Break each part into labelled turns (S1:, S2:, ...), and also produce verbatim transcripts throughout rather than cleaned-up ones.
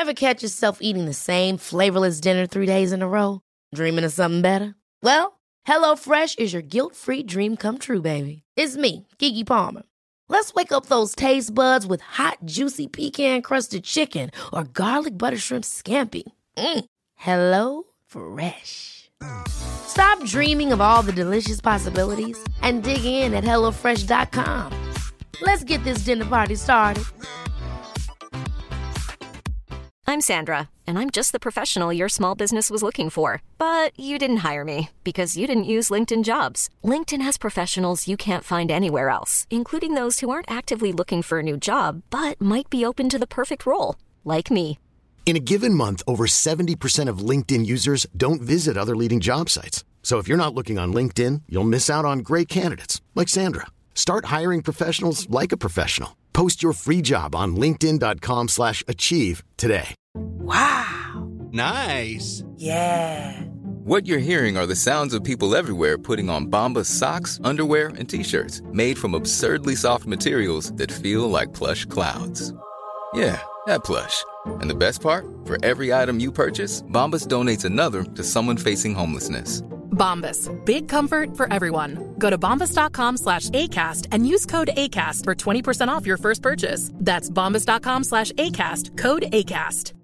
S1: Ever catch yourself eating the same flavorless dinner three days in a row? Dreaming of something better? Well, HelloFresh is your guilt-free dream come true, baby. It's me, Keke Palmer. Let's wake up those taste buds with hot, juicy pecan-crusted chicken or garlic butter shrimp scampi. Mm. Hello Fresh. Stop dreaming of all the delicious possibilities and dig in at hello fresh dot com. Let's get this dinner party started.
S2: I'm Sandra, and I'm just the professional your small business was looking for. But you didn't hire me because you didn't use LinkedIn Jobs. LinkedIn has professionals you can't find anywhere else, including those who aren't actively looking for a new job, but might be open to the perfect role, like me.
S3: In a given month, over seventy percent of LinkedIn users don't visit other leading job sites. So if you're not looking on LinkedIn, you'll miss out on great candidates, like Sandra. Start hiring professionals like a professional. Post your free job on linkedin dot com slash achieve today.
S4: Wow.
S5: Nice.
S4: Yeah.
S6: What you're hearing are the sounds of people everywhere putting on Bombas socks, underwear, and T-shirts made from absurdly soft materials that feel like plush clouds. Yeah, that plush. And the best part? For every item you purchase, Bombas donates another to someone facing homelessness.
S7: Bombas, big comfort for everyone. Go to bombas dot com slash ACAST and use code ACAST for twenty percent off your first purchase. That's bombas dot com slash ACAST, code ACAST.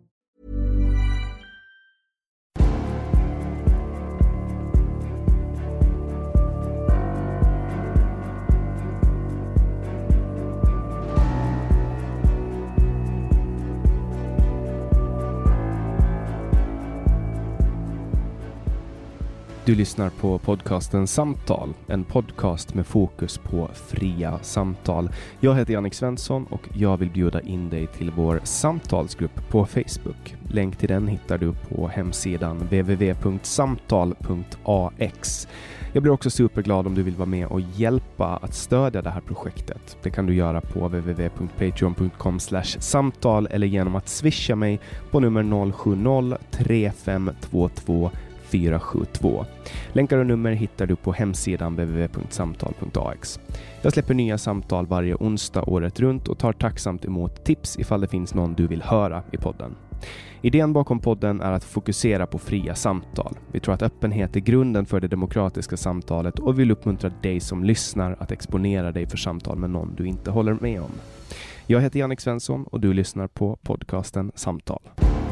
S8: Du lyssnar på podcasten Samtal, en podcast med fokus på fria samtal. Jag heter Jannik Svensson och jag vill bjuda in dig till vår samtalsgrupp på Facebook. Länk till den hittar du på hemsidan w w w punkt samtal punkt a x. Jag blir också superglad om du vill vara med och hjälpa att stödja det här projektet. Det kan du göra på w w w punkt patreon punkt com slash samtal eller genom att swisha mig på nummer noll sju noll tre fem två två fyra sju två. Länkar och nummer hittar du på hemsidan w w w punkt samtal punkt a x. Jag släpper nya samtal varje onsdag året runt och tar tacksamt emot tips ifall det finns någon du vill höra i podden. Idén bakom podden är att fokusera på fria samtal. Vi tror att öppenhet är grunden för det demokratiska samtalet och vill uppmuntra dig som lyssnar att exponera dig för samtal med någon du inte håller med om. Jag heter Jannik Svensson och du lyssnar på podcasten Samtal.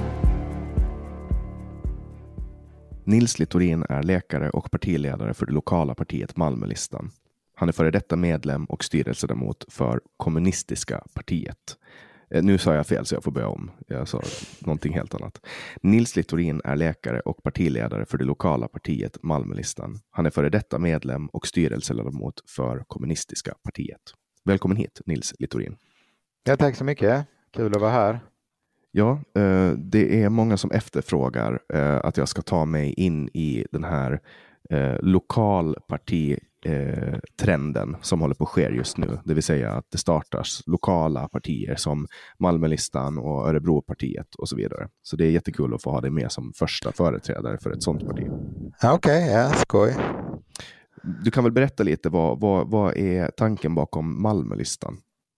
S8: Nils Littorin är läkare och partiledare för det lokala partiet Malmölistan. Han är före detta medlem och styrelsedemot för Kommunistiska partiet. Eh, nu sa jag fel så jag får börja om. Jag sa någonting helt annat. Nils Littorin är läkare och partiledare för det lokala partiet Malmölistan. Han är före detta medlem och styrelsedemot för Kommunistiska partiet. Välkommen hit, Nils Littorin.
S9: Ja, tack så mycket. Kul att vara här.
S8: Ja, eh, det är många som efterfrågar eh, att jag ska ta mig in i den här eh, lokalpartitrenden eh, som håller på att ske just nu. Det vill säga att det startas lokala partier som Malmölistan och Örebropartiet och så vidare. Så det är jättekul att få ha dig med som första företrädare för ett sånt parti.
S9: Okej, okay, ja, skoj.
S8: Du kan väl berätta lite, vad, vad, vad är tanken bakom Malmölistan?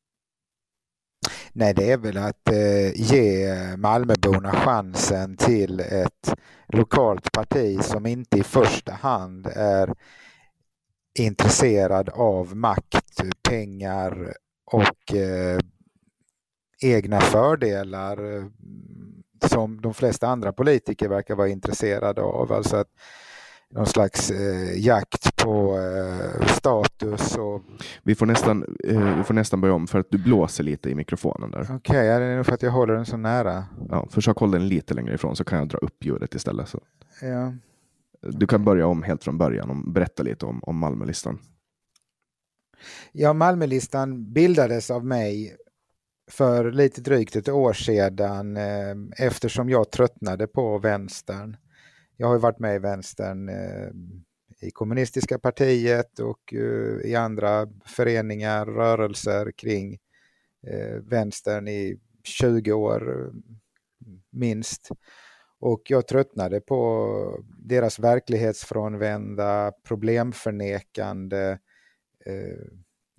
S9: Nej, det är väl att eh, ge Malmöborna chansen till ett lokalt parti som inte i första hand är intresserad av makt, pengar och eh, egna fördelar eh, som de flesta andra politiker verkar vara intresserade av. Alltså att någon slags eh, jakt på eh, status. Och...
S8: Vi, får nästan, eh, vi får nästan börja om för att du blåser lite i mikrofonen där.
S9: Okej, okay, ja, det är nog för att jag håller den så nära.
S8: Ja, försök hålla den lite längre ifrån så kan jag dra upp ljudet istället. Så.
S9: Ja.
S8: Du kan börja om helt från början och berätta lite om, om Malmölistan.
S9: Ja, Malmölistan bildades av mig för lite drygt ett år sedan eh, eftersom jag tröttnade på vänstern. Jag har ju varit med i vänstern eh, i Kommunistiska partiet och eh, i andra föreningar, rörelser kring eh, vänstern i tjugo år minst. Och jag tröttnade på deras verklighetsfrånvända, problemförnekande, eh,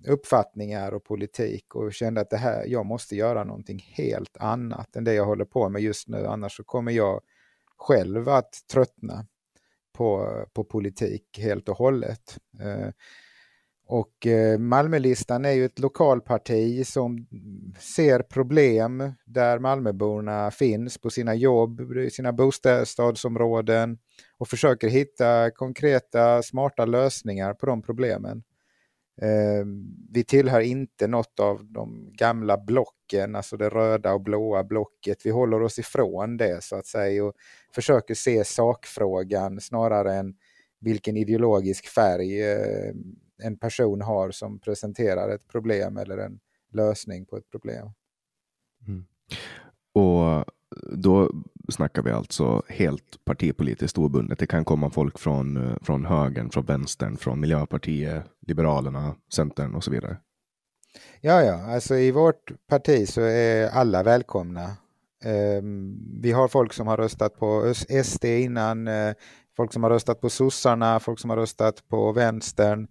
S9: uppfattningar och politik och kände att det här, jag måste göra någonting helt annat än det jag håller på med just nu, annars så kommer jag själv att tröttna på, på politik helt och hållet. Eh, och eh, Malmölistan är ju ett lokalparti som ser problem där Malmöborna finns på sina jobb, sina bostadsområden och försöker hitta konkreta, smarta lösningar på de problemen. Eh, vi tillhör inte något av de gamla blocken, alltså det röda och blåa blocket. Vi håller oss ifrån det så att säga och försöker se sakfrågan snarare än vilken ideologisk färg eh, en person har som presenterar ett problem eller en lösning på ett problem.
S8: Mm. Och då snackar vi alltså helt partipolitiskt obundet. Det kan komma folk från, från högern, från vänstern, från Miljöpartiet, Liberalerna, Centern och så vidare.
S9: Ja, ja. Alltså i vårt parti så är alla välkomna. Um, vi har folk som har röstat på S D innan, uh, folk som har röstat på sossarna, folk som har röstat på vänstern.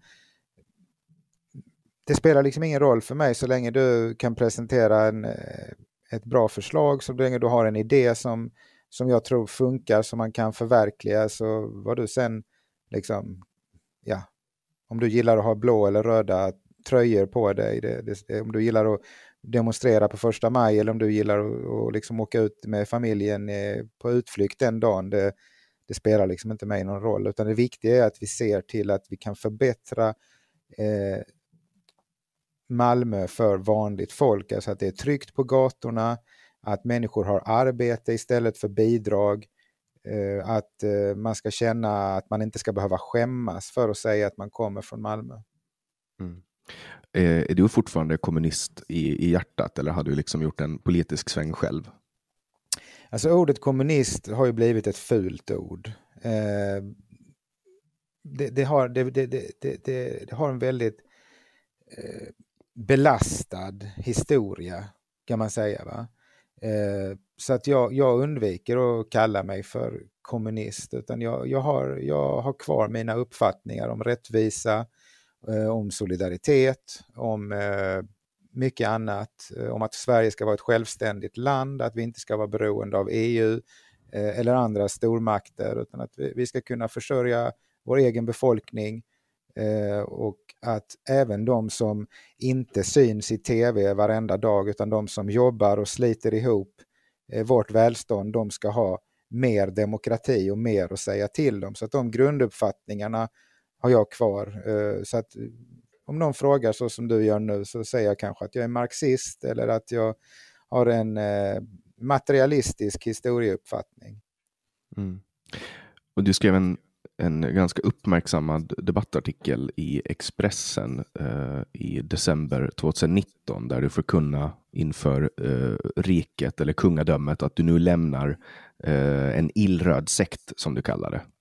S9: Det spelar liksom ingen roll för mig så länge du kan presentera en ett bra förslag, så länge du har en idé som, som jag tror funkar, som man kan förverkliga, så vad du sen liksom, ja, om du gillar att ha blå eller röda tröjor på dig, det, det, om du gillar att demonstrera på första maj eller om du gillar att, att liksom åka ut med familjen på utflykt den dagen, det, det spelar liksom inte mig någon roll, utan det viktiga är att vi ser till att vi kan förbättra eh, Malmö för vanligt folk, alltså att det är tryggt på gatorna, att människor har arbete istället för bidrag, att man ska känna att man inte ska behöva skämmas för att säga att man kommer från Malmö.
S8: Mm. Är du fortfarande kommunist i, i hjärtat eller har du liksom gjort en politisk sväng själv?
S9: Alltså ordet kommunist har ju blivit ett fult ord. Det, det, har, det, det, det, det, det har en väldigt belastad historia kan man säga, va? Eh, så att jag, jag undviker att kalla mig för kommunist, utan jag, jag, har, jag har kvar mina uppfattningar om rättvisa, eh, om solidaritet, om eh, mycket annat, eh, om att Sverige ska vara ett självständigt land, att vi inte ska vara beroende av E U eh, eller andra stormakter, utan att vi, vi ska kunna försörja vår egen befolkning eh, och att även de som inte syns i tv varenda dag, utan de som jobbar och sliter ihop eh, vårt välstånd, de ska ha mer demokrati och mer att säga till dem. Så att de grunduppfattningarna har jag kvar. Eh, så att om någon frågar så som du gör nu, så säger jag kanske att jag är marxist eller att jag har en eh, materialistisk historieuppfattning.
S8: Mm. Och du skrev en en ganska uppmärksammad debattartikel i Expressen eh, i december tjugonitton där du förkunnar inför eh, riket eller kungadömet att du nu lämnar eh, en illröd sekt som du kallar det.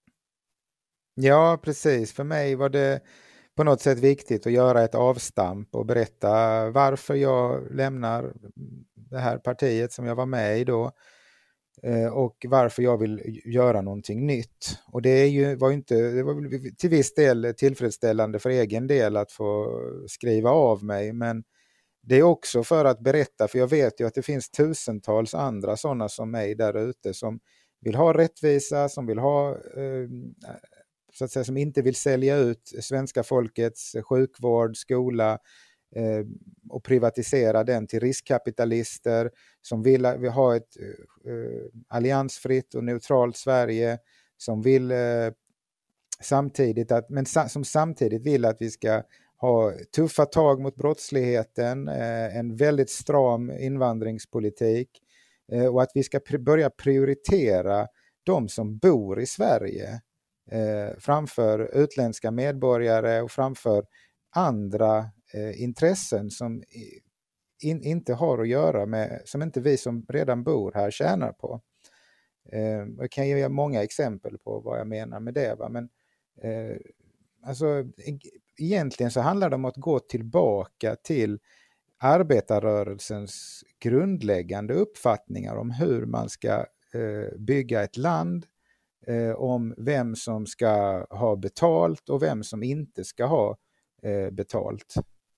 S9: Ja, precis. För mig var det på något sätt viktigt att göra ett avstamp och berätta varför jag lämnar det här partiet som jag var med i då. Och varför jag vill göra någonting nytt. Och det är ju, var ju inte, det var till viss del tillfredsställande för egen del att få skriva av mig, men det är också för att berätta, för jag vet ju att det finns tusentals andra sådana som mig där ute som vill ha rättvisa, som vill ha eh, så att säga, som inte vill sälja ut svenska folkets sjukvård, skola eh, och privatisera den till riskkapitalister, som vill, vill ha ett eh, alliansfritt och neutralt Sverige, som vill eh, samtidigt att, men sa, som samtidigt vill att vi ska ha tuffa tag mot brottsligheten, eh, en väldigt stram invandringspolitik eh, och att vi ska pr- börja prioritera de som bor i Sverige eh, framför utländska medborgare och framför andra eh, intressen som in, inte har att göra med, som inte vi som redan bor här tjänar på. Eh, jag kan ge många exempel på vad jag menar med det, va? Men eh, alltså egentligen så handlar det om att gå tillbaka till arbetarrörelsens grundläggande uppfattningar om hur man ska eh, bygga ett land, eh, om vem som ska ha betalt och vem som inte ska ha eh, betalt.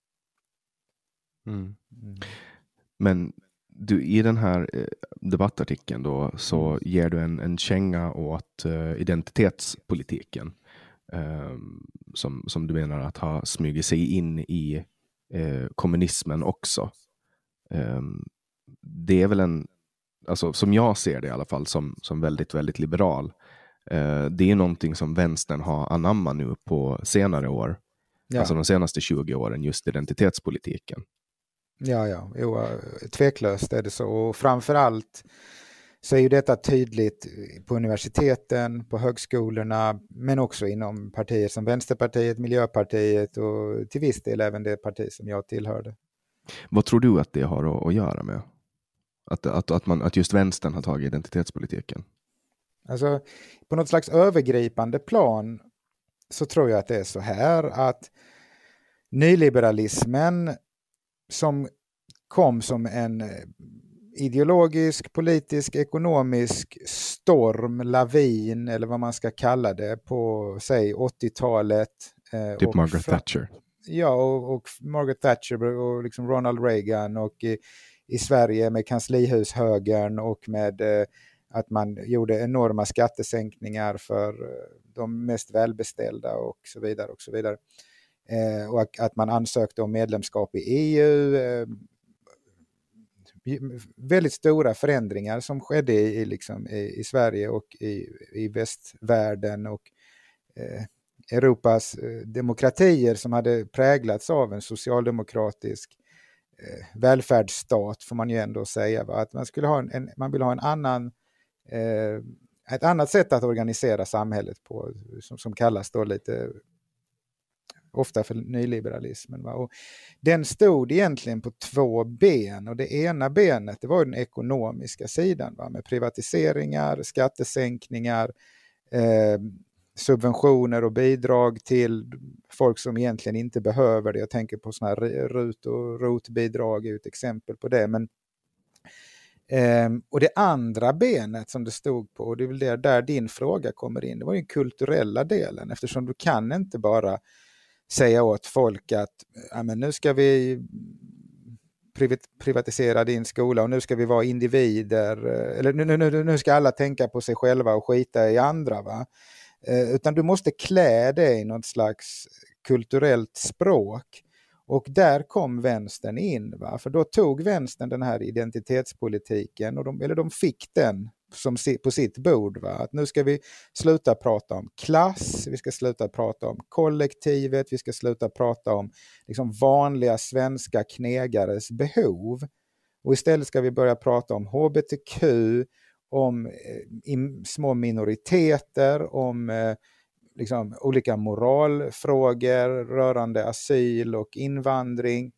S8: Mm. Mm. Men du, i den här eh, debattartikeln då så mm. ger du en, en känga åt eh, identitetspolitiken eh, som, som du menar att ha smugit sig in i eh, kommunismen också. Eh, det är väl en, alltså som jag ser det i alla fall, som, som väldigt, väldigt liberal. Eh, det är någonting som vänstern har anammat nu på senare år. Ja. Alltså de senaste tjugo åren, just identitetspolitiken.
S9: Ja, ja, jo, tveklöst är det så. Och framförallt så är ju detta tydligt på universiteten, på högskolorna, men också inom partier som Vänsterpartiet, Miljöpartiet och till viss del även det parti som jag tillhörde.
S8: Vad tror du att det har att, att göra med? Att, att, att, man, att just vänstern har tagit identitetspolitiken?
S9: Alltså, på något slags övergripande plan så tror jag att det är så här att nyliberalismen som kom som en ideologisk, politisk, ekonomisk storm, lavin eller vad man ska kalla det på, säg åttiotalet.
S8: Eh, typ Margaret fra- Thatcher.
S9: Ja, och, och Margaret Thatcher och liksom Ronald Reagan och i, i Sverige med kanslihushögern och med eh, att man gjorde enorma skattesänkningar för de mest välbeställda och så vidare och så vidare. Eh, och att, att man ansökte om medlemskap i E U. Eh, väldigt stora förändringar som skedde i, liksom, i, i Sverige och i, i västvärlden och eh, Europas eh, demokratier som hade präglats av en socialdemokratisk eh, välfärdsstat, får man ju ändå säga. Va? Att man skulle ha en, en, man vill ha en annan eh, ett annat sätt att organisera samhället på, som, som kallas då lite ofta för nyliberalismen. Va? Och den stod egentligen på två ben, och det ena benet det var den ekonomiska sidan, va? Med privatiseringar, skattesänkningar, eh, subventioner och bidrag till folk som egentligen inte behöver det. Jag tänker på såna här R U T och R O T-bidrag är ett exempel på det. Men, eh, och det andra benet som det stod på, och det är väl där, där din fråga kommer in, det var den kulturella delen, eftersom du kan inte bara säga åt folk att ja, men nu ska vi privatisera din skola och nu ska vi vara individer, eller nu, nu, nu ska alla tänka på sig själva och skita i andra, va? Eh, utan du måste klä det i något slags kulturellt språk, och där kom vänstern in, va? För då tog vänstern den här identitetspolitiken och de, eller de fick den som på sitt bord, va? Att nu ska vi sluta prata om klass, vi ska sluta prata om kollektivet, vi ska sluta prata om liksom vanliga svenska knegares behov, och istället ska vi börja prata om H B T Q, om eh, in, små minoriteter, om eh, liksom olika moralfrågor rörande asyl och invandring,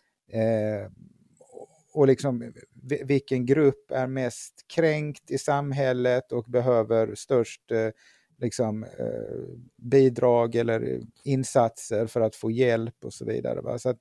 S9: eh, och liksom vilken grupp är mest kränkt i samhället och behöver störst eh, liksom, eh, bidrag eller insatser för att få hjälp och så vidare. Va? Så att,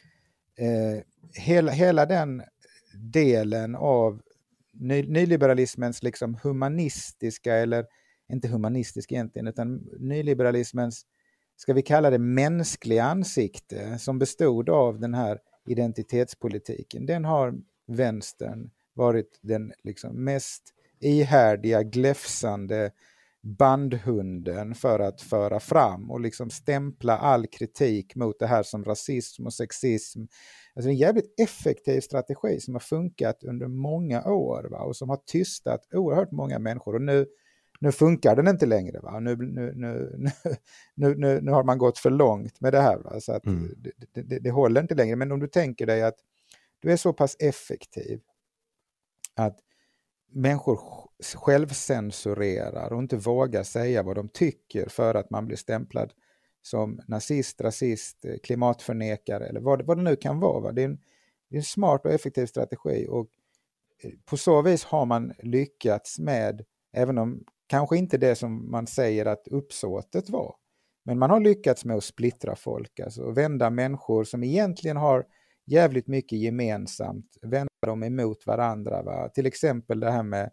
S9: eh, hela, hela den delen av ny, nyliberalismens liksom humanistiska, eller inte humanistisk egentligen, utan nyliberalismens, ska vi kalla det mänskliga ansikte, som bestod av den här identitetspolitiken, den har vänstern varit den liksom mest ihärdiga, gläfsande bandhunden för att föra fram och liksom stämpla all kritik mot det här som rasism och sexism. Alltså en jävligt effektiv strategi som har funkat under många år, va? Och som har tystat oerhört många människor, och nu Nu funkar den inte längre, va? Nu, nu, nu, nu, nu, nu har man gått för långt med det här, va? Så att mm. det, det, det håller inte längre. Men om du tänker dig att du är så pass effektiv att människor självcensurerar och inte vågar säga vad de tycker för att man blir stämplad som nazist, rasist, klimatförnekare eller vad, vad det nu kan vara, va? Det är en, det är en smart och effektiv strategi, och på så vis har man lyckats med, även om kanske inte det som man säger att uppsåtet var, men man har lyckats med att splittra folk, alltså vända människor som egentligen har jävligt mycket gemensamt, vända dem emot varandra, va? Till exempel det här med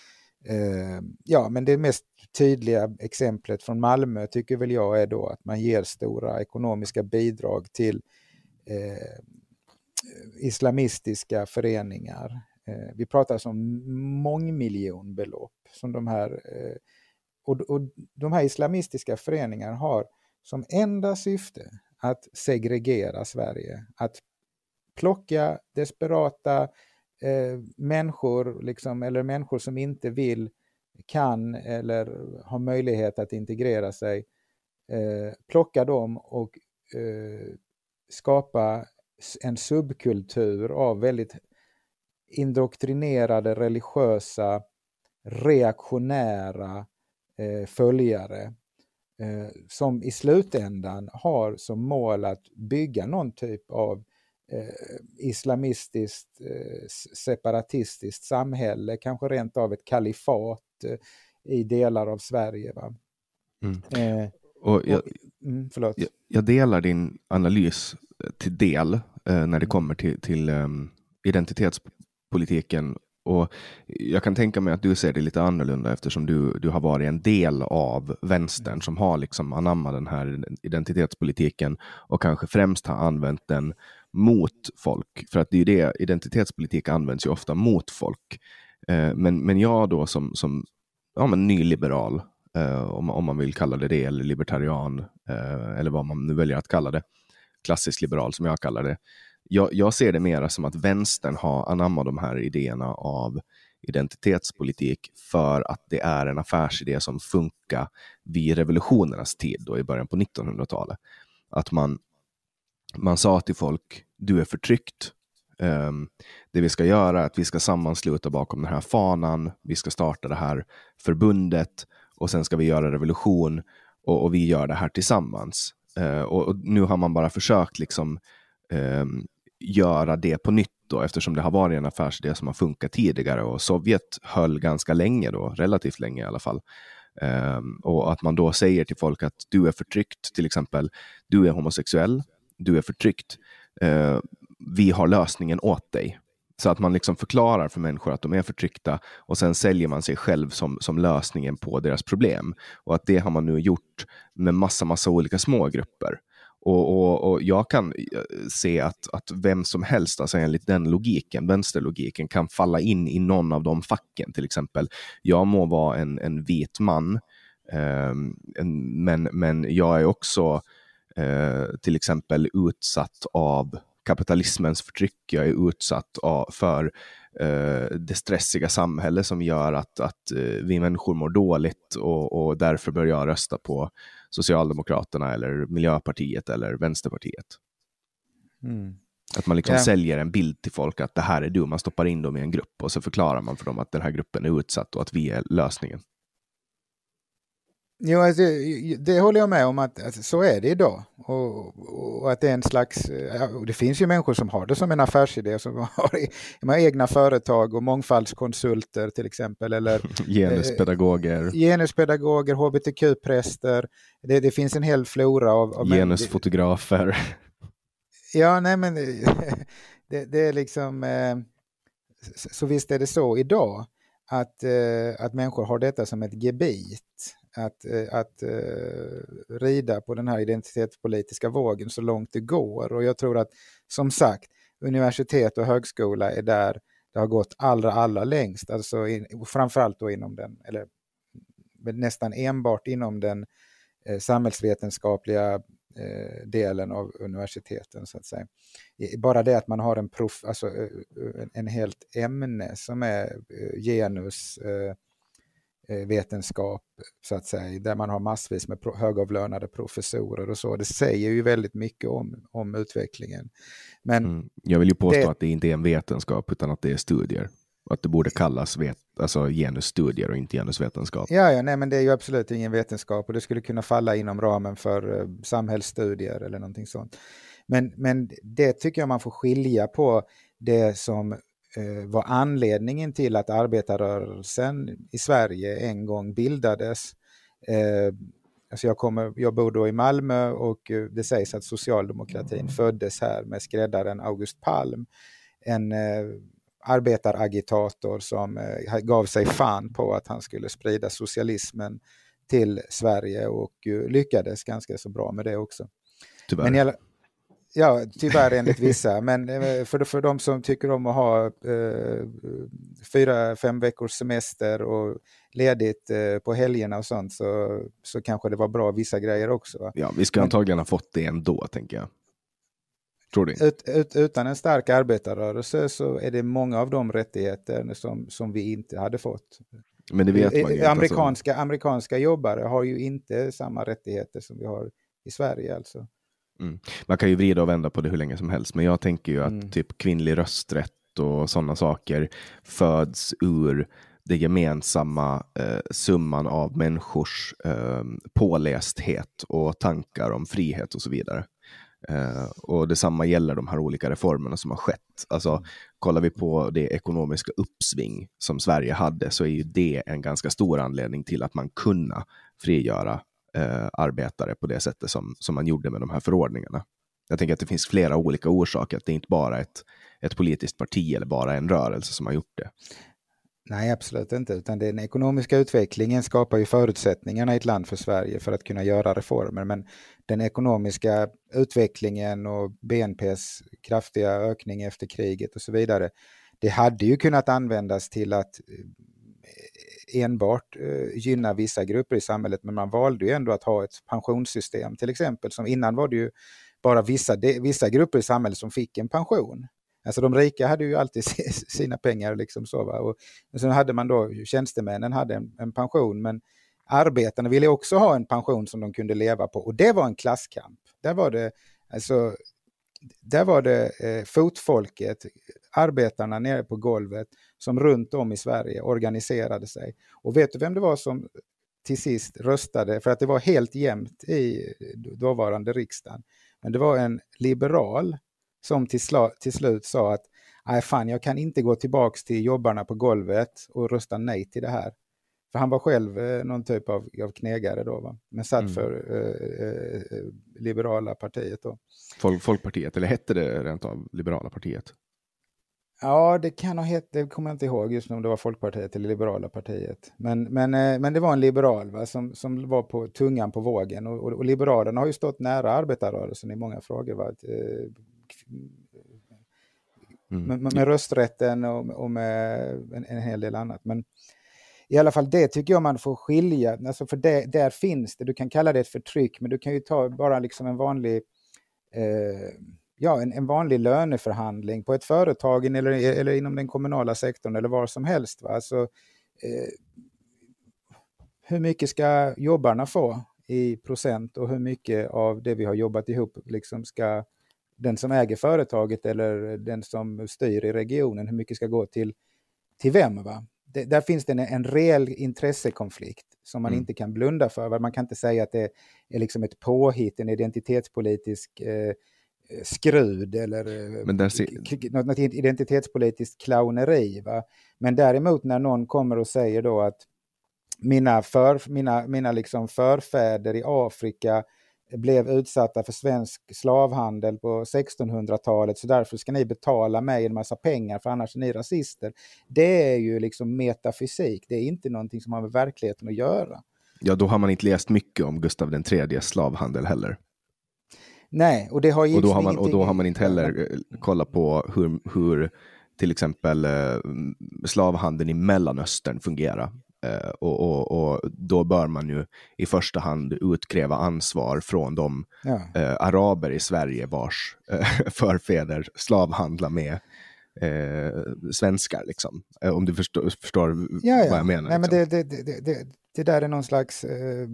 S9: eh, ja, men det mest tydliga exemplet från Malmö tycker väl jag är då att man ger stora ekonomiska bidrag till eh, islamistiska föreningar. Eh, vi pratar alltså om mångmiljonbelopp som de här eh, och, och de här islamistiska föreningarna har som enda syfte att segregera Sverige, att plocka desperata eh, människor liksom, eller människor som inte vill, kan eller har möjlighet att integrera sig, eh, plocka dem och eh, skapa en subkultur av väldigt indoktrinerade, religiösa, reaktionära eh, följare eh, som i slutändan har som mål att bygga någon typ av eh, islamistiskt, eh, separatistiskt samhälle, kanske rent av ett kalifat eh, i delar av Sverige. Va?
S8: Mm.
S9: Eh,
S8: och jag,
S9: och, mm, förlåt.
S8: Jag, jag delar din analys till del eh, när det kommer till, till um, identitetspolitiken, och jag kan tänka mig att du ser det lite annorlunda eftersom du, du har varit en del av vänstern som har liksom anammat den här identitetspolitiken och kanske främst har använt den mot folk, för att det är ju det, identitetspolitik används ju ofta mot folk. Eh, men, men jag då som, som ja, men nyliberal, eh, om, om man vill kalla det det, eller libertarian, eh, eller vad man nu väljer att kalla det, klassisk liberal som jag kallar det. Jag, jag ser det mer som att vänstern har anammat de här idéerna av identitetspolitik för att det är en affärsidé som funkar vid revolutionernas tid då i början på nittonhundratalet. Att man, man sa till folk, du är förtryckt. Um, det vi ska göra är att vi ska sammansluta bakom den här fanan, vi ska starta det här förbundet och sen ska vi göra revolution och, och vi gör det här tillsammans. Uh, och, och nu har man bara försökt liksom um, göra det på nytt då, eftersom det har varit en affärsidé som har funkat tidigare och Sovjet höll ganska länge då, relativt länge i alla fall. Um, och att man då säger till folk att du är förtryckt, till exempel, du är homosexuell, du är förtryckt, uh, vi har lösningen åt dig. Så att man liksom förklarar för människor att de är förtryckta och sen säljer man sig själv som, som lösningen på deras problem. Och att det har man nu gjort med massa, massa olika små grupper. Och, och, och jag kan se att, att vem som helst, alltså enligt den logiken, vänsterlogiken, kan falla in i någon av de facken. Till exempel, jag må vara en, en vit man, eh, en, men, men jag är också eh, till exempel utsatt av kapitalismens förtryck. Jag är utsatt av, för eh, det stressiga samhälle som gör att, att eh, vi människor mår dåligt och, och därför bör jag rösta på Socialdemokraterna eller Miljöpartiet eller Vänsterpartiet.
S9: Mm.
S8: Att man liksom
S9: ja.
S8: säljer en bild till folk att det här är du, man stoppar in dem i en grupp och så förklarar man för dem att den här gruppen är utsatt och att vi är lösningen.
S9: Jo, alltså, det håller jag med om att alltså, så är det idag. Och, och att det är en slags, ja, det finns ju människor som har det som en affärsidé, som har, de har egna företag och mångfaldskonsulter till exempel. Eller
S8: genuspedagoger.
S9: Eh, genuspedagoger, H B T Q-präster. Det, det finns en hel flora av... av
S8: genusfotografer.
S9: Ja, nej men det, det är liksom... Eh, så, så visst är det så idag att, eh, att människor har detta som ett gebit. Att, att uh, rida på den här identitetspolitiska vågen så långt det går. Och jag tror att, som sagt, universitet och högskola är där det har gått allra, allra längst. Alltså in, framförallt då inom den, eller nästan enbart inom den eh, samhällsvetenskapliga eh, delen av universiteten, så att säga. Bara det att man har en prof, alltså en, en helt ämne som är eh, genus eh, vetenskap, så att säga, där man har massvis med pro- högavlönade professorer och så. Det säger ju väldigt mycket om, om utvecklingen. Men
S8: mm. Jag vill ju påstå
S9: det,
S8: att det inte är en vetenskap utan att det är studier. Och att det borde kallas vet, alltså genusstudier och inte genusvetenskap.
S9: Ja, ja, nej, men det är ju absolut ingen vetenskap och det skulle kunna falla inom ramen för uh, samhällsstudier eller någonting sånt. Men, men det tycker jag man får skilja på det som var anledningen till att arbetarrörelsen i Sverige en gång bildades. Eh, alltså jag, kommer, jag bor då i Malmö och det sägs att socialdemokratin föddes här med skräddaren August Palm. En eh, arbetaragitator som eh, gav sig fan på att han skulle sprida socialismen till Sverige och uh, lyckades ganska så bra med det också.
S8: Tyvärr.
S9: Men jag, Ja, tyvärr enligt vissa. Men för, för de som tycker om att ha eh, fyra, fem veckors semester och ledigt eh, på helgerna och sånt så, så kanske det var bra vissa grejer också. Va?
S8: Ja, vi ska
S9: Men,
S8: antagligen ha fått det ändå, tänker jag. Tror du?
S9: Ut, ut, utan en stark arbetarrörelse så är det många av de rättigheter som, som vi inte hade fått.
S8: Men det vet man ju.
S9: Amerikanska, alltså. amerikanska jobbare har ju inte samma rättigheter som vi har i Sverige alltså.
S8: Mm. Man kan ju vrida och vända på det hur länge som helst, men jag tänker ju att
S9: Mm.
S8: typ kvinnlig rösträtt och sådana saker föds ur det gemensamma eh, summan av människors eh, pålästhet och tankar om frihet och så vidare. Eh, och detsamma gäller de här olika reformerna som har skett. Alltså, kollar vi på det ekonomiska uppsving som Sverige hade, så är ju det en ganska stor anledning till att man kunna frigöra eh, arbetare på det sättet som, som man gjorde med de här förordningarna. Jag tänker att det finns flera olika orsaker, att det är inte bara ett, ett politiskt parti eller bara en rörelse som har gjort det.
S9: Nej, absolut inte. Utan den ekonomiska utvecklingen skapar ju förutsättningarna i ett land för Sverige för att kunna göra reformer. Men den ekonomiska utvecklingen och B N P:s kraftiga ökning efter kriget och så vidare, det hade ju kunnat användas till att enbart gynna vissa grupper i samhället. Men man valde ju ändå att ha ett pensionssystem till exempel. Som innan var det ju bara vissa, vissa grupper i samhället som fick en pension. Alltså de rika hade ju alltid sina pengar liksom så, va? Och, och sen hade man då, tjänstemännen hade en, en pension, men arbetarna ville också ha en pension som de kunde leva på, och det var en klasskamp. Där var det, alltså, där var det eh, fotfolket, arbetarna nere på golvet som runt om i Sverige organiserade sig. Och vet du vem det var som till sist röstade, för att det var helt jämnt i dåvarande riksdagen, men det var en liberal som till, sla, till slut sa att nej fan, jag kan inte gå tillbaks till jobbarna på golvet och rösta nej till det här. För han var själv eh, någon typ av, av knegare då, va? Men satt mm. för eh, eh, liberala partiet då.
S8: Folk, Folkpartiet, eller hette det rent av liberala partiet?
S9: Ja, det kan ha hett, det kommer jag inte ihåg just nu om det var Folkpartiet eller liberala partiet. Men, men, eh, men det var en liberal, va? Som, som var på tungan på vågen. Och, och, och liberalerna har ju stått nära arbetarrörelsen i många frågor, va? Att, eh, Mm. Med, med rösträtten och, och med en, en hel del annat. Men i alla fall det tycker jag man får skilja. Alltså för det, där finns det, du kan kalla det ett förtryck, men du kan ju ta bara liksom en vanlig eh, ja, en, en vanlig löneförhandling på ett företag eller, eller inom den kommunala sektorn eller var som helst. Va? Alltså, eh, hur mycket ska jobbarna få i procent och hur mycket av det vi har jobbat ihop liksom ska den som äger företaget eller den som styr i regionen, hur mycket ska gå till, till vem? Va? Det, där finns det en, en reell intressekonflikt som man mm. inte kan blunda för. Man kan inte säga att det är liksom ett påhitt, en identitetspolitisk eh, skrud eller
S8: Men där se...
S9: något, något identitetspolitiskt clowneri. Va? Men däremot när någon kommer och säger då att mina, för, mina, mina liksom förfäder i Afrika blev utsatta för svensk slavhandel på sextonhundratalet, så därför ska ni betala mig en massa pengar för annars är ni rasister. Det är ju liksom metafysik. Det är inte någonting som har med verkligheten att göra.
S8: Ja, då har man inte läst mycket om Gustav den tredjes slavhandel heller.
S9: Nej, och det har ju
S8: och då har man, och då har man inte heller kollat på hur, hur till exempel eh, slavhandeln i Mellanöstern fungerar. Uh, och, och, och då bör man ju i första hand utkräva ansvar från de ja. uh, araber i Sverige vars uh, förfäder slavhandlar med uh, svenskar liksom. Uh, om du förstår, förstår
S9: ja, ja.
S8: vad jag menar.
S9: Nej,
S8: liksom.
S9: men det, det, det, det, det där är någon slags uh,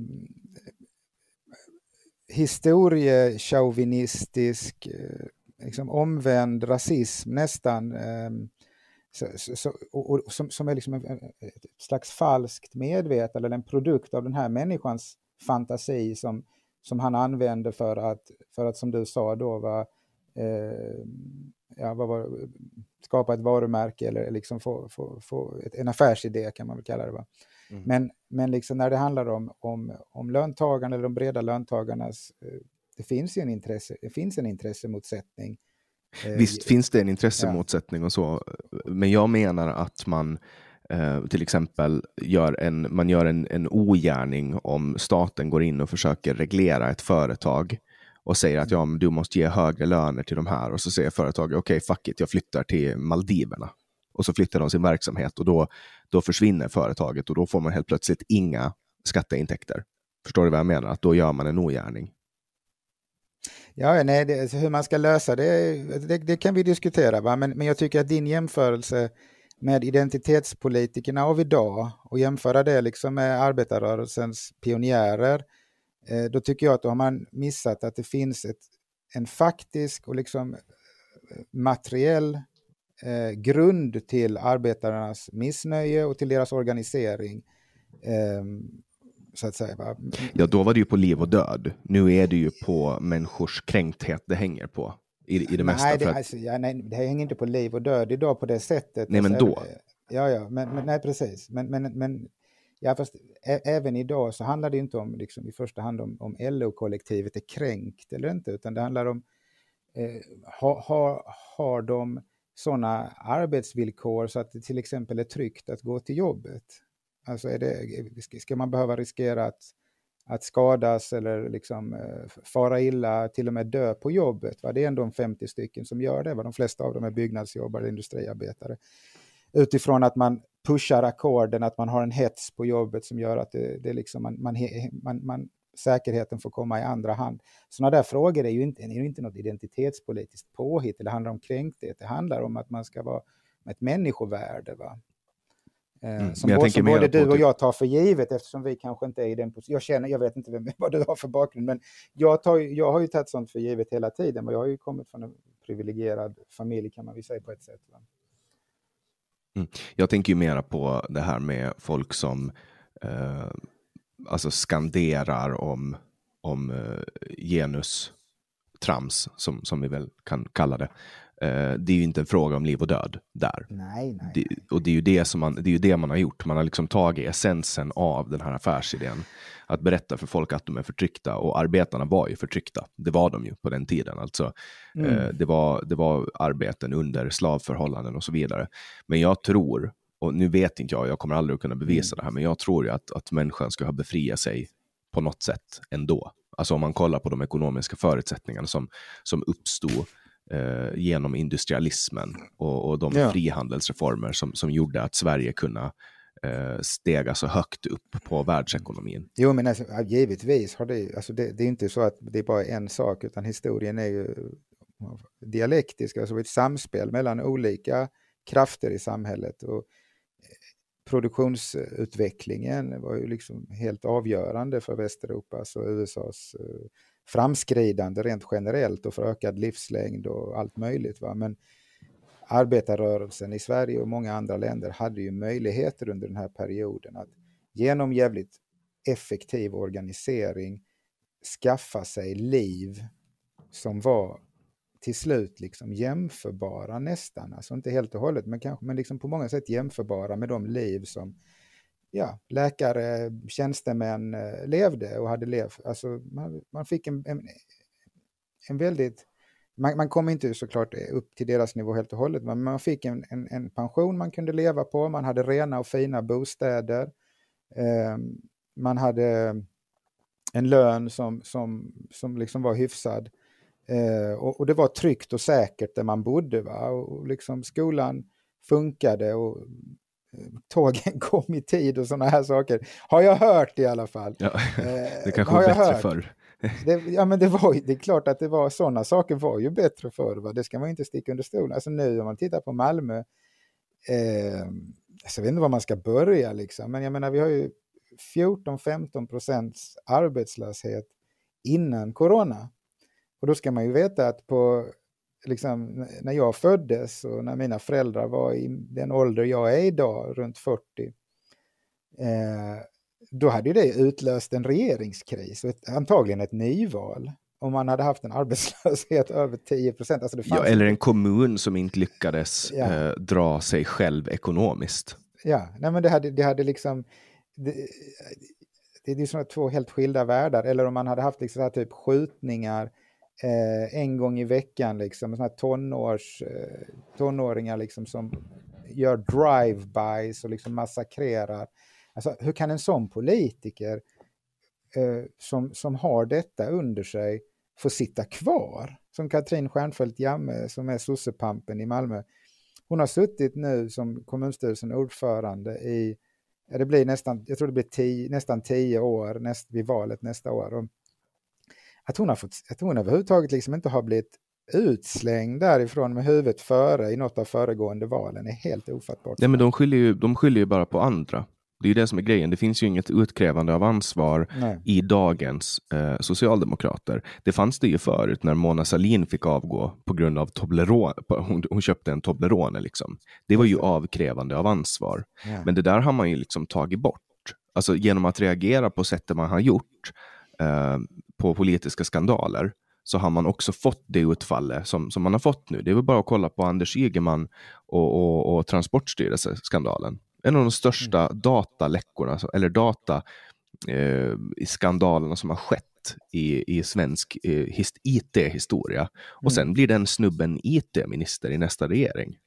S9: historiechauvinistisk uh, liksom omvänd rasism nästan. Uh, Så, så, och, och, som, som är liksom en, ett slags falskt medvetande eller en produkt av den här människans fantasi som, som han använde för att, för att som du sa då var, eh, ja, vad var, skapa ett varumärke eller liksom få, få, få ett, en affärsidé kan man väl kalla det. Va? Mm. Men, men liksom när det handlar om, om, om löntagarna eller de breda löntagarnas, eh, det finns ju en intresse, det finns en intressemotsättning.
S8: Visst finns det en intressemotsättning och så, men jag menar att man eh, till exempel gör en, man gör en, en ogärning om staten går in och försöker reglera ett företag och säger att ja, men du måste ge högre löner till de här, och så säger företaget okej, okay, fuck it, jag flyttar till Maldiverna, och så flyttar de sin verksamhet, och då, då försvinner företaget, och då får man helt plötsligt inga skatteintäkter. Förstår du vad jag menar? Att då gör man en ogärning.
S9: Ja, nej, det, alltså hur man ska lösa det, det, det kan vi diskutera, va? Men, men jag tycker att din jämförelse med identitetspolitikerna av idag och jämföra det liksom med arbetarrörelsens pionjärer, eh, då tycker jag att då har man missat att det finns ett, en faktisk och liksom materiell eh, grund till arbetarnas missnöje och till deras organisering. Eh, så att säga, va?
S8: Ja, då var det ju på liv och död. Nu är det ju på människors kränkthet det hänger på. I, i det mesta.
S9: Nej, det,
S8: för att... alltså,
S9: ja, nej, det hänger inte på liv och död idag på det sättet.
S8: Nej, men
S9: alltså,
S8: då.
S9: Ja, ja, men, men nej, precis. Men, men, men ja, fast ä, även idag så handlar det inte om, liksom, i första hand om, om L O-kollektivet är kränkt eller inte, utan det handlar om eh, har, har, har de sådana arbetsvillkor så att det till exempel är tryggt att gå till jobbet? Alltså är det, ska man behöva riskera att att skadas eller liksom eh, fara illa, till och med dö på jobbet. Va? Det är ändå de femtio stycken som gör det. Va? De flesta av dem är byggnadsjobbare, industriarbetare. Utifrån att man pushar ackorden, att man har en hets på jobbet som gör att det, det liksom man, man, man, man, säkerheten får komma i andra hand. Sådana där frågor är ju inte, är ju inte något identitetspolitiskt påhitt. Det handlar om kränkthet. Det handlar om att man ska vara med ett människovärde, va? Mm, som både, som både du och typ... jag tar för givet, eftersom vi kanske inte är i den positionen. Jag känner, jag vet inte vem, vad du har för bakgrund, men jag, tar, jag har ju tagit sånt för givet hela tiden, och jag har ju kommit från en privilegierad familj, kan man väl säga på ett sätt. Va?
S8: Mm. Jag tänker ju mera på det här med folk som eh, alltså skanderar om, om eh, genustrams, som, som vi väl kan kalla det. Uh, det är ju inte en fråga om liv och död där.
S9: Nej, nej.
S8: Det, och det är ju det som man, det är ju det man har gjort. Man har liksom tagit essensen av den här affärsidén. Att berätta för folk att de är förtryckta. Och arbetarna var ju förtryckta. Det var de ju på den tiden. Alltså, mm. uh, det, var, det var arbeten under slavförhållanden och så vidare. Men jag tror, och nu vet inte jag, jag kommer aldrig att kunna bevisa mm. det här, men jag tror ju att, att människan ska ha befriat sig på något sätt ändå. Alltså om man kollar på de ekonomiska förutsättningarna som, som uppstod Eh, genom industrialismen och, och de ja. frihandelsreformer som, som gjorde att Sverige kunde eh, stega så högt upp på världsekonomin.
S9: Jo, men alltså, givetvis har det, alltså det, det är inte så att det är bara en sak, utan historien är ju dialektisk, alltså ett samspel mellan olika krafter i samhället, och produktionsutvecklingen var ju liksom helt avgörande för Västeuropas och U S A:s framskridande rent generellt och för ökad livslängd och allt möjligt. Va? Men arbetarrörelsen i Sverige och många andra länder hade ju möjligheter under den här perioden att genom jävligt effektiv organisering skaffa sig liv som var till slut liksom jämförbara nästan, alltså inte helt och hållet, men kanske men liksom på många sätt jämförbara med de liv som ja, läkare, tjänstemän levde och hade levt. Alltså man, man fick en, en, en väldigt, man, man kom inte såklart upp till deras nivå helt och hållet, men man fick en, en, en pension man kunde leva på, man hade rena och fina bostäder, eh, man hade en lön som, som, som liksom var hyfsad, eh, och, och det var tryggt och säkert där man bodde, va? Och, och liksom skolan funkade och tågen kom i tid och sådana här saker. Har jag hört i alla fall.
S8: Ja, det kanske var bättre förr.
S9: Det, ja, men det, var, det är klart att det var sådana saker var ju bättre förr. Va? Det ska man inte sticka under stolen. Alltså nu om man tittar på Malmö, eh, jag vet inte var man ska börja liksom. Men jag menar vi har ju fjorton till femton procents arbetslöshet innan corona. Och då ska man ju veta att på liksom, när jag föddes och när mina föräldrar var i den ålder jag är idag, runt fyrtio, eh, då hade ju det utlöst en regeringskris och ett, antagligen ett nyval om man hade haft en arbetslöshet över tio procent. Alltså det
S8: ja, eller en kommun som inte lyckades ja. eh, dra sig själv ekonomiskt.
S9: Ja, nej men det hade, det hade liksom det, det är ju sådana två helt skilda världar. Eller om man hade haft liksom så här typ skjutningar Eh, en gång i veckan liksom, såna här tonårs, eh, tonåringar liksom som gör drive-bys och liksom massakrerar. Alltså, hur kan en sån politiker eh, som, som har detta under sig få sitta kvar. Som Katrin Stjernfeldt Jammeh som är sossepampen i Malmö. Hon har suttit nu som kommunstyrelsen ordförande i, det blir nästan, jag tror det blir tio, nästan tio år näst, vid valet nästa år. Och att hon har fått, att hon överhuvudtaget liksom inte har blivit utslängd därifrån med huvudet före i något av föregående valen är helt ofattbart.
S8: Ja, men de skyller ju, de skyller ju bara på andra. Det är ju det som är grejen. Det finns ju inget utkrävande av ansvar Nej. i dagens eh, socialdemokrater. Det fanns det ju förut när Mona Sahlin fick avgå på grund av Toblerone. Hon, hon köpte en Toblerone liksom. Det var ju avkrävande av ansvar. Ja. Men det där har man ju liksom tagit bort. Alltså genom att reagera på sättet man har gjort eh, på politiska skandaler så har man också fått det utfallet som, som man har fått nu. Det är väl bara att kolla på Anders Ygeman och, och, och Transportstyrelseskandalen. En av de största mm. dataläckorna eller data eh, skandalerna som har skett i, i svensk eh, I T-historia. Och mm. sen blir den snubben I T-minister i nästa regering.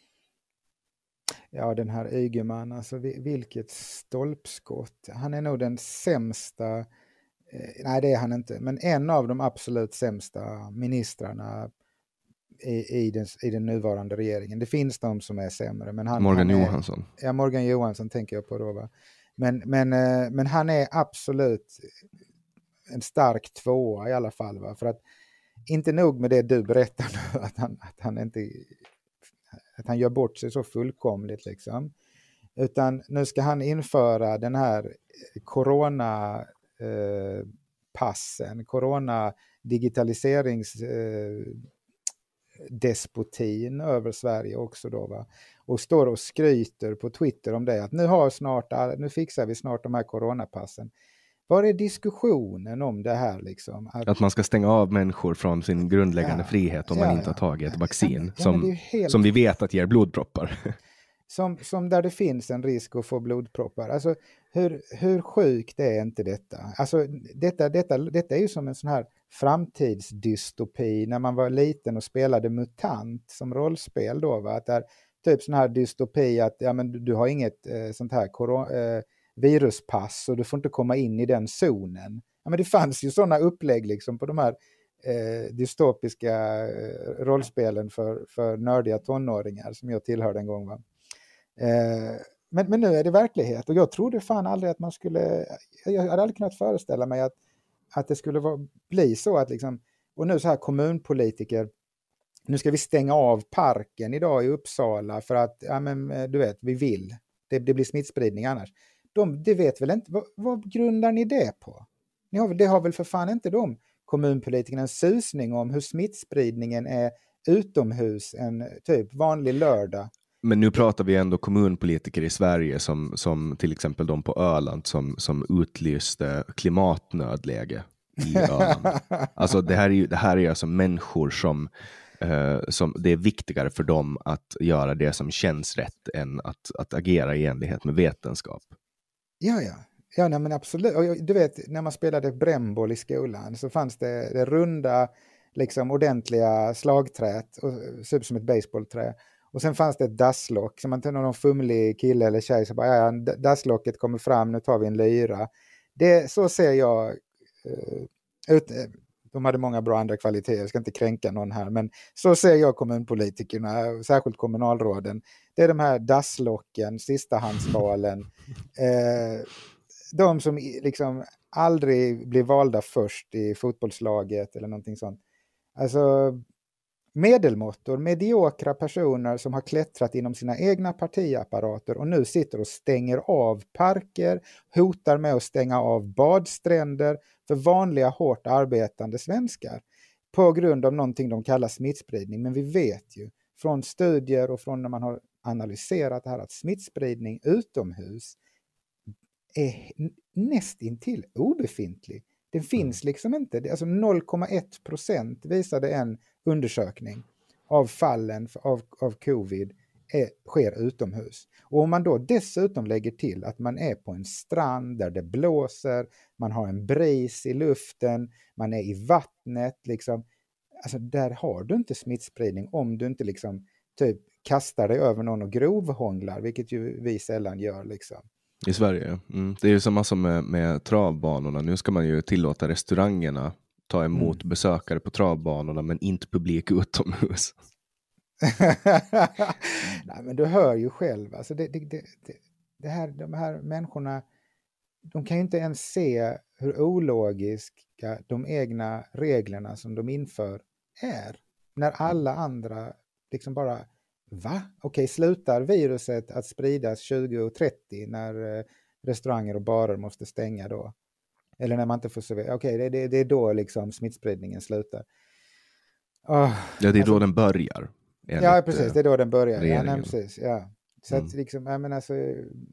S9: Ja, den här Ygeman, alltså vilket stolpskott. Han är nog den sämsta, eh, nej det är han inte, men en av de absolut sämsta ministrarna I, i, den, i den nuvarande regeringen. Det finns de som är sämre. Men han,
S8: Morgan
S9: han är,
S8: Johansson.
S9: Ja, Morgan Johansson tänker jag på då. Va? Men, men, eh, men han är absolut en stark tvåa i alla fall. Va? För att inte nog med det du berättar nu, att han, att han inte att han gör bort sig så fullkomligt liksom. Utan nu ska han införa den här corona eh, passen, corona digitaliserings eh, despotin över Sverige också då va. Och står och skryter på Twitter om det att nu har snart nu fixar vi snart de här coronapassen. Var är diskussionen om det här liksom? Att,
S8: att man ska stänga av människor från sin grundläggande ja, frihet om ja, man inte har tagit ett vaccin ja, som, helt... som vi vet att ger blodproppar.
S9: Som, som där det finns en risk att få blodproppar. Alltså hur, hur sjukt är inte detta? Alltså detta, detta, detta är ju som en sån här framtidsdystopi när man var liten och spelade MUTANT som rollspel då va? Att det är typ sån här dystopi att ja, men du, du har inget eh, sånt här koron- eh, viruspass och du får inte komma in i den zonen. Ja, men det fanns ju såna upplägg liksom på de här eh, dystopiska eh, rollspelen för, för nördiga tonåringar som jag tillhörde en gång va. Eh, men, men nu är det verklighet och jag trodde fan aldrig att man skulle, jag hade aldrig kunnat föreställa mig att, att det skulle vara, bli så att liksom, och nu så här kommunpolitiker, nu ska vi stänga av parken idag i Uppsala för att, ja men du vet, vi vill, det, det blir smittspridning annars. De, det vet väl inte, vad, vad grundar ni det på? Ni har, det har väl för fan inte de kommunpolitikerna en susning om hur smittspridningen är utomhus en typ vanlig lördag.
S8: Men nu pratar vi ändå kommunpolitiker i Sverige som, som till exempel de på Öland som, som utlyste klimatnödläge i Öland. Alltså det här är ju det här är alltså människor som, eh, som det är viktigare för dem att göra det som känns rätt än att, att agera i enlighet med vetenskap.
S9: Ja, ja. Ja, nej, men absolut. Och du vet, när man spelade brännboll i skolan så fanns det, det runda, liksom ordentliga slagträt, och, typ som ett baseballträ. Och sen fanns det ett dasslock, som man tar någon fumlig kille eller tjej så bara, ja, dasslocket kommer fram, nu tar vi en lyra. Det, så ser jag uh, ut. De hade många bra andra kvaliteter, jag ska inte kränka någon här, men så ser jag kommunpolitikerna, särskilt kommunalråden. Det är de här dasslocken, sistahandsvalen, eh, de som liksom aldrig blir valda först i fotbollslaget eller någonting sånt. Alltså medelmåttor, mediokra personer som har klättrat inom sina egna partiapparater och nu sitter och stänger av parker, hotar med att stänga av badstränder för vanliga hårt arbetande svenskar på grund av någonting de kallar smittspridning. Men vi vet ju från studier och från när man har analyserat det här att smittspridning utomhus är nästintill obefintlig. Det finns liksom inte, alltså noll komma ett procent visade en undersökning av fallen av, av covid är, sker utomhus. Och om man då dessutom lägger till att man är på en strand där det blåser, man har en bris i luften, man är i vattnet, liksom, alltså där har du inte smittspridning om du inte liksom typ kastar dig över någon och grovhånglar, vilket ju vi sällan gör liksom.
S8: I Sverige, mm. Det är ju samma som med, med travbanorna. Nu ska man ju tillåta restaurangerna ta emot
S9: Mm.
S8: besökare på travbanorna men inte publik utomhus.
S9: Nej, men du hör ju själv, alltså det, det, det, det här, de här människorna, de kan ju inte ens se hur ologiska de egna reglerna som de inför är. När alla andra liksom bara, va? Okej, slutar viruset att spridas tjugo trettio när eh, restauranger och barer måste stänga då? Eller när man inte får servera, okej, det, det, det är då liksom smittspridningen slutar. Oh,
S8: Ja, det är
S9: alltså,
S8: då den börjar. Enligt,
S9: ja, precis, det är då den börjar. Ja, nej,
S8: regeringen.
S9: precis, ja. Så att
S8: Mm.
S9: liksom, jag menar så,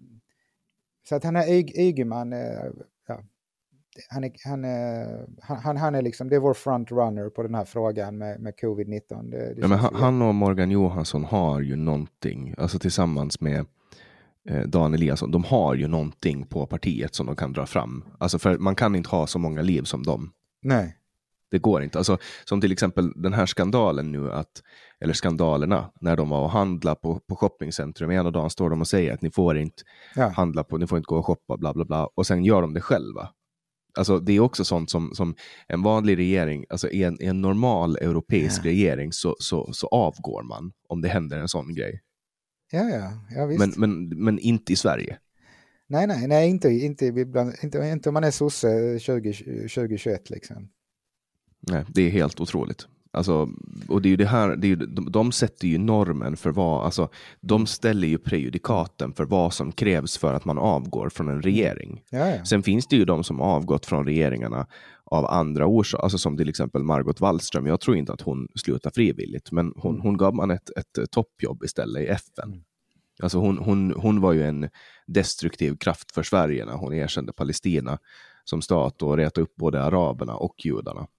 S9: så att han är Yg- Ygeman, eh, ja, han är, han är, han, han är liksom, det är vår frontrunner på den här frågan med, med covid nitton. Det, det
S8: Ja, men
S9: känns
S8: han,
S9: ju-
S8: han och Morgan Johansson har ju någonting, alltså tillsammans med eh, Dan Eliasson, de har ju någonting på partiet som de kan dra fram. Alltså för man kan inte ha så många liv som dem.
S9: Nej.
S8: Det går inte. Alltså, som till exempel den här skandalen nu, att, eller skandalerna, när de var och handla på, på shoppingcentrum. Ena dagen står de och säger att ni får inte
S9: Ja.
S8: handla på, ni får inte gå och shoppa, bla bla bla. Och sen gör de det själva. Alltså det är också sånt som, som en vanlig regering, alltså i en, i en normal europeisk
S9: Ja.
S8: regering så, så, så avgår man om det händer en sån grej.
S9: Ja, ja, ja visst.
S8: Men, men, men inte i Sverige.
S9: Nej, nej, nej, inte, inte, ibland, inte, inte om man är sosse tjugo tjugoett liksom.
S8: Nej, det är helt otroligt. Alltså, och det är ju det här, det är ju, de, de sätter ju normen för vad, alltså de ställer ju prejudikaten för vad som krävs för att man avgår från en regering.
S9: Ja, ja.
S8: Sen finns det ju de som avgått från regeringarna av andra orsaker, alltså som till exempel Margot Wallström. Jag tror inte att hon slutar frivilligt, men hon,
S9: Mm.
S8: hon gav man ett, ett toppjobb istället i F N.
S9: Mm.
S8: Alltså hon, hon, hon var ju en destruktiv kraft för Sverige när hon erkände Palestina som stat och retade upp både araberna och judarna.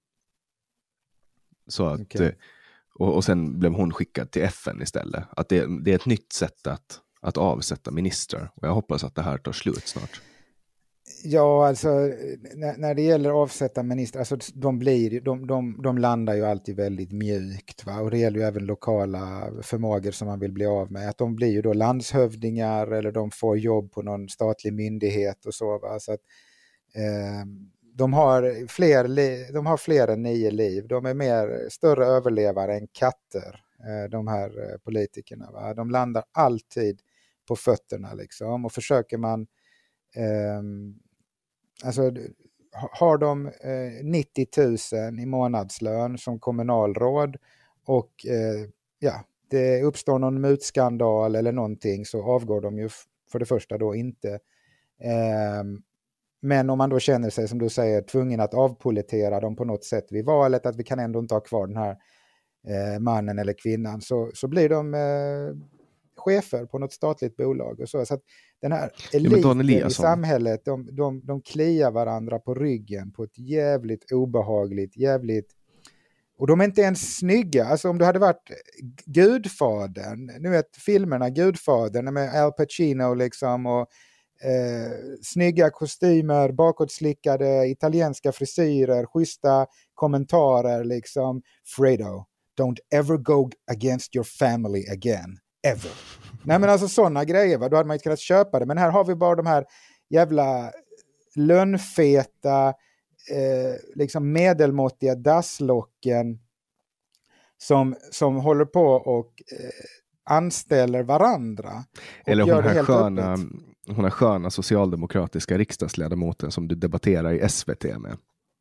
S8: Så att,
S9: Okej.
S8: och, och sen blev hon skickad till F N istället. Att det, det är ett nytt sätt att, att avsätta ministrar. Och jag hoppas att det här tar slut snart.
S9: Ja, alltså när, när det gäller avsätta minister, alltså de, blir, de, de, de landar ju alltid väldigt mjukt. Va? Och det gäller ju även lokala förmågor som man vill bli av med. Att de blir ju då landshövdingar eller de får jobb på någon statlig myndighet och så. Va? Så att, eh, de, har fler li, de har fler än nio liv. De är mer större överlevare än katter, eh, de här eh, politikerna. Va? De landar alltid på fötterna liksom. Och försöker man Um, alltså har de uh, nittio tusen i månadslön som kommunalråd och uh, ja, det uppstår någon mutskandal eller någonting, så avgår de ju f- för det första då inte. Um, men om man då känner sig, som du säger, tvungen att avpolitera dem på något sätt vid valet, att vi kan ändå inte ha kvar den här uh, mannen eller kvinnan, så, så blir de uh, chefer på något statligt bolag och så. Så att den här eliten i samhället, de, de, de kliar varandra på ryggen på ett jävligt obehagligt, jävligt... Och de är inte ens snygga. Alltså om du hade varit Gudfadern, nu vet filmerna Gudfadern med Al Pacino liksom, och eh, snygga kostymer, bakåtslickade italienska frisyrer, schyssta kommentarer liksom. Fredo, don't ever go against your family again. Ever. Nej men alltså sådana grejer, va? Då hade man inte kunnat köpa det. Men här har vi bara de här jävla lönnfeta, eh, liksom medelmåttiga dasslocken som, som håller på och eh, anställer varandra. Och
S8: eller
S9: gör
S8: hon
S9: det
S8: här,
S9: helt
S8: sköna,
S9: öppet.
S8: hon här sköna socialdemokratiska riksdagsledamoten som du debatterar i S V T med.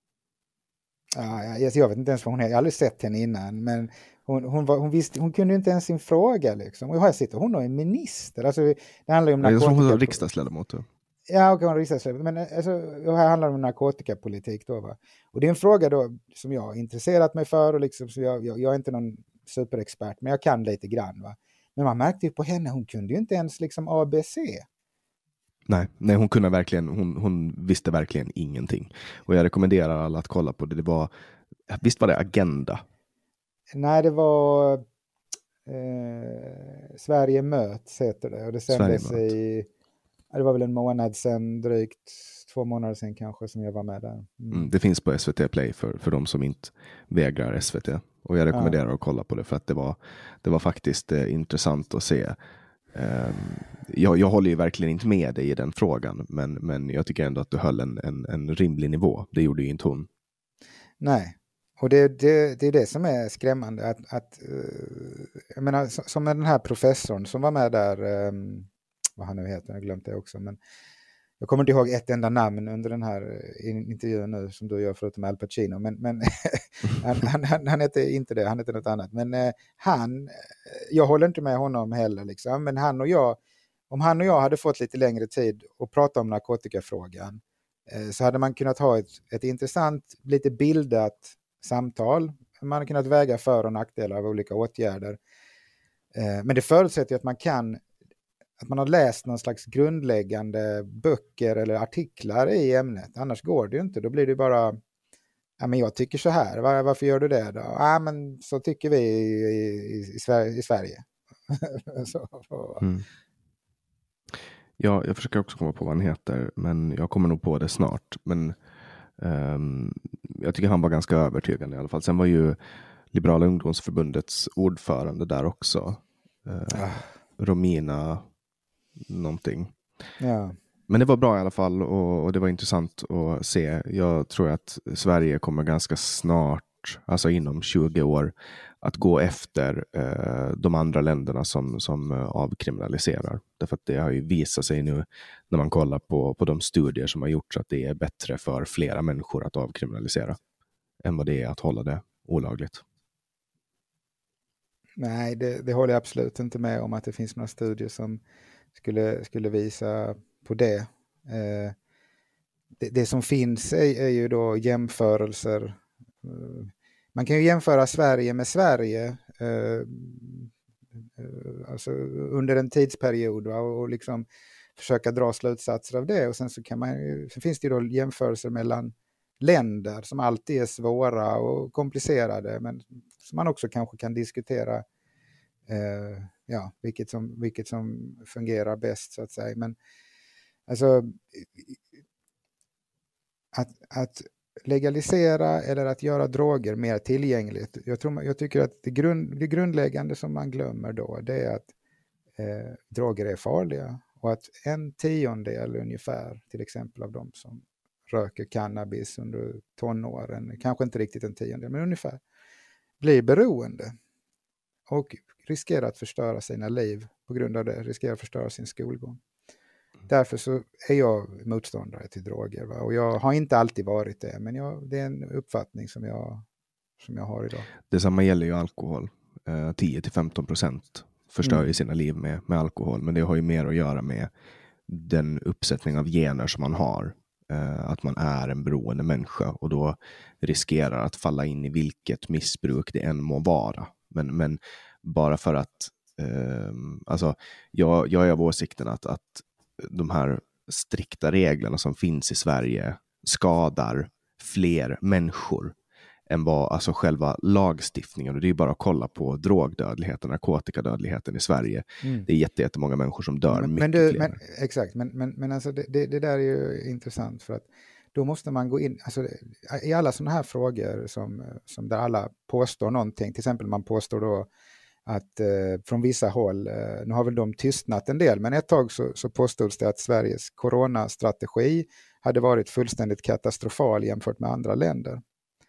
S9: Ja, jag, jag vet inte ens vad hon är. Jag har aldrig sett henne innan, men hon, hon, var, hon, visste, hon kunde inte ens sin fråga. Liksom. Och här sitter hon och är minister. Alltså, det handlar ju om
S8: Jag tror hon var
S9: narkotika...
S8: riksdagsledamot.
S9: Ja, och hon riksdagsledamot. Men alltså, här handlar det om narkotikapolitik. Då, va? Och det är en fråga då som jag har intresserat mig för. Och liksom, så jag, jag, jag är inte någon superexpert, men jag kan lite grann. Va? Men man märkte ju på henne, hon kunde ju inte ens liksom A B C.
S8: Nej, nej hon kunde verkligen, hon, hon visste verkligen ingenting. Och jag rekommenderar alla att kolla på det. Det var, visst var det Agenda?
S9: Nej, det var eh, Sverige möts heter det. Och det sändes i, ja, det var väl en månad sedan, drygt två månader sedan kanske, som jag var med där. Mm.
S8: Mm, det finns på S V T Play för, för de som inte vägrar S V T. Och jag rekommenderar ja. att kolla på det för att det var, det var faktiskt eh, intressant att se. Um, jag, jag håller ju verkligen inte med dig i den frågan, men, men jag tycker ändå att du höll en, en, en rimlig nivå. Det gjorde ju inte hon.
S9: Nej, och det, det, det är det som är skrämmande. Att, att, jag menar, som den här professorn som var med där, vad han nu heter, jag har glömt det också, men jag kommer inte ihåg ett enda namn under den här intervjun nu som du gör förutom Al Pacino, men, men han, han, han heter inte det, han heter något annat. Men eh, han, jag håller inte med honom heller liksom, men han och jag, om han och jag hade fått lite längre tid att prata om narkotikafrågan eh, så hade man kunnat ha ett, ett intressant, lite bildat samtal. Man hade kunnat väga för- och nackdelar av olika åtgärder. Eh, men det förutsätter att man kan att man har läst någon slags grundläggande böcker eller artiklar i ämnet. Annars går det ju inte. Då blir det bara, ja men jag tycker så här. Var, varför gör du det då? Ja men så tycker vi i, i, i Sverige. I Sverige. så,
S8: mm. Ja, jag försöker också komma på vad han heter. Men jag kommer nog på det snart. Men um, jag tycker han var ganska övertygande i alla fall. Sen var ju Liberala ungdomsförbundets ordförande där också. Uh, ah. Romina någonting.
S9: Ja.
S8: Men det var bra i alla fall och, och det var intressant att se. Jag tror att Sverige kommer ganska snart, alltså inom tjugo år, att gå efter eh, de andra länderna som, som eh, avkriminaliserar. Därför att det har ju visat sig nu när man kollar på, på de studier som har gjorts att det är bättre för flera människor att avkriminalisera än vad det är att hålla det olagligt.
S9: Nej, det, det håller jag absolut inte med om att det finns några studier som skulle, skulle visa på det. Eh, det. Det som finns är, är ju då jämförelser. Eh, man kan ju jämföra Sverige med Sverige eh, alltså under en tidsperiod, va, och liksom försöka dra slutsatser av det. Och sen så kan man så finns det ju då jämförelser mellan länder som alltid är svåra och komplicerade, men som man också kanske kan diskutera eh, ja, vilket som, vilket som fungerar bäst så att säga. Men alltså att, att legalisera eller att göra droger mer tillgängligt. Jag, tror, jag tycker att det, grund, det grundläggande som man glömmer då, det är att eh, droger är farliga och att en tiondel ungefär till exempel av de som röker cannabis under tonåren, kanske inte riktigt en tiondel, men ungefär, blir beroende och riskerar att förstöra sina liv på grund av det, riskerar att förstöra sin skolgång. Därför så är jag motståndare till droger, va? Och jag har inte alltid varit det, men jag, det är en uppfattning som jag, som jag har idag.
S8: Detsamma gäller ju alkohol. Eh, tio till femton procent förstör ju mm. sina liv med, med alkohol, men det har ju mer att göra med den uppsättning av gener som man har. Uh, att man är en beroende människa och då riskerar att falla in i vilket missbruk det än må vara. Men, men bara för att uh, alltså, jag, jag är av åsikten att, att de här strikta reglerna som finns i Sverige skadar fler människor än vad alltså själva lagstiftningen. Och det är ju bara att kolla på drogdödligheten, narkotikadödligheten i Sverige. Mm. Det är jätte, jättemånga människor som dör.
S9: Men,
S8: mycket
S9: men du,
S8: fler.
S9: Men, exakt, men, men, men alltså det, det, det där är ju intressant för att då måste man gå in, alltså i alla sådana här frågor som, som där alla påstår någonting, till exempel man påstår då att eh, från vissa håll, eh, nu har väl de tystnat en del, men ett tag så, så påstods det att Sveriges coronastrategi hade varit fullständigt katastrofal jämfört med andra länder.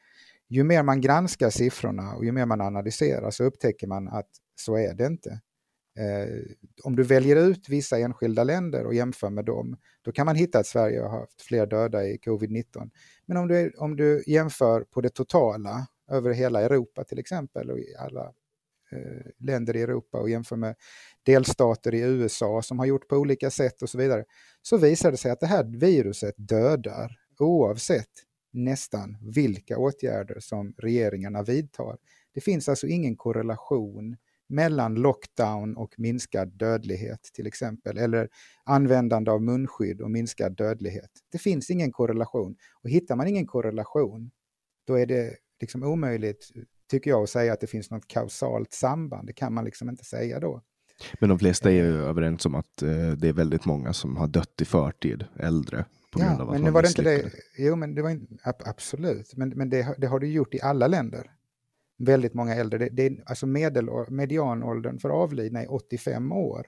S9: Ju mer man granskar siffrorna och ju mer man analyserar så upptäcker man att så är det inte. Eh, om du väljer ut vissa enskilda länder och jämför med dem, då kan man hitta att Sverige har haft fler döda i covid nitton. Men om du, om du jämför på det totala över hela Europa till exempel och i alla eh, länder i Europa och jämför med delstater i U S A som har gjort på olika sätt och så vidare, så visar det sig att det här viruset dödar oavsett nästan vilka åtgärder som regeringarna vidtar. Det finns alltså ingen korrelation mellan lockdown och minskad dödlighet till exempel, eller användande av munskydd och minskad dödlighet. Det finns ingen korrelation, och hittar man ingen korrelation då är det liksom omöjligt, tycker jag, att säga att det finns något kausalt samband. Det kan man liksom inte säga då.
S8: Men de flesta är ju överens om att eh, det är väldigt många som har dött i förtid, äldre. På grund
S9: ja,
S8: av att
S9: men nu var det inte det. Jo, men det var inte, absolut. Men, men det, det har du gjort i alla länder. Väldigt många äldre. Det, det är, alltså medel, medianåldern för avlidna är åttiofem år.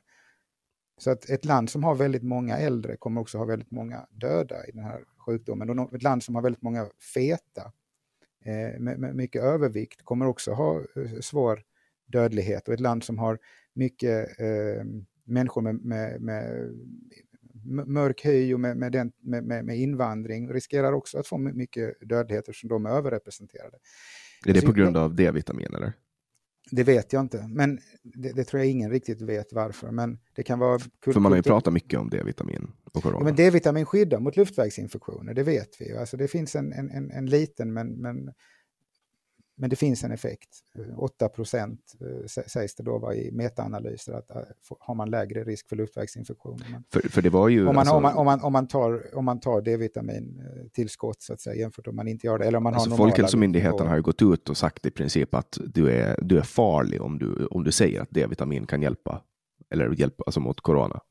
S9: Så att ett land som har väldigt många äldre kommer också ha väldigt många döda i den här sjukdomen. Och ett land som har väldigt många feta eh, med, med mycket övervikt kommer också ha eh, svår dödlighet. Och ett land som har mycket eh, människor med, med, med mörk hy och med, med, den, med, med invandring riskerar också att få mycket dödlighet eftersom de är överrepresenterade.
S8: Är det på grund av D-vitamin eller?
S9: Det vet jag inte, men det, det tror jag ingen riktigt vet varför. Men det kan vara...
S8: För man har ju pratat mycket om D-vitamin och corona.
S9: Ja, men D-vitamin skyddar mot luftvägsinfektioner, det vet vi. Alltså det finns en, en, en, en liten, men, men, men det finns en effekt. åtta procent sägs det då var i metaanalyser att har man lägre risk för luftvägsinfektioner.
S8: För, för det var ju...
S9: Om man,
S8: alltså...
S9: om man, om man, om man tar, om man tar D-vitamin tillskott så att säga, jämfört om man inte gör det. Eller om man
S8: alltså
S9: har
S8: Folkhälsomyndigheten har ju gått ut och sagt i princip att du är, du är farlig om du, om du säger att D-vitamin kan hjälpa. Eller hjälpa alltså mot corona.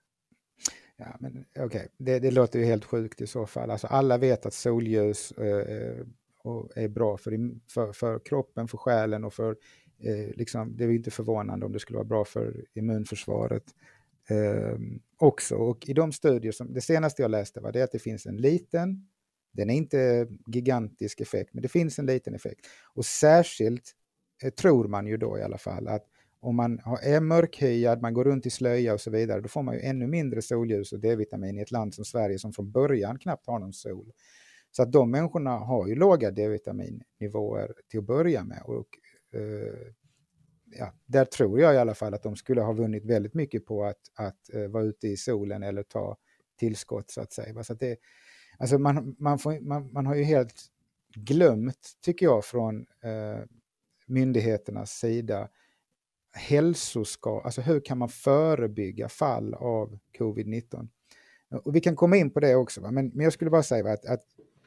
S9: Ja, men okej, okay. det, det låter ju helt sjukt i så fall. Alltså alla vet att solljus eh, och är bra för, för, för kroppen, för själen och för eh, liksom, det är ju inte förvånande om det skulle vara bra för immunförsvaret eh, också. Och i de studier som, det senaste jag läste var det att det finns en liten, den är inte gigantisk effekt, men det finns en liten effekt. Och särskilt eh, tror man ju då i alla fall att om man är mörkhyad, man går runt i slöja och så vidare, då får man ju ännu mindre solljus och D-vitamin i ett land som Sverige som från början knappt har någon sol. Så att de människorna har ju låga D-vitaminnivåer till att börja med. Och eh, ja, där tror jag i alla fall att de skulle ha vunnit väldigt mycket på att, att eh, vara ute i solen eller ta tillskott så att säga. Så att det, alltså man, man, får, man, man har ju helt glömt, tycker jag, från eh, myndigheternas sida hälsoskador, alltså hur kan man förebygga fall av covid nitton? Och vi kan komma in på det också, va? Men, men jag skulle bara säga va, att, att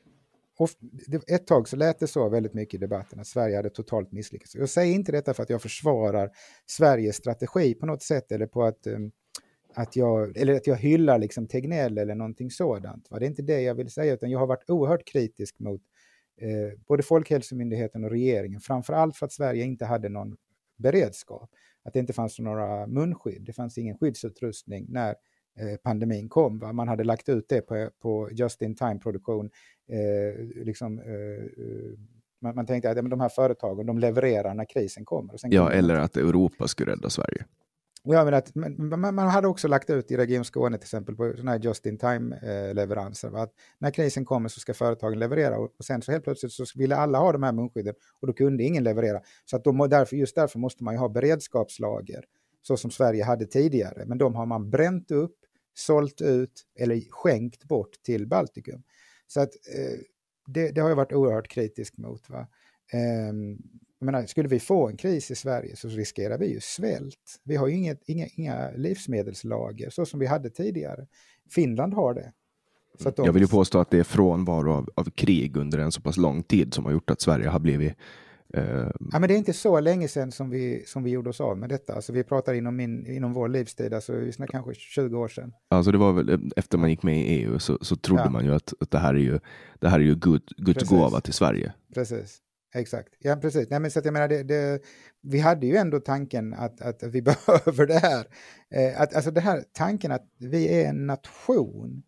S9: ofta, ett tag så lät det så väldigt mycket i debatten att Sverige hade totalt misslyckats. Jag säger inte detta för att jag försvarar Sveriges strategi på något sätt eller på att, um, att, jag, eller att jag hyllar liksom Tegnell eller någonting sådant. Va? Det är inte det jag vill säga, utan jag har varit oerhört kritisk mot eh, både Folkhälsomyndigheten och regeringen, framförallt för att Sverige inte hade någon beredskap. Att det inte fanns några munskydd, det fanns ingen skyddsutrustning när eh, pandemin kom. Va? Man hade lagt ut det på, på just-in-time-produktion. Eh, liksom, eh, man, man tänkte att ja, men de här företagen, de levererar när krisen kommer. Och sen
S8: ja,
S9: kommer
S8: eller att Europa skulle rädda Sverige.
S9: Ja, men att, man, man hade också lagt ut i Region Skåne till exempel på sådana här just-in-time-leveranser. Att när krisen kommer så ska företagen leverera och, och sen så helt plötsligt så ville alla ha de här munskydden och då kunde ingen leverera. Så att de, därför, just därför måste man ju ha beredskapslager så som Sverige hade tidigare. Men de har man bränt upp, sålt ut eller skänkt bort till Baltikum. Så att eh, det, det har jag varit oerhört kritisk mot. Va? Eh, Jag menar, skulle vi få en kris i Sverige så riskerar vi ju svält. Vi har ju inget, inga, inga livsmedelslager så som vi hade tidigare. Finland har det. Så att de...
S8: Jag vill ju påstå att det är frånvaro av, av krig under en så pass lång tid som har gjort att Sverige har blivit... Eh...
S9: Ja, men det är inte så länge sedan som vi, som vi gjorde oss av med detta. Alltså vi pratar inom, min, inom vår livstid, alltså kanske tjugo år sedan.
S8: Alltså det var väl efter man gick med i E U så, så trodde ja. man ju att, att det här är ju, det här är ju Gud, Guds gåva till Sverige.
S9: Precis. Exakt, ja precis. Nej, men så att jag menar, det, det, vi hade ju ändå tanken att, att vi behöver det här. Eh, att, alltså det här tanken att vi är en nation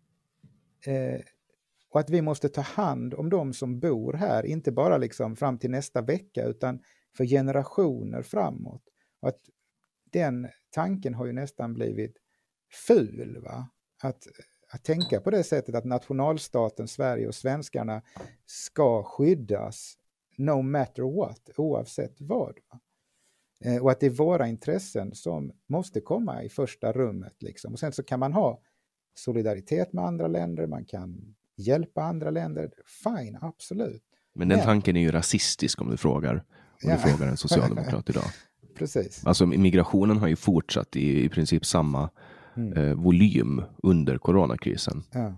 S9: eh, och att vi måste ta hand om de som bor här, inte bara liksom fram till nästa vecka utan för generationer framåt. Och att den tanken har ju nästan blivit ful, va? Att, att tänka på det sättet att nationalstaten Sverige och svenskarna ska skyddas no matter what, oavsett vad. Eh, och att det är våra intressen som måste komma i första rummet. Liksom. Och sen så kan man ha solidaritet med andra länder, man kan hjälpa andra länder. Fine, absolut.
S8: Men den Men... tanken är ju rasistisk om du frågar, om ja. du frågar en socialdemokrat idag.
S9: Precis.
S8: Alltså migrationen har ju fortsatt i, i princip samma mm. eh, volym under coronakrisen.
S9: Ja.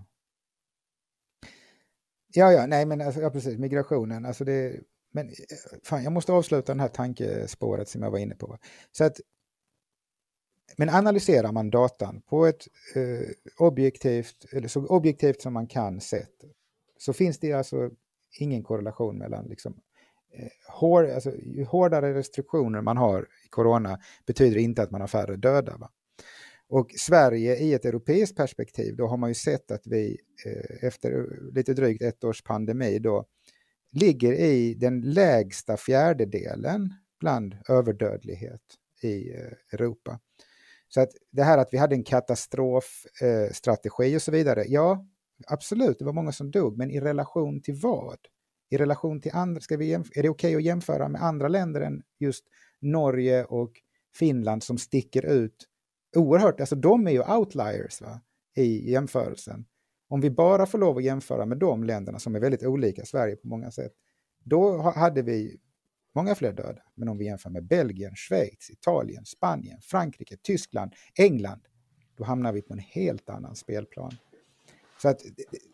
S9: Ja, ja, nej men alltså, ja, precis, migrationen, alltså det, men fan, jag måste avsluta den här tankespåret som jag var inne på. Så att, men analyserar man datan på ett eh, objektivt, eller så objektivt som man kan sätt, så finns det alltså ingen korrelation mellan liksom, eh, hår, alltså, ju hårdare restriktioner man har i corona betyder inte att man har färre döda, va? Och Sverige i ett europeiskt perspektiv, då har man ju sett att vi eh, efter lite drygt ett års pandemi då ligger i den lägsta fjärdedelen bland överdödlighet i eh, Europa. Så att det här att vi hade en katastrofstrategi eh, och så vidare, ja absolut, det var många som dog, men i relation till vad? I relation till andra, ska vi jämf- är det okej att jämföra med andra länder än just Norge och Finland som sticker ut oerhört, alltså de är ju outliers va, i jämförelsen. Om vi bara får lov att jämföra med de länderna som är väldigt olika Sverige på många sätt, då hade vi många fler döda. Men om vi jämför med Belgien, Schweiz, Italien, Spanien, Frankrike, Tyskland, England, då hamnar vi på en helt annan spelplan. Så att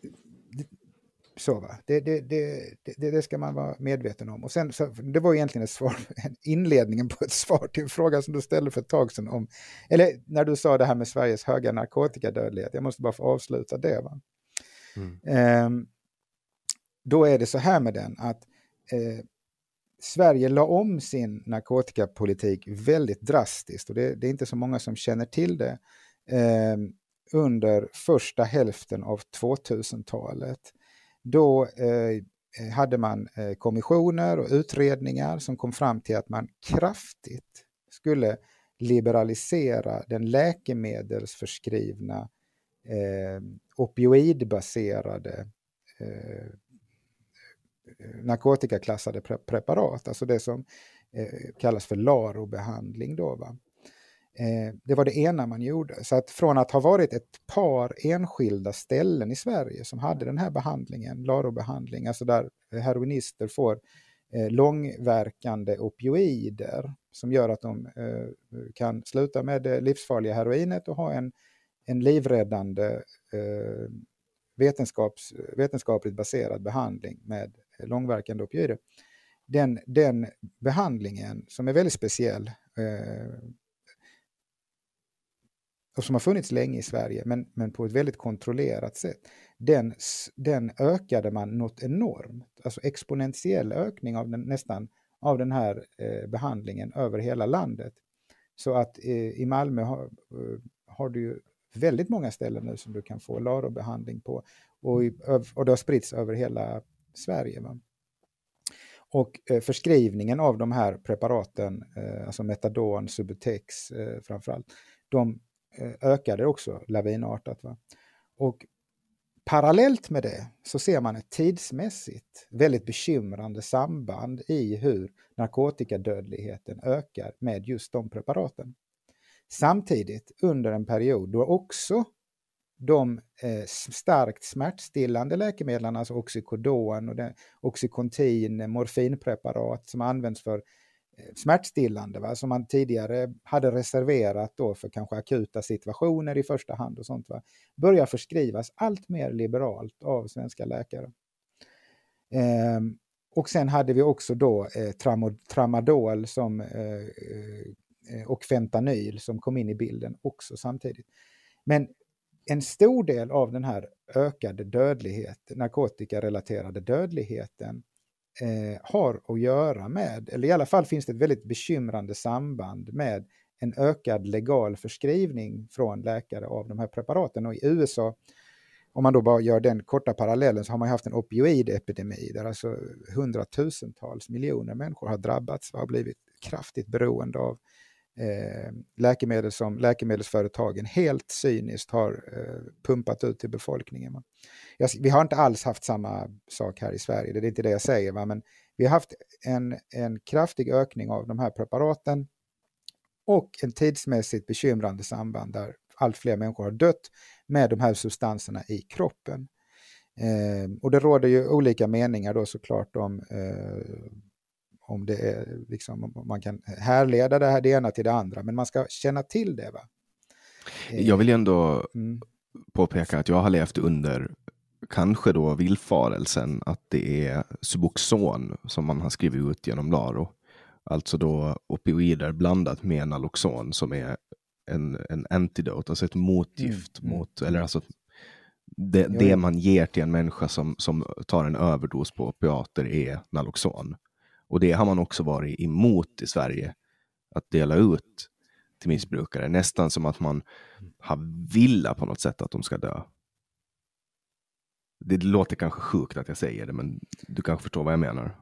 S9: så va, det, det, det, det, det ska man vara medveten om. Och sen, så, det var egentligen ett svar, inledningen på ett svar till en fråga som du ställde för ett tag sedan om, eller när du sa det här med Sveriges höga narkotikadödlighet, jag måste bara få avsluta det va. Mm. Eh, då är det så här med den att eh, Sverige la om sin narkotikapolitik väldigt drastiskt, och det, det är inte så många som känner till det, eh, under första hälften av tvåtusentalet. Då eh, hade man eh, kommissioner och utredningar som kom fram till att man kraftigt skulle liberalisera den läkemedelsförskrivna eh, opioidbaserade eh, narkotikaklassade pre- preparat, alltså det som eh, kallas för LARO-behandling då va. Eh, det var det ena man gjorde. Så att från att ha varit ett par enskilda ställen i Sverige som hade den här behandlingen, LARO-behandling, alltså där heroinister får eh, långverkande opioider som gör att de eh, kan sluta med det livsfarliga heroinet och ha en, en livräddande eh, vetenskaps, vetenskapligt baserad behandling med långverkande opioider. Den, den behandlingen som är väldigt speciell eh, och som har funnits länge i Sverige, men, men på ett väldigt kontrollerat sätt, den, den ökade man något enormt, alltså exponentiell ökning av den, nästan av den här eh, behandlingen över hela landet. Så att eh, i Malmö har, eh, har du ju väldigt många ställen nu som du kan få LARO-behandling på, och, i, och det har spritts över hela Sverige va? Och eh, förskrivningen av de här preparaten, eh, alltså metadon, Subutex eh, framförallt, de ökade också lavinartat va. Och parallellt med det så ser man ett tidsmässigt väldigt bekymrande samband i hur narkotikadödligheten ökar med just de preparaten. Samtidigt under en period då också de eh, starkt smärtstillande läkemedlen, alltså Oxycodon och det, Oxycontin, morfinpreparat som används för smärtstillande va, som man tidigare hade reserverat då för kanske akuta situationer i första hand och sånt va, börjar förskrivas allt mer liberalt av svenska läkare. Ehm, och sen hade vi också då eh, tram- tramadol som, eh, och fentanyl som kom in i bilden också samtidigt. Men en stor del av den här ökade dödlighet, narkotikarelaterade dödligheten, Eh, har att göra med, eller i alla fall finns det ett väldigt bekymrande samband med en ökad legal förskrivning från läkare av de här preparaten. Och i U S A, om man då bara gör den korta parallellen, så har man haft en opioidepidemi där alltså hundratusentals miljoner människor har drabbats och har blivit kraftigt beroende av eh, läkemedel som läkemedelsföretagen helt cyniskt har eh, pumpat ut till befolkningen. Va? Jag, vi har inte alls haft samma sak här i Sverige, det är inte det jag säger, va? Men vi har haft en, en kraftig ökning av de här preparaten och en tidsmässigt bekymrande samband där allt fler människor har dött med de här substanserna i kroppen. Eh, och det råder ju olika meningar då såklart om eh, om det är liksom, om man kan härleda det här det ena till det andra, men man ska känna till det va. Eh,
S8: jag vill ändå
S9: mm.
S8: påpeka att jag har levt under kanske då villfarelsen att det är Suboxon som man har skrivit ut genom LARO. Alltså då opioider blandat med Naloxon som är en, en antidote, alltså ett motgift mm. mot, eller alltså det, det man ger till en människa som, som tar en överdos på opiater är Naloxon. Och det har man också varit emot i Sverige, att dela ut till missbrukare. Nästan som att man har vilja på något sätt att de ska dö. Det låter kanske sjukt att jag säger det, men du kanske förstår vad jag menar.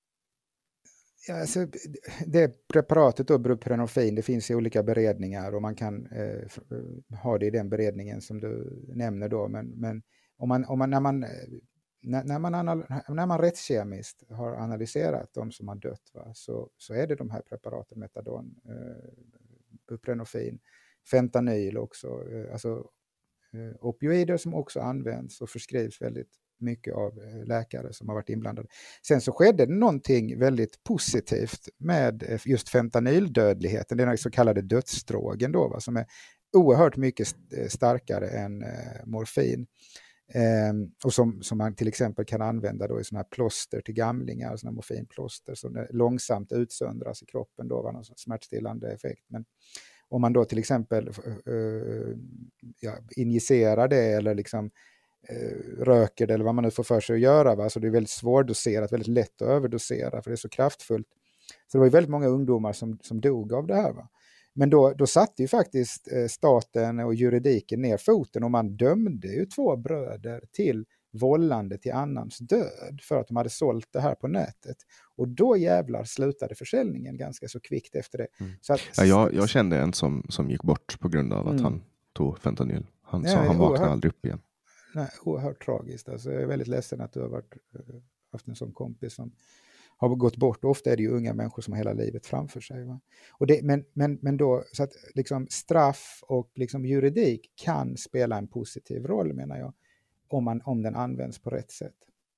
S9: Ja, alltså, det preparatet då, buprenorfin, det finns i olika beredningar och man kan eh, ha det i den beredningen som du nämner då. Men, men om man, om man, när, man, när, när, man anal- när man rättskemiskt har analyserat de som har dött, va, så, så är det de här preparaten, metadon, eh, buprenorfin, fentanyl också, eh, alltså eh, opioider som också används och förskrivs väldigt mycket av läkare som har varit inblandade. Sen så skedde det någonting väldigt positivt med just fentanyldödligheten, den så kallade dödsdrogen då, va, som är oerhört mycket starkare än eh, morfin. Eh, och som, som man till exempel kan använda då i såna här plåster till gamlingar, såna morfinplåster som långsamt utsöndras i kroppen då, var någon smärtstillande effekt. Men om man då till exempel eh, ja, injicerar det eller liksom röker det eller vad man nu får för sig att göra. Va? Så det är väldigt svårdoserat, väldigt lätt att överdosera för det är så kraftfullt. Så det var ju väldigt många ungdomar som, som dog av det här. Va? Men då, då satte ju faktiskt staten och juridiken ner foten och man dömde ju två bröder till vållande till annans död för att de hade sålt det här på nätet. Och då jävlar slutade försäljningen ganska så kvickt efter det.
S8: Mm.
S9: Så att,
S8: ja, jag, jag kände en som, som gick bort på grund av att mm. han tog fentanyl. Han, ja, så han vaknade aldrig upp igen.
S9: Nej, oerhört tragiskt. Alltså, jag är väldigt ledsen att du har varit, haft en sån kompis som har gått bort. Ofta är det ju unga människor som har hela livet framför sig. Va? Och det, men, men, men då, så att liksom straff och liksom juridik kan spela en positiv roll, menar jag, om, man, om den används på rätt sätt.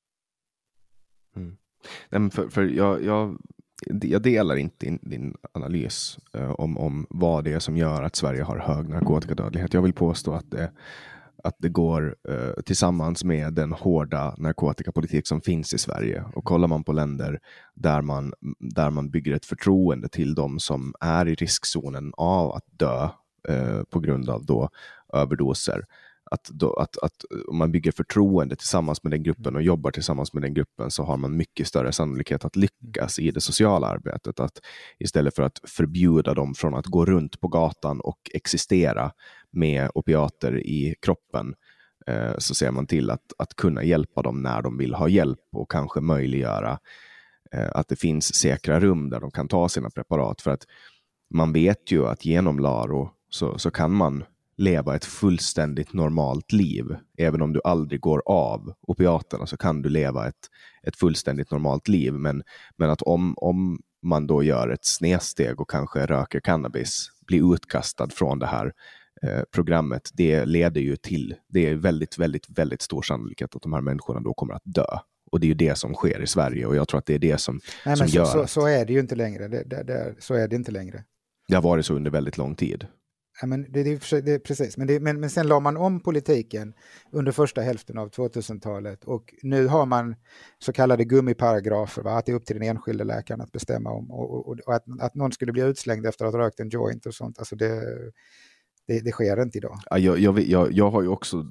S8: Mm. Nej, men för, för jag, jag, jag delar inte din, din analys eh, om, om vad det är som gör att Sverige har hög narkotikadödlighet. Jag vill påstå att det att det går eh, tillsammans med den hårda narkotikapolitik som finns i Sverige. Och kollar man på länder där man, där man bygger ett förtroende till de som är i riskzonen av att dö eh, på grund av då överdoser. Att, då, att, att om man bygger förtroende tillsammans med den gruppen och jobbar tillsammans med den gruppen, så har man mycket större sannolikhet att lyckas i det sociala arbetet. Att istället för att förbjuda dem från att gå runt på gatan och existera med opiater i kroppen, eh, så ser man till att, att kunna hjälpa dem när de vill ha hjälp och kanske möjliggöra eh, att det finns säkra rum där de kan ta sina preparat. För att man vet ju att genom Laro så, så kan man leva ett fullständigt normalt liv. Även om du aldrig går av opiaterna så kan du leva ett, ett fullständigt normalt liv. Men, men att om, om man då gör ett snedsteg och kanske röker cannabis, blir utkastad från det här eh, programmet, det leder ju till, det är väldigt, väldigt, väldigt stor sannolikhet att de här människorna då kommer att dö. Och det är ju det som sker i Sverige, och jag tror att det är det som,
S9: Nej,
S8: som
S9: men
S8: gör
S9: så, så,
S8: att...
S9: så är det ju inte längre. Det, det, det, så är det inte längre.
S8: Det har varit så under väldigt lång tid.
S9: Ja, men det, det, det, precis, men, det, men, men sen la man om politiken under första hälften av tvåtusentalet och nu har man så kallade gummiparagrafer, va? Att det är upp till den enskilde läkaren att bestämma om och, och, och att, att någon skulle bli utslängd efter att ha rökt en joint och sånt, alltså det, det, det sker inte idag.
S8: Ja, jag, jag, jag, jag har ju också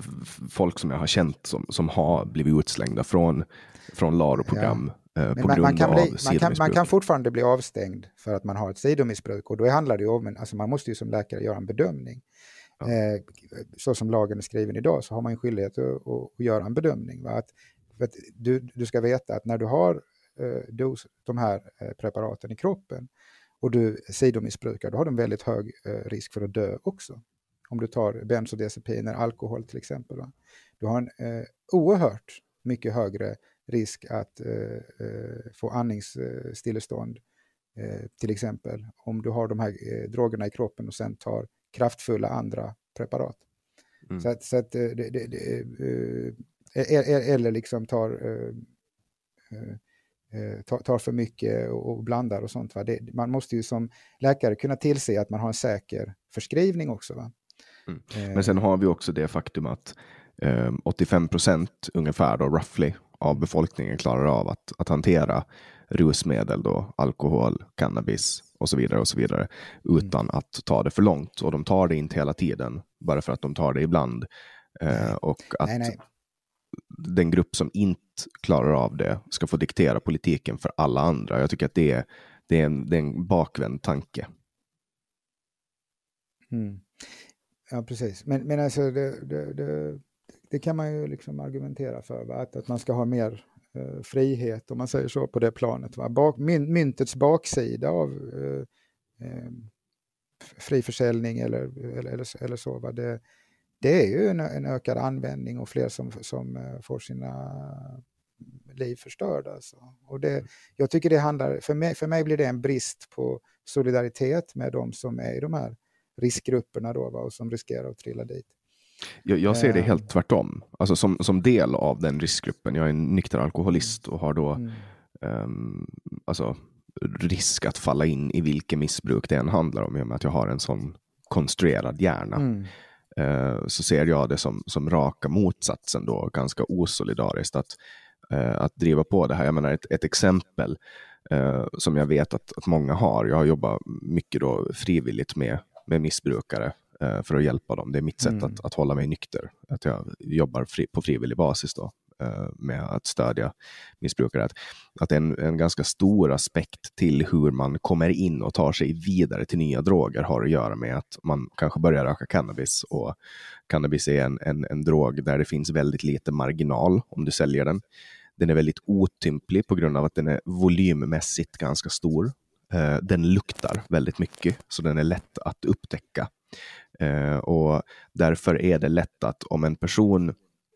S8: folk som jag har känt som, som har blivit utslängda från, från Laro-program.
S9: Ja.
S8: På
S9: man,
S8: grund
S9: man, kan
S8: av
S9: bli, man, kan, man kan fortfarande bli avstängd för att man har ett sidomissbruk, och då handlar det ju om, alltså man måste ju som läkare göra en bedömning. Ja. Eh, så som lagen är skriven idag så har man en skyldighet att, att, att göra en bedömning. Va? Att, att du, du ska veta att när du har eh, dos, de här eh, preparaten i kroppen och du sidomissbrukar, då har du en väldigt hög eh, risk för att dö också. Om du tar bensodiazepiner, alkohol till exempel. Va? Du har en eh, oerhört mycket högre risk att eh, få andningsstillestånd eh, till exempel om du har de här eh, drogerna i kroppen och sen tar kraftfulla andra preparat. Mm. Så att, så att det, det, det, eh, eller liksom tar, eh, tar, tar för mycket och, och blandar och sånt. Va? Det, man måste ju som läkare kunna tillse att man har en säker förskrivning också. Va?
S8: Mm. Eh. Men sen har vi också det faktum att eh, åttiofem procent ungefär då, roughly, av befolkningen klarar av att, att hantera rusmedel då, alkohol, cannabis och så vidare och så vidare utan mm. att ta det för långt, och de tar det inte hela tiden bara för att de tar det ibland eh, och att nej, nej. den grupp som inte klarar av det ska få diktera politiken för alla andra. Jag tycker att det är, det är, en, det är en bakvänd tanke.
S9: Mm. Ja, precis. Men, men alltså det, det, det det kan man ju liksom argumentera för, va? Att, att man ska ha mer eh, frihet, om man säger så, på det planet. Va? Bak, my, myntets baksida av eh, eh, fri försäljning eller, eller, eller, eller så, va? Det, det är ju en, en ökad användning och fler som, som uh, får sina liv förstörda. Alltså. Och det, jag tycker det handlar, för mig, för mig blir det en brist på solidaritet med de som är i de här riskgrupperna då, va? Och som riskerar att trilla dit.
S8: Jag, jag ser det helt tvärtom. Alltså som, som del av den riskgruppen. Jag är en nykter alkoholist och har då mm. um, alltså, risk att falla in i vilket missbruk det än handlar om, i och med att jag har en sån konstruerad hjärna. Mm. Uh, så ser jag det som, som raka motsatsen då, ganska osolidariskt att, uh, att driva på det här. Jag menar ett, ett exempel uh, som jag vet att, att många har. Jag har jobbat mycket då frivilligt med, med missbrukare för att hjälpa dem. Det är mitt sätt mm. att, att hålla mig nykter. Att jag jobbar fri, på frivillig basis då, med att stödja missbrukare. Att, att en, en ganska stor aspekt till hur man kommer in och tar sig vidare till nya droger har att göra med att man kanske börjar röka cannabis. Och cannabis är en, en, en drog där det finns väldigt lite marginal om du säljer den. Den är väldigt otymplig på grund av att den är volymmässigt ganska stor. Den luktar väldigt mycket, så den är lätt att upptäcka. Uh, och därför är det lätt att om en person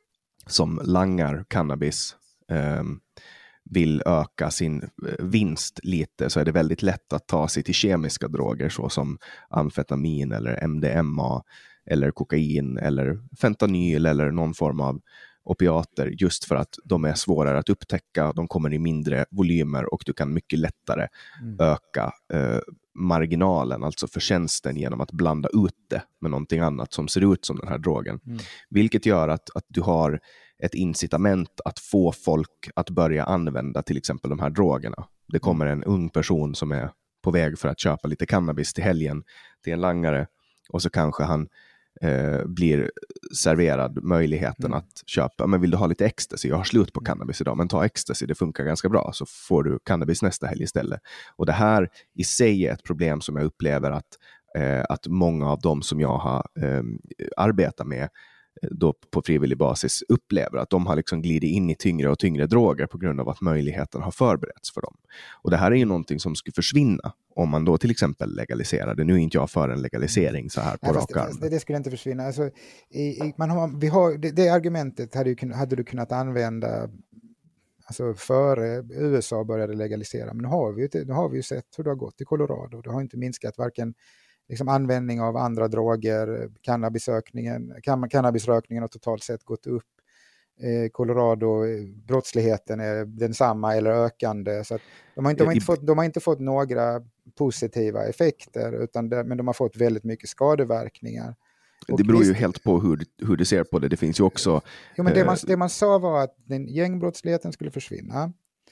S8: som langar cannabis um, vill öka sin vinst lite, så är det väldigt lätt att ta sig till kemiska droger såsom amfetamin eller M D M A eller kokain eller fentanyl eller någon form av opiater, just för att de är svårare att upptäcka, de kommer i mindre volymer och du kan mycket lättare mm. öka eh, marginalen, alltså förtjänsten, genom att blanda ut det med någonting annat som ser ut som den här drogen. Mm. Vilket gör att, att du har ett incitament att få folk att börja använda till exempel de här drogerna. Det kommer en ung person som är på väg för att köpa lite cannabis till helgen till en langare, och så kanske han Eh, blir serverad möjligheten mm. att köpa, men vill du ha lite ecstasy, jag har slut på cannabis idag, men ta ecstasy, det funkar ganska bra, så får du cannabis nästa helg istället. Och det här i sig är ett problem som jag upplever att, eh, att många av dem som jag har eh, arbetat med då på frivillig basis upplever att de har liksom glidit in i tyngre och tyngre droger på grund av att möjligheten har förberetts för dem. Och det här är ju någonting som skulle försvinna om man då till exempel legaliserar det. Nu är inte jag för en legalisering så här på rak arm.
S9: Det, det skulle inte försvinna. Alltså, i, i, man har, vi har, det, det argumentet hade, ju, hade du kunnat använda alltså före U S A började legalisera. Men nu har vi, nu har vi ju sett hur det har gått i Colorado. Det har inte minskat varken liksom användning av andra droger, cannabisökningen, cannabisrökningen har totalt sett gått upp. Eh, Colorado, brottsligheten är densamma eller ökande. Så att de, har inte, de, har inte fått, de har inte fått några positiva effekter, utan det, men de har fått väldigt mycket skadeverkningar.
S8: Och det beror ju helt på hur, hur du ser på det. Det finns ju också...
S9: Jo, men det, man, det man sa var att den gängbrottsligheten skulle försvinna.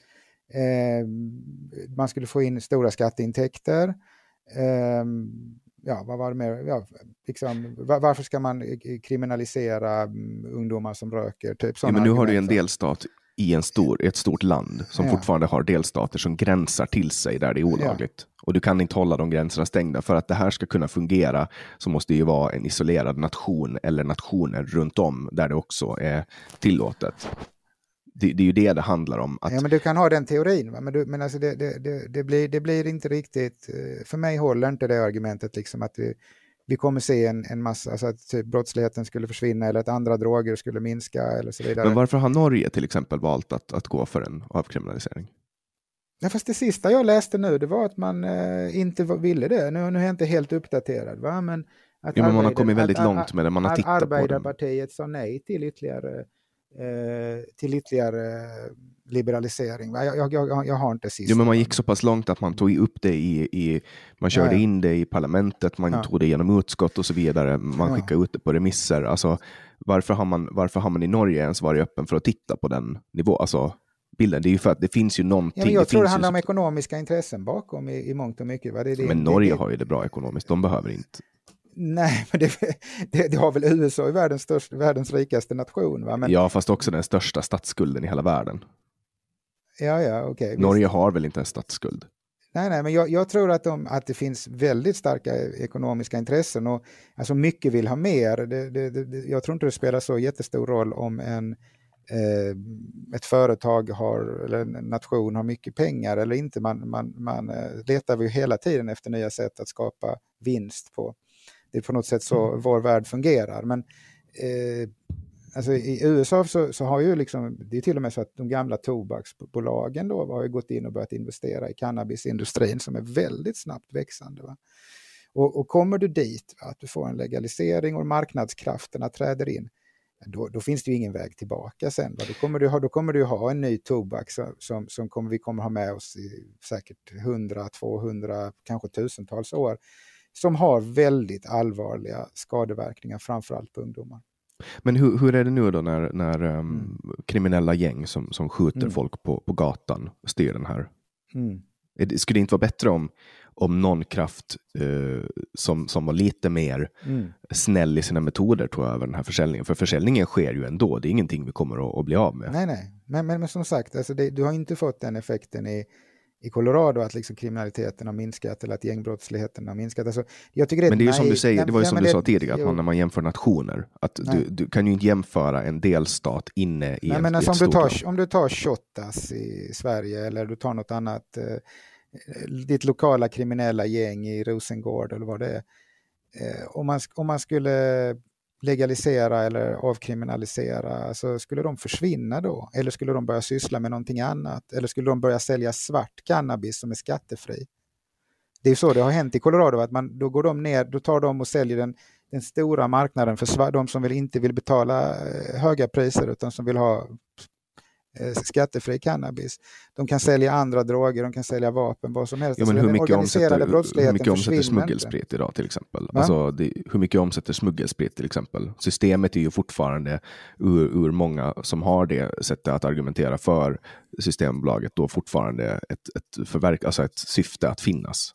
S9: Eh, man skulle få in stora skatteintäkter. Eh, ja, vad var det mer? Ja, liksom, var, varför ska man kriminalisera ungdomar som röker? Typ
S8: ja, men nu har du en delstat i en stor, ett stort land som ja. fortfarande har delstater som gränsar till sig där det är olagligt. Ja. Och du kan inte hålla de gränserna stängda. För att det här ska kunna fungera så måste det ju vara en isolerad nation eller nationer runt om där det också är tillåtet. Det, det är ju det det handlar om. Att...
S9: Ja, men du kan ha den teorin, va? Men, du, men alltså det, det, det, det, blir, det blir inte riktigt, för mig håller inte det argumentet liksom att vi, vi kommer se en, en massa, alltså att typ brottsligheten skulle försvinna eller att andra droger skulle minska eller så vidare.
S8: Men varför har Norge till exempel valt att, att gå för en avkriminalisering?
S9: Ja, fast det sista jag läste nu, det var att man eh, inte ville det. Nu, nu är jag inte helt uppdaterad, va? Men, att
S8: ja, men man har kommit väldigt att, långt med det, man har tittat på det.
S9: Arbeiderpartiet sa nej till ytterligare Eh, till ytterligare liberalisering. Jag, jag, jag, jag har inte sist.
S8: Jo, men man gick så pass långt att man tog upp det i, i man körde ja. in det i parlamentet, man ja. tog det genom utskott och så vidare, man skickade ja. ut det på remisser. Alltså, varför har man, varför har man i Norge ens varit öppen för att titta på den nivå, alltså bilden? Det är ju för att det finns ju någonting. Ja, men
S9: jag
S8: det
S9: tror
S8: finns
S9: det handlar
S8: ju...
S9: om ekonomiska intressen bakom i, i mångt och mycket. Va? Det, det,
S8: men Norge
S9: det, det...
S8: har ju det bra ekonomiskt, de behöver inte.
S9: Nej, men det, det, det har väl U S A i världens, största, världens rikaste nation, va? Men...
S8: Ja, fast också den största statsskulden i hela världen.
S9: Ja, ja, okej. Okay,
S8: Norge visst. Har väl inte en statsskuld?
S9: Nej, nej, men jag, jag tror att, de, att det finns väldigt starka ekonomiska intressen och alltså mycket vill ha mer. Det, det, det, jag tror inte det spelar så jättestor roll om en, eh, ett företag har, eller en nation har mycket pengar eller inte. Man, man, man letar ju hela tiden efter nya sätt att skapa vinst på. Det är på något sätt så mm. vår värld fungerar. Men eh, alltså i U S A så, så har ju liksom, det är till och med så att de gamla tobaksbolagen då har ju gått in och börjat investera i cannabisindustrin som är väldigt snabbt växande. Va? Och, och kommer du dit, va, att du får en legalisering och marknadskrafterna träder in, då, då finns det ju ingen väg tillbaka sen. Va? Då kommer du ha, då kommer du ha en ny tobak som, som, som kommer, vi kommer ha med oss i säkert hundra, tvåhundra, kanske tusentals år, som har väldigt allvarliga skadeverkningar, framförallt på ungdomar.
S8: Men hur, hur är det nu då när, när um, mm. kriminella gäng som, som skjuter mm. folk på, på gatan styr den här? Mm. Skulle det inte vara bättre om, om någon kraft uh, som, som var lite mer mm. snäll i sina metoder tog över den här försäljningen? För försäljningen sker ju ändå, det är ingenting vi kommer att, att bli av med.
S9: Nej, nej. Men, men, men som sagt, alltså det, du har inte fått den effekten i i Colorado att liksom kriminaliteten har minskat eller att gängbrottsligheten har minskat. Alltså, jag tycker det
S8: men det är ju som
S9: nej,
S8: du säger, det var ju
S9: nej,
S8: som du
S9: det,
S8: sa tidigare, att man, när man jämför nationer, att du, du kan ju inte jämföra en delstat inne i
S9: nej,
S8: en,
S9: men alltså,
S8: ett
S9: om, du tar,
S8: land.
S9: om du tar Shottaz i Sverige eller du tar något annat, eh, ditt lokala kriminella gäng i Rosengård eller vad det är. Eh, om, man, om man skulle legalisera eller avkriminalisera, så skulle de försvinna då? Eller skulle de börja syssla med någonting annat? Eller skulle de börja sälja svart cannabis som är skattefri? Det är så det har hänt i Colorado, att man, då går de ner, då tar de och säljer den, den stora marknaden för de som vill, inte vill betala höga priser utan som vill ha skattefri cannabis. De kan sälja andra droger, de kan sälja vapen, vad som helst.
S8: Ja, men
S9: alltså,
S8: hur, mycket omsätter, hur mycket omsätter
S9: försvinner
S8: smuggelsprit inte. Idag till exempel? Alltså, det, hur mycket omsätter smuggelsprit till exempel? Systemet är ju fortfarande ur, ur många som har det sättet att argumentera för Systembolaget då fortfarande ett, ett, förverk, alltså ett syfte att finnas.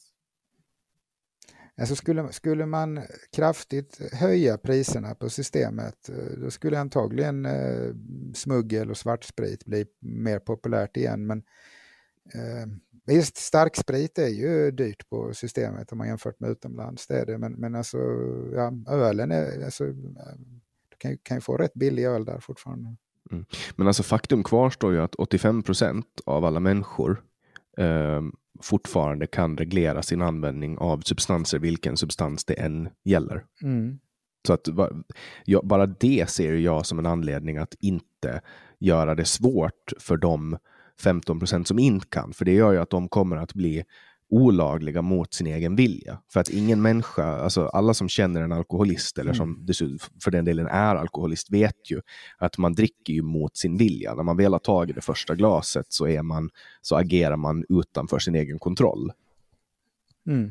S9: Alltså skulle, skulle man kraftigt höja priserna på systemet, då skulle antagligen eh, smuggel och svartsprit bli mer populärt igen. Men eh, visst, starksprit är ju dyrt på systemet om man jämfört med utomlands. Det är det. Men, men alltså, ja, ölen är, alltså, du kan, kan ju få rätt billig öl där fortfarande.
S8: Mm. Men alltså faktum kvarstår ju att åttiofem procent av alla människor eh, fortfarande kan reglera sin användning av substanser, vilken substans det än gäller. Mm. Så att ja, bara det ser jag som en anledning att inte göra det svårt för de femton procent som inte kan. För det gör ju att de kommer att bli olagliga mot sin egen vilja. För att ingen människa, alltså alla som känner en alkoholist eller som mm. för den delen är alkoholist vet ju att man dricker ju mot sin vilja. När man väl har tagit det första glaset så, är man, så agerar man utanför sin egen kontroll.
S9: Mm.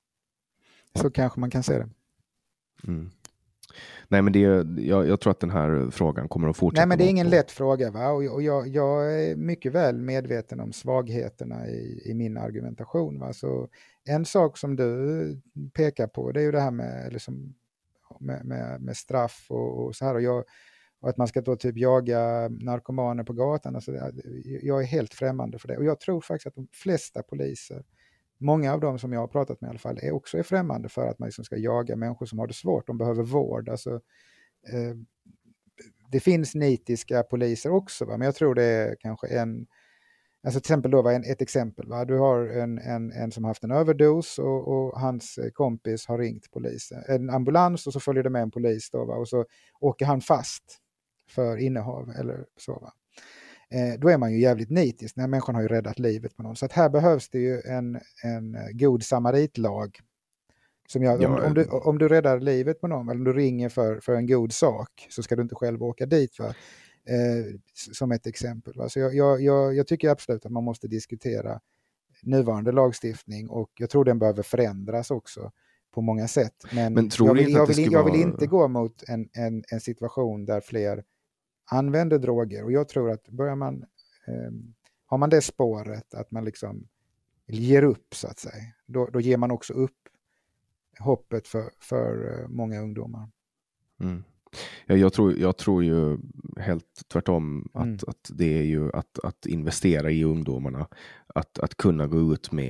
S9: Så kanske man kan se det.
S8: Mm. Nej, men det är, jag, jag tror att den här frågan kommer att fortsätta.
S9: Nej, men det är ingen lätt fråga, va? Och, och jag, jag är mycket väl medveten om svagheterna i, i min argumentation, va? Så en sak som du pekar på, det är ju det här med, liksom, med, med, med straff och, och så här. Och, jag, och att man ska då typ jaga narkomaner på gatan. Alltså, jag är helt främmande för det. Och jag tror faktiskt att de flesta poliser, många av dem som jag har pratat med i alla fall, är också är främmande för att man liksom ska jaga människor som har det svårt. De behöver vård. Alltså, eh, det finns nitiska poliser också, va? Men jag tror det är kanske en... Alltså till exempel då var en, ett exempel. Va? Du har en, en, en som haft en överdos och, och hans kompis har ringt polisen. En ambulans och så följer det med en polis då, va? Och så åker han fast för innehav eller så, va? Eh, då är man ju jävligt nitisk. Den här människan har ju räddat livet på någon. Så att här behövs det ju en, en god samaritlag. Som jag, ja, om, om, du, om du räddar livet på någon eller om du ringer för, för en god sak så ska du inte själv åka dit, va? Eh, som ett exempel. Va? Så jag, jag, jag, jag tycker absolut att man måste diskutera nuvarande lagstiftning och jag tror den behöver förändras också på många sätt. Men, Men tror jag, vill, jag, vill, jag vill vara... inte gå mot en, en, en situation där fler använder droger och jag tror att börjar man eh, har man det spåret att man liksom ger upp så att säga, då, då ger man också upp hoppet för, för många ungdomar.
S8: Mm. Ja, jag, tror, jag tror ju helt tvärtom att,
S9: mm.
S8: att det är ju att, att investera i ungdomarna, att, att kunna gå ut med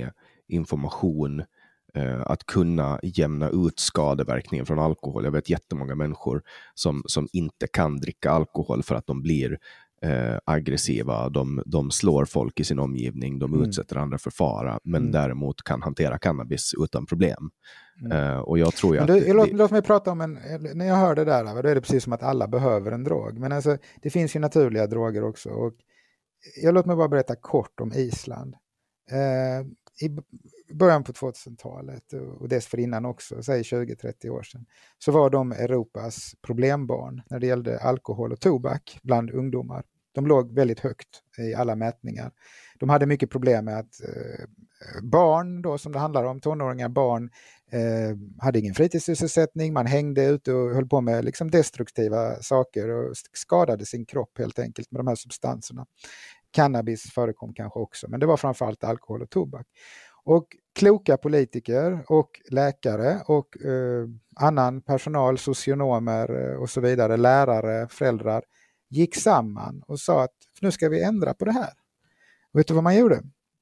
S8: information, eh, att kunna jämna ut skadeverkningen från alkohol. Jag vet jättemånga människor som, som inte kan dricka alkohol för att de blir eh, aggressiva, de, de slår folk i sin omgivning, de mm. utsätter andra för fara, men mm. däremot kan hantera cannabis utan problem. Mm. Uh, och jag tror ju
S9: att...
S8: Du,
S9: det, låt, låt mig prata om en... När jag hör det där, då är det precis som att alla behöver en drog. Men alltså, det finns ju naturliga droger också. Och jag låt mig bara berätta kort om Island. Uh, I början på tvåtusentalet och dessförinnan också, säg tjugo trettio år sedan, så var de Europas problembarn när det gällde alkohol och tobak bland ungdomar. De låg väldigt högt i alla mätningar. De hade mycket problem med att eh, barn, då, som det handlar om, tonåringar, barn, eh, hade ingen fritidssysselsättning, man hängde ut och höll på med liksom destruktiva saker och skadade sin kropp helt enkelt med de här substanserna. Cannabis förekom kanske också, men det var framförallt alkohol och tobak. Och kloka politiker och läkare och eh, annan personal, socionomer eh, och så vidare, lärare, föräldrar, gick samman och sa att nu ska vi ändra på det här. Och vet du vad man gjorde?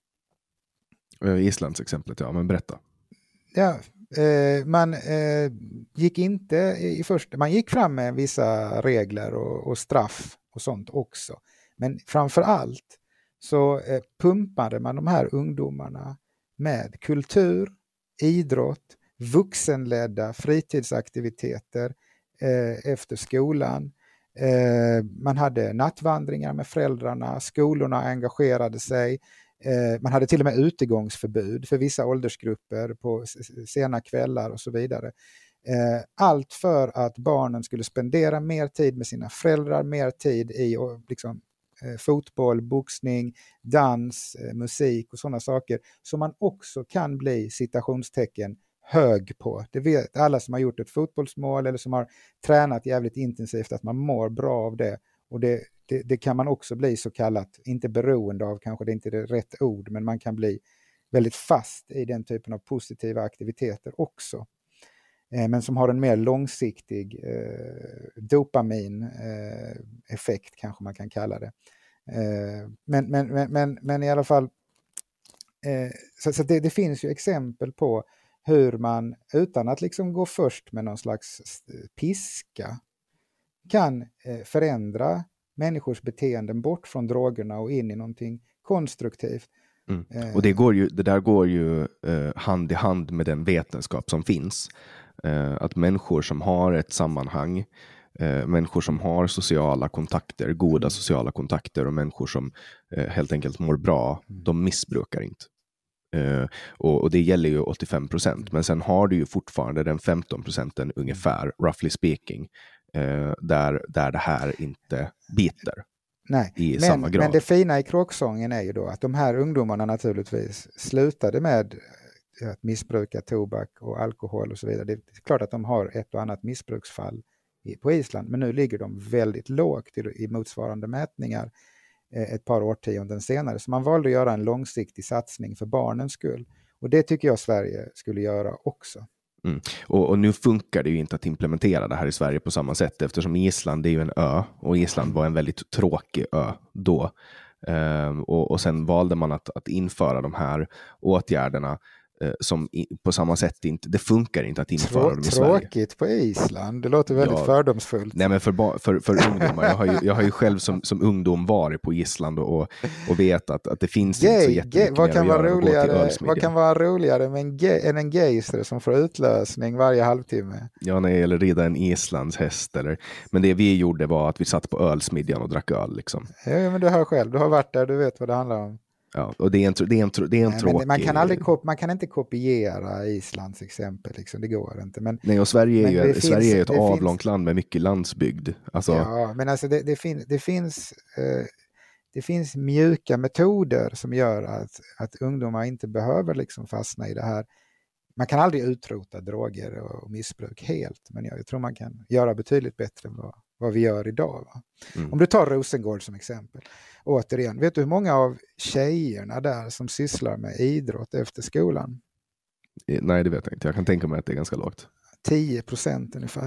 S8: Islands exemplet, ja, men berätta.
S9: Ja, eh, man eh, gick inte i första, man gick fram med vissa regler och, och straff och sånt också. Men framför allt så eh, pumpade man de här ungdomarna med kultur, idrott, vuxenledda fritidsaktiviteter eh, efter skolan. Eh, man hade nattvandringar med föräldrarna, skolorna engagerade sig. Eh, man hade till och med utegångsförbud för vissa åldersgrupper på sena kvällar och så vidare. Eh, allt för att barnen skulle spendera mer tid med sina föräldrar, mer tid i och liksom, eh, fotboll, boxning, dans, eh, musik och sådana saker som man också kan bli citationstecken hög på. Det vet alla som har gjort ett fotbollsmål eller som har tränat jävligt intensivt att man mår bra av det. Och det, det, det kan man också bli så kallat, inte beroende av, kanske det är inte det rätt ord, men man kan bli väldigt fast i den typen av positiva aktiviteter också. Eh, men som har en mer långsiktig eh, dopamin eh, effekt kanske man kan kalla det. Eh, men, men, men, men, men i alla fall eh, så, så det, det finns ju exempel på hur man utan att liksom gå först med någon slags piska kan eh, förändra människors beteenden bort från drogerna och in i någonting konstruktivt.
S8: Mm. Eh. Och det, går ju, det där går ju eh, hand i hand med den vetenskap som finns. Eh, att människor som har ett sammanhang, eh, människor som har sociala kontakter, goda sociala kontakter och människor som eh, helt enkelt mår bra, mm. de missbrukar inte. Uh, och, och det gäller ju åttiofem procent, men sen har du ju fortfarande den femton procenten ungefär, roughly speaking, uh, där, där det här inte biter.
S9: Nej,
S8: i
S9: men,
S8: samma grad.
S9: Men det fina i kråksången är ju då att de här ungdomarna naturligtvis slutade med att missbruka tobak och alkohol och så vidare. Det är klart att de har ett och annat missbruksfall i, på Island, men nu ligger de väldigt lågt i, i motsvarande mätningar ett par årtionden senare. Så man valde att göra en långsiktig satsning för barnens skull. Och det tycker jag Sverige skulle göra också.
S8: Mm. Och, och nu funkar det ju inte att implementera det här i Sverige på samma sätt, eftersom Island är ju en ö och Island var en väldigt tråkig ö då. Ehm, och, och sen valde man att, att införa de här åtgärderna eh, som i, på samma sätt inte, det funkar inte att införa Trå, dem i Sverige.
S9: Tråkigt på Island, det låter väldigt ja, fördomsfullt.
S8: Nej, men för, för, för ungdomar, jag har ju, jag har ju själv som, som ungdom varit på Island och, och vet att, att det finns gay, inte så jättemycket
S9: vad kan
S8: mer
S9: vara
S8: att
S9: roligare, vad kan vara roligare med en gay, än en gayster som får utlösning varje halvtimme?
S8: Ja, nej, eller rida en Islands häst. Eller, men det vi gjorde var att vi satt på ölsmidjan och drack öl. Liksom.
S9: Ja, men du hör själv, du har varit där, du vet vad det handlar om.
S8: Ja, och det är en, det är en, det är en Nej, tråkig...
S9: Man kan, aldrig kop- man kan inte kopiera Islands exempel, liksom. Det går inte. Men,
S8: Nej, och Sverige är ju
S9: finns,
S8: Sverige är ju ett avlångt
S9: finns,
S8: land med mycket landsbygd. Alltså...
S9: Ja, men alltså det, det, fin, det, finns, eh, det finns mjuka metoder som gör att, att ungdomar inte behöver liksom fastna i det här. Man kan aldrig utrota droger och missbruk helt, men jag, jag tror man kan göra betydligt bättre än vad, vad vi gör idag. Va? Mm. Om du tar Rosengård som exempel. Återigen, vet du hur många av tjejerna där som sysslar med idrott efter skolan?
S8: Nej, det vet jag inte. Jag kan tänka mig att det är ganska lågt.
S9: tio procent ungefär.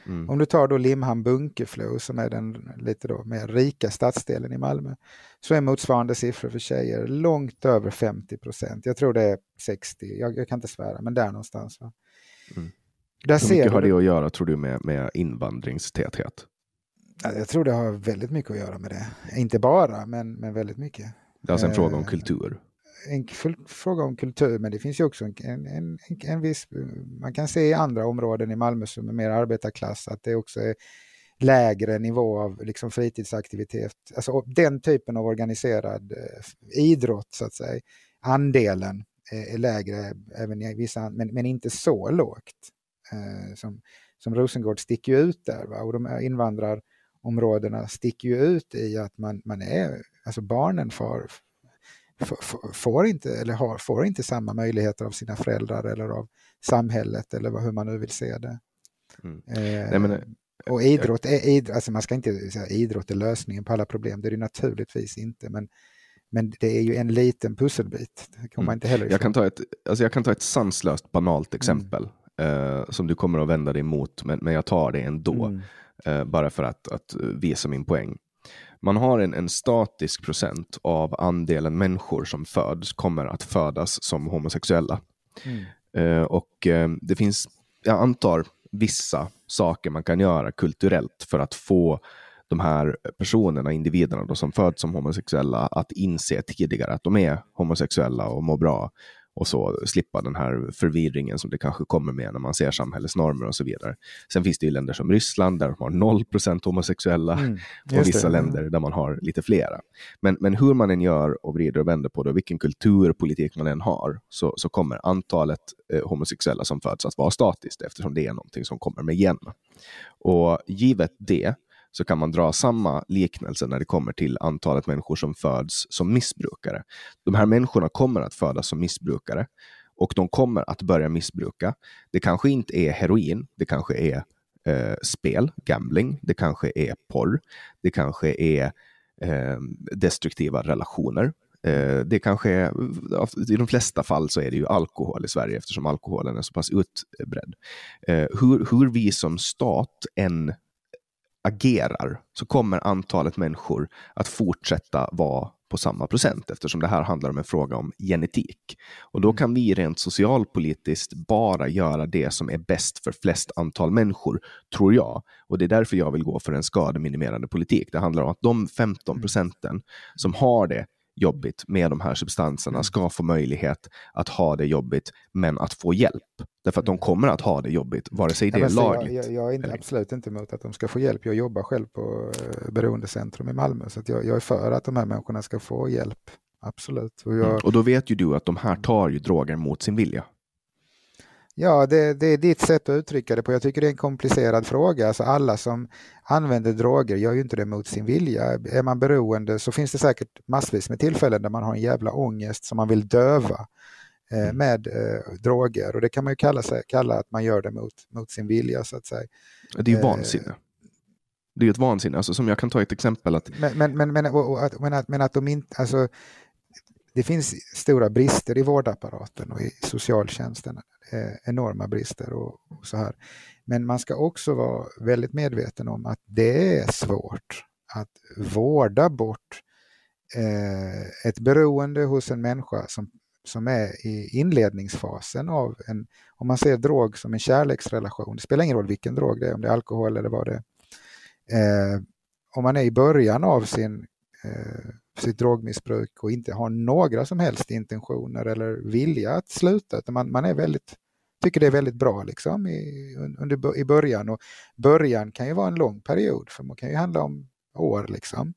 S9: Mm. Om du tar då Limhamn-Bunkeflo som är den lite då mer rika stadsdelen i Malmö, så är motsvarande siffror för tjejer långt över femtio procent. Jag tror det är sextio, jag, jag kan inte svära, men där någonstans. Va?
S8: Mm.
S9: Där
S8: Hur mycket har det att göra, tror du, med, med invandringstäthet?
S9: Jag tror det har väldigt mycket att göra med det. Inte bara, men, men väldigt mycket.
S8: Det är alltså en eh, fråga om kultur.
S9: En full, fråga om kultur, men det finns ju också en, en, en, en viss... Man kan se i andra områden i Malmö som är mer arbetarklass att det också är lägre nivå av liksom fritidsaktivitet. Alltså den typen av organiserad eh, idrott, så att säga. Andelen är, är lägre även i vissa, men, men inte så lågt. Eh, som, som Rosengård sticker ju ut där. Va? Och de här invandrarområdena sticker ju ut i att man, man är... Alltså barnen får... får inte eller har, får inte samma möjligheter av sina föräldrar eller av samhället eller hur man nu vill se det. Mm. Eh, Nej, men, och idrott är idrott, alltså man ska inte säga idrott är lösningen på alla problem, det är det naturligtvis inte, men, men det är ju en liten pusselbit. Det kommer mm. man inte heller
S8: jag kan ta ett, alltså jag kan ta ett sanslöst banalt exempel mm. eh, som du kommer att vända dig emot, men, men jag tar det ändå mm. eh, bara för att, att visa min poäng. Man har en, en statisk procent av andelen människor som föds kommer att födas som homosexuella. Mm. Eh, och eh, det finns, jag antar, vissa saker man kan göra kulturellt för att få de här personerna, individerna då, som föds som homosexuella att inse tidigare att de är homosexuella och mår bra. Och så slippa den här förvirringen som det kanske kommer med när man ser samhällsnormer och så vidare. Sen finns det ju länder som Ryssland där de har noll procent homosexuella mm, och vissa det. länder där man har lite flera. Men, men hur man än gör och vrider och vänder på det, vilken kulturpolitik man än har, så, så kommer antalet eh, homosexuella som föds att vara statiskt eftersom det är någonting som kommer med igen. Och givet det så kan man dra samma liknelse när det kommer till antalet människor som föds som missbrukare. De här människorna kommer att födas som missbrukare och de kommer att börja missbruka. Det kanske inte är heroin, det kanske är eh, spel, gambling, det kanske är porr, det kanske är eh, destruktiva relationer. Eh, det kanske är, i de flesta fall så är det ju alkohol i Sverige eftersom alkoholen är så pass utbredd. Eh, hur, hur vi som stat än agerar så kommer antalet människor att fortsätta vara på samma procent eftersom det här handlar om en fråga om genetik. Och då kan vi rent socialpolitiskt bara göra det som är bäst för flest antal människor, tror jag. Och det är därför jag vill gå för en skademinimerande politik. Det handlar om att de femton procenten som har det jobbigt med de här substanserna ska få möjlighet att ha det jobbigt men att få hjälp. Därför att de kommer att ha det jobbigt vare sig det är lagligt.
S9: Jag, jag, jag är inte, absolut inte emot att de ska få hjälp. Jag jobbar själv på eh, beroendecentrum i Malmö så att jag, jag är för att de här människorna ska få hjälp. Absolut. Och, jag...
S8: mm. och då vet ju du att de här tar ju droger mot sin vilja.
S9: Ja, det, det är ditt sätt att uttrycka det på. Jag tycker det är en komplicerad fråga. Alltså alla som använder droger gör ju inte det mot sin vilja. Är man beroende så finns det säkert massvis med tillfällen där man har en jävla ångest som man vill döva eh, med eh, droger. Och det kan man ju kalla, sig, kalla att man gör det mot, mot sin vilja så att säga.
S8: Det är ju vansinne. Eh, det är ju ett vansinne. Alltså, som jag kan ta ett exempel. Att...
S9: Men, men, men, men, och, och, att, men, att, men att de inte... Alltså, det finns stora brister i vårdapparaten och i socialtjänsten. Eh, enorma brister och, och så här. Men man ska också vara väldigt medveten om att det är svårt att vårda bort eh, ett beroende hos en människa som, som är i inledningsfasen av en, om man ser drog som en kärleksrelation, det spelar ingen roll vilken drog det är, om det är alkohol eller vad det är. Eh, om man är i början av sin eh, sitt drogmissbruk och inte har några som helst intentioner eller vilja att sluta. Utan man, man är väldigt, tycker det är väldigt bra liksom i, under, i början. Och början kan ju vara en lång period för man kan ju handla om år liksom.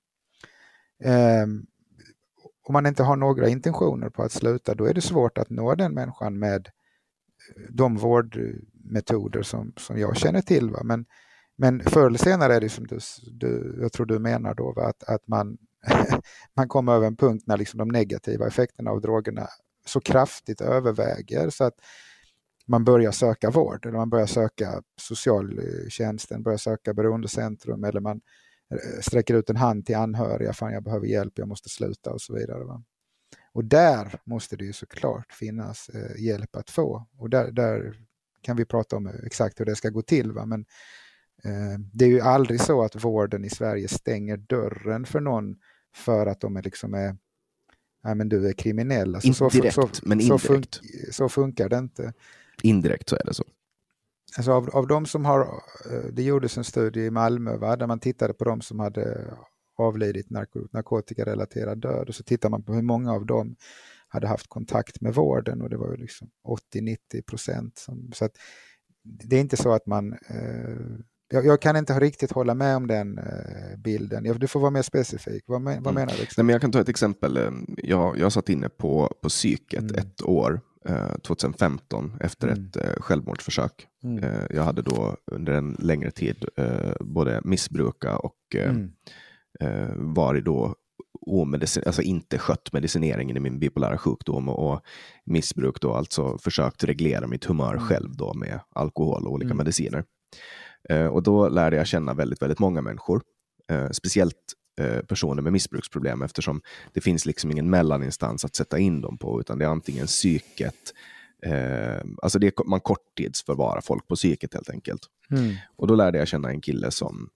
S9: Um, om man inte har några intentioner på att sluta då är det svårt att nå den människan med de vårdmetoder som, som jag känner till. Va? Men, men förr eller senare är det som du, du jag tror du menar då va? Att, att man man kommer över en punkt när liksom de negativa effekterna av drogerna så kraftigt överväger så att man börjar söka vård eller man börjar söka socialtjänsten, börjar söka beroendecentrum eller man sträcker ut en hand till anhöriga, fan jag behöver hjälp, jag måste sluta och så vidare. Va? Och där måste det ju såklart finnas eh, hjälp att få och där, där kan vi prata om exakt hur det ska gå till. Va? Men Det är ju aldrig så att vården i Sverige stänger dörren för någon för att de är liksom är, nej men du är kriminell. Alltså
S8: inte
S9: så,
S8: direkt,
S9: så,
S8: men
S9: så,
S8: indirekt.
S9: fun, så funkar det inte.
S8: Indirekt så är det så.
S9: Alltså av, av de som har, det gjordes en studie i Malmö, va, där man tittade på de som hade avlidit narko, narkotikarelaterad död, och så tittar man på hur många av dem hade haft kontakt med vården, och det var ju liksom åttio till nittio procent. Som, så att det är inte så att man, eh, jag, jag kan inte riktigt hålla med om den eh, bilden. Jag, du får vara mer specifik. Vad, men, vad
S8: mm.
S9: menar du?
S8: Nej, men jag kan ta ett exempel. Jag, jag satt inne på, på psyket mm. ett år, eh, tjugohundrafemton, efter mm. ett eh, självmordsförsök. Mm. Eh, jag hade då under en längre tid eh, både missbruka och eh, mm. eh, varit då omedicin, alltså inte skött medicineringen i min bipolära sjukdom, och, och missbruk då, alltså försökt reglera mitt humör mm. själv då med alkohol och olika mm. mediciner. Eh, och då lärde jag känna väldigt, väldigt många människor, eh, speciellt eh, personer med missbruksproblem, eftersom det finns liksom ingen mellaninstans att sätta in dem på, utan det är antingen psyket, eh, alltså det är, man korttidsförvarar folk på psyket helt enkelt. Mm. Och då lärde jag känna en kille som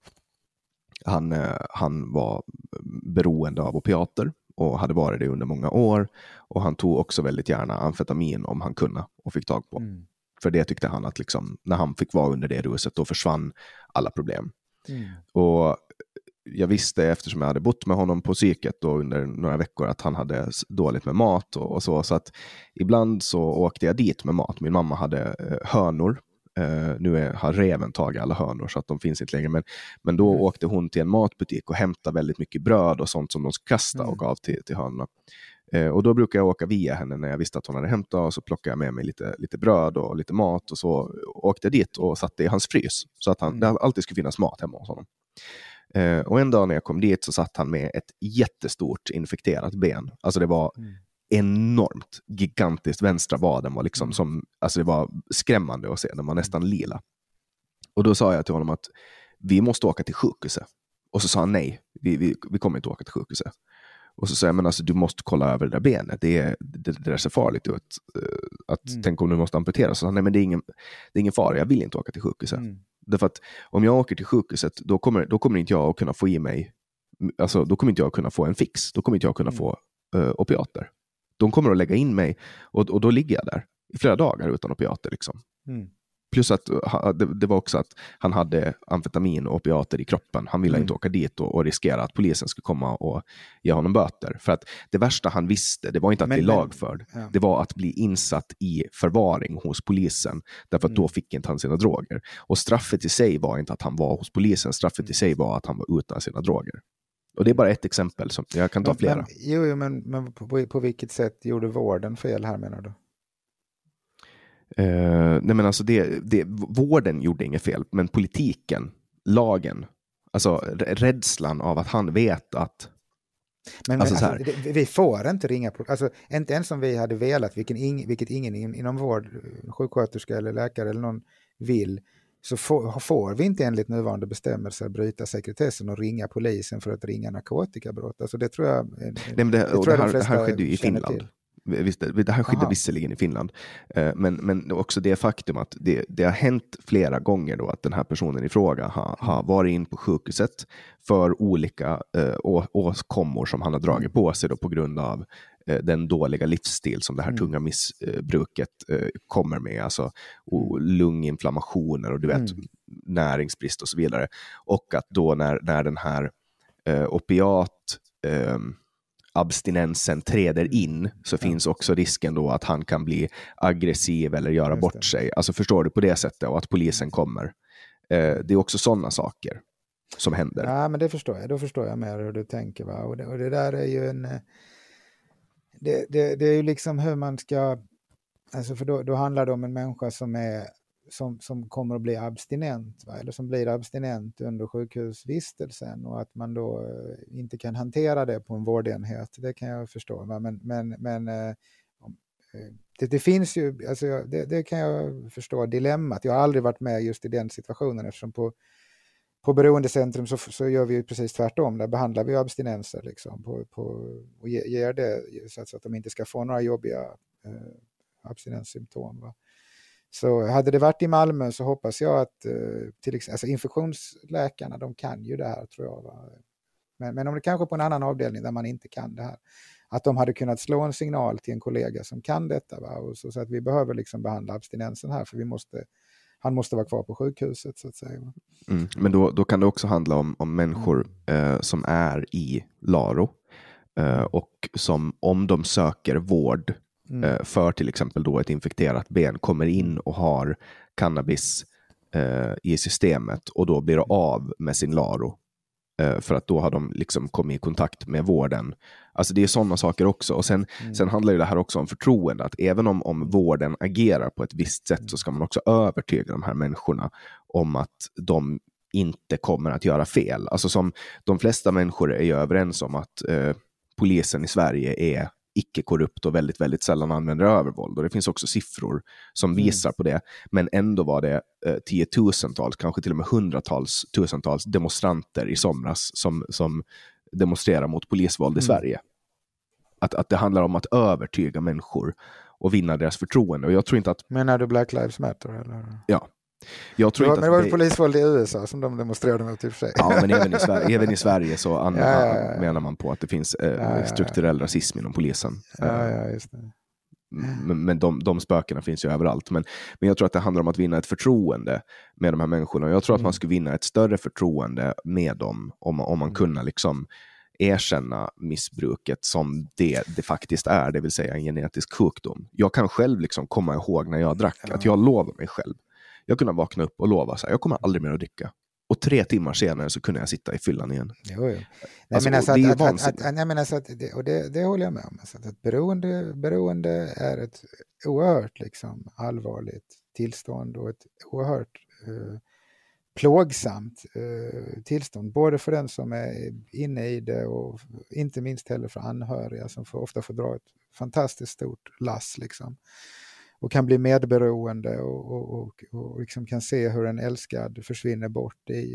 S8: Han, han var beroende av opiater och hade varit det under många år, och han tog också väldigt gärna amfetamin om han kunde och fick tag på. Mm. För det tyckte han att liksom, när han fick vara under det ruset, då försvann alla problem. Mm. Och jag visste, eftersom jag hade bott med honom på psyket då under några veckor, att han hade dåligt med mat och, och så, så att ibland så åkte jag dit med mat. Min mamma hade eh, hönor. Uh, nu är, har reven tagit alla hönor så att de finns inte längre, men, men då mm. åkte hon till en matbutik och hämtade väldigt mycket bröd och sånt som de skulle kasta mm. och gav till, till hönorna. Uh, och då brukar jag åka via henne när jag visste att hon hade hämtat, och så plockade jag med mig lite, lite bröd och lite mat, och så åkte jag dit och satte i hans frys så att han, mm. det alltid skulle finnas mat hemma hos honom. Uh, och en dag när jag kom dit så satt han med ett jättestort infekterat ben. Alltså det var mm. enormt, gigantiskt. Vänstra vaden var liksom som, alltså det var skrämmande att se, den var nästan lila. Och då sa jag till honom att vi måste åka till sjukhuset. Och så sa han nej, vi, vi, vi kommer inte åka till sjukhuset. Och så sa jag, men alltså du måste kolla över det där benet, det, är, det, det där ser farligt ut. Att mm. tänk om du måste amputera. Så sa han, nej men det är ingen, det är ingen fara, jag vill inte åka till sjukhuset. Mm. Därför att om jag åker till sjukhuset, då kommer, då kommer inte jag att kunna få i mig, alltså då kommer inte jag kunna få en fix, då kommer inte jag kunna mm. få uh, opiater. De kommer att lägga in mig, och, och då ligger jag där i flera dagar utan opiater liksom. Mm. Plus att det, det var också att han hade amfetamin och opiater i kroppen. Han ville mm. inte åka dit och, och riskera att polisen skulle komma och ge honom böter. För att det värsta han visste, det var inte att men, bli lagförd. Ja. Det var att bli insatt i förvaring hos polisen. Därför att mm. då fick inte han sina droger. Och straffet i sig var inte att han var hos polisen. Straffet i sig var att han var utan sina droger. Och det är bara ett exempel, som jag kan ta flera.
S9: Men, jo, men, men på, på vilket sätt gjorde vården fel här, menar du?
S8: Uh, nej men alltså det, det, vården gjorde inget fel, men politiken, lagen, alltså rädslan av att han vet att
S9: men, alltså, men alltså, det, vi får inte ringa, alltså inte ens om vi hade velat, vilken ing, vilket ingen inom vård, sjuksköterska eller läkare eller någon vill, så får, får vi inte enligt nuvarande bestämmelser bryta sekretessen och ringa polisen för att ringa narkotikabrott. Alltså det tror jag,
S8: nej, men det, det, tror det, här, de det här skedde ju i Finland. Till. Visst, det här skedde visserligen i Finland, men, men också det faktum att det, det har hänt flera gånger då att den här personen i fråga har, har varit in på sjukhuset för olika äh, åkommor som han har dragit på sig då på grund av äh, den dåliga livsstil som det här tunga missbruket äh, kommer med, alltså och lunginflammationer och du vet mm. näringsbrist och så vidare, och att då när, när den här äh, opiat äh, abstinensen träder in, så ja. finns också risken då att han kan bli aggressiv eller göra bort sig. Alltså förstår du, på det sättet, och att polisen kommer. Eh, det är också sådana saker som händer.
S9: Ja, men det förstår jag. Då förstår jag mer hur du tänker, va? Och det, och det där är ju en det, det, det är ju liksom hur man ska, alltså för då, då handlar det om en människa som är Som, som kommer att bli abstinent, va? Eller som blir abstinent under sjukhusvistelsen, och att man då eh, inte kan hantera det på en vårdenhet, det kan jag förstå, va? men, men, men eh, det, det finns ju, alltså, det, det kan jag förstå dilemmat. Jag har aldrig varit med just i den situationen, eftersom på, på beroendecentrum så, så gör vi ju precis tvärtom, där behandlar vi abstinenser liksom, på, på, och ger det så att, så att de inte ska få några jobbiga eh, abstinenssymptom, va? Så hade det varit i Malmö så hoppas jag att eh, till exempel, alltså infektionsläkarna, de kan ju det här tror jag. Va? Men, men om det kanske på en annan avdelning där man inte kan det här, att de hade kunnat slå en signal till en kollega som kan detta. Va? Och så, så att vi behöver liksom behandla abstinensen här, för vi måste, han måste vara kvar på sjukhuset så att säga.
S8: Mm. Men då, då kan det också handla om, om människor eh, som är i LARO eh, och som om de söker vård mm. eh, för till exempel då ett infekterat ben, kommer in och har cannabis eh, i systemet och då blir av med sin LARO. För att då har de liksom kommit i kontakt med vården. Alltså det är sådana saker också. Och sen, mm. sen handlar ju det här också om förtroende. Att även om, om vården agerar på ett visst sätt så ska man också övertyga de här människorna om att de inte kommer att göra fel. Alltså som de flesta människor är ju överens om att eh, polisen i Sverige är icke-korrupt och väldigt, väldigt sällan använder övervåld. Och det finns också siffror som visar mm. på det. Men ändå var det eh, tiotusentals, kanske till och med hundratals, tusentals demonstranter i somras som, som demonstrerar mot polisvåld i mm. Sverige. Att, att det handlar om att övertyga människor och vinna deras förtroende. Och jag tror inte att...
S9: Menar du Black Lives Matter? Eller?
S8: Ja. Jag tror
S9: det var,
S8: inte
S9: men det var
S8: det...
S9: polisvåld i U S A som de demonstrerade mot i och för sig.
S8: Ja, men även i Sverige, även i Sverige så an- ja, ja, ja, ja. menar man på att det finns eh,
S9: ja, ja,
S8: strukturell
S9: ja.
S8: rasism inom polisen.
S9: Ja, ja, just det.
S8: Men, men de, de spökena finns ju överallt. Men, men jag tror att det handlar om att vinna ett förtroende med de här människorna. Jag tror mm. att man skulle vinna ett större förtroende med dem om, om man mm. kunde liksom erkänna missbruket som det det faktiskt är, det vill säga en genetisk sjukdom. Jag kan själv liksom komma ihåg när jag drack ja. att jag lovar mig själv. Jag kunde vakna upp och lova så här, jag kommer aldrig mer att dricka. Och tre timmar senare så kunde jag sitta i fyllan igen.
S9: Jo, jo. Nej, men alltså, det är vansinnigt. Nej, men alltså, det, och det, det håller jag med om. Alltså, att beroende, beroende är ett oerhört liksom, allvarligt tillstånd och ett oerhört eh, plågsamt eh, tillstånd. Både för den som är inne i det och inte minst heller för anhöriga som får, ofta får dra ett fantastiskt stort lass liksom. Och kan bli medberoende och, och, och, och liksom kan se hur en älskad försvinner bort i,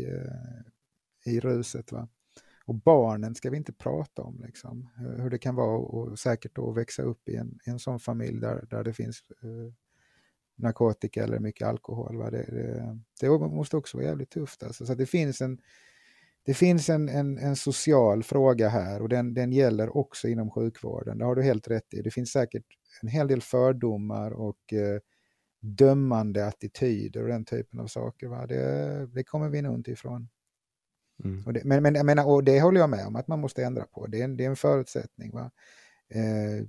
S9: i ruset. Va? Och barnen ska vi inte prata om. Liksom. Hur det kan vara och säkert då växa upp i en, en sån familj där, där det finns eh, narkotika eller mycket alkohol. Va? Det, det, det måste också vara jävligt tufft. Alltså. Så det finns en, det finns en, en, en social fråga här och den, den gäller också inom sjukvården. Det har du helt rätt i. Det finns säkert en hel del fördomar och eh, dömande attityder och den typen av saker. Va? Det, det kommer vi nog inte ifrån. Mm. Och det, men, men jag menar, och det håller jag med om att man måste ändra på. Det är en, det är en förutsättning. Va? Eh,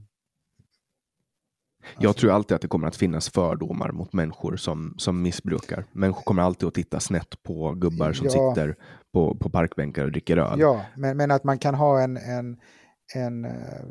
S8: Jag tror alltid att det kommer att finnas fördomar mot människor som, som missbrukar. Människor kommer alltid att titta snett på gubbar som ja. sitter på, på parkbänkar och dricker öl.
S9: Ja, men, men att man kan ha en... en, en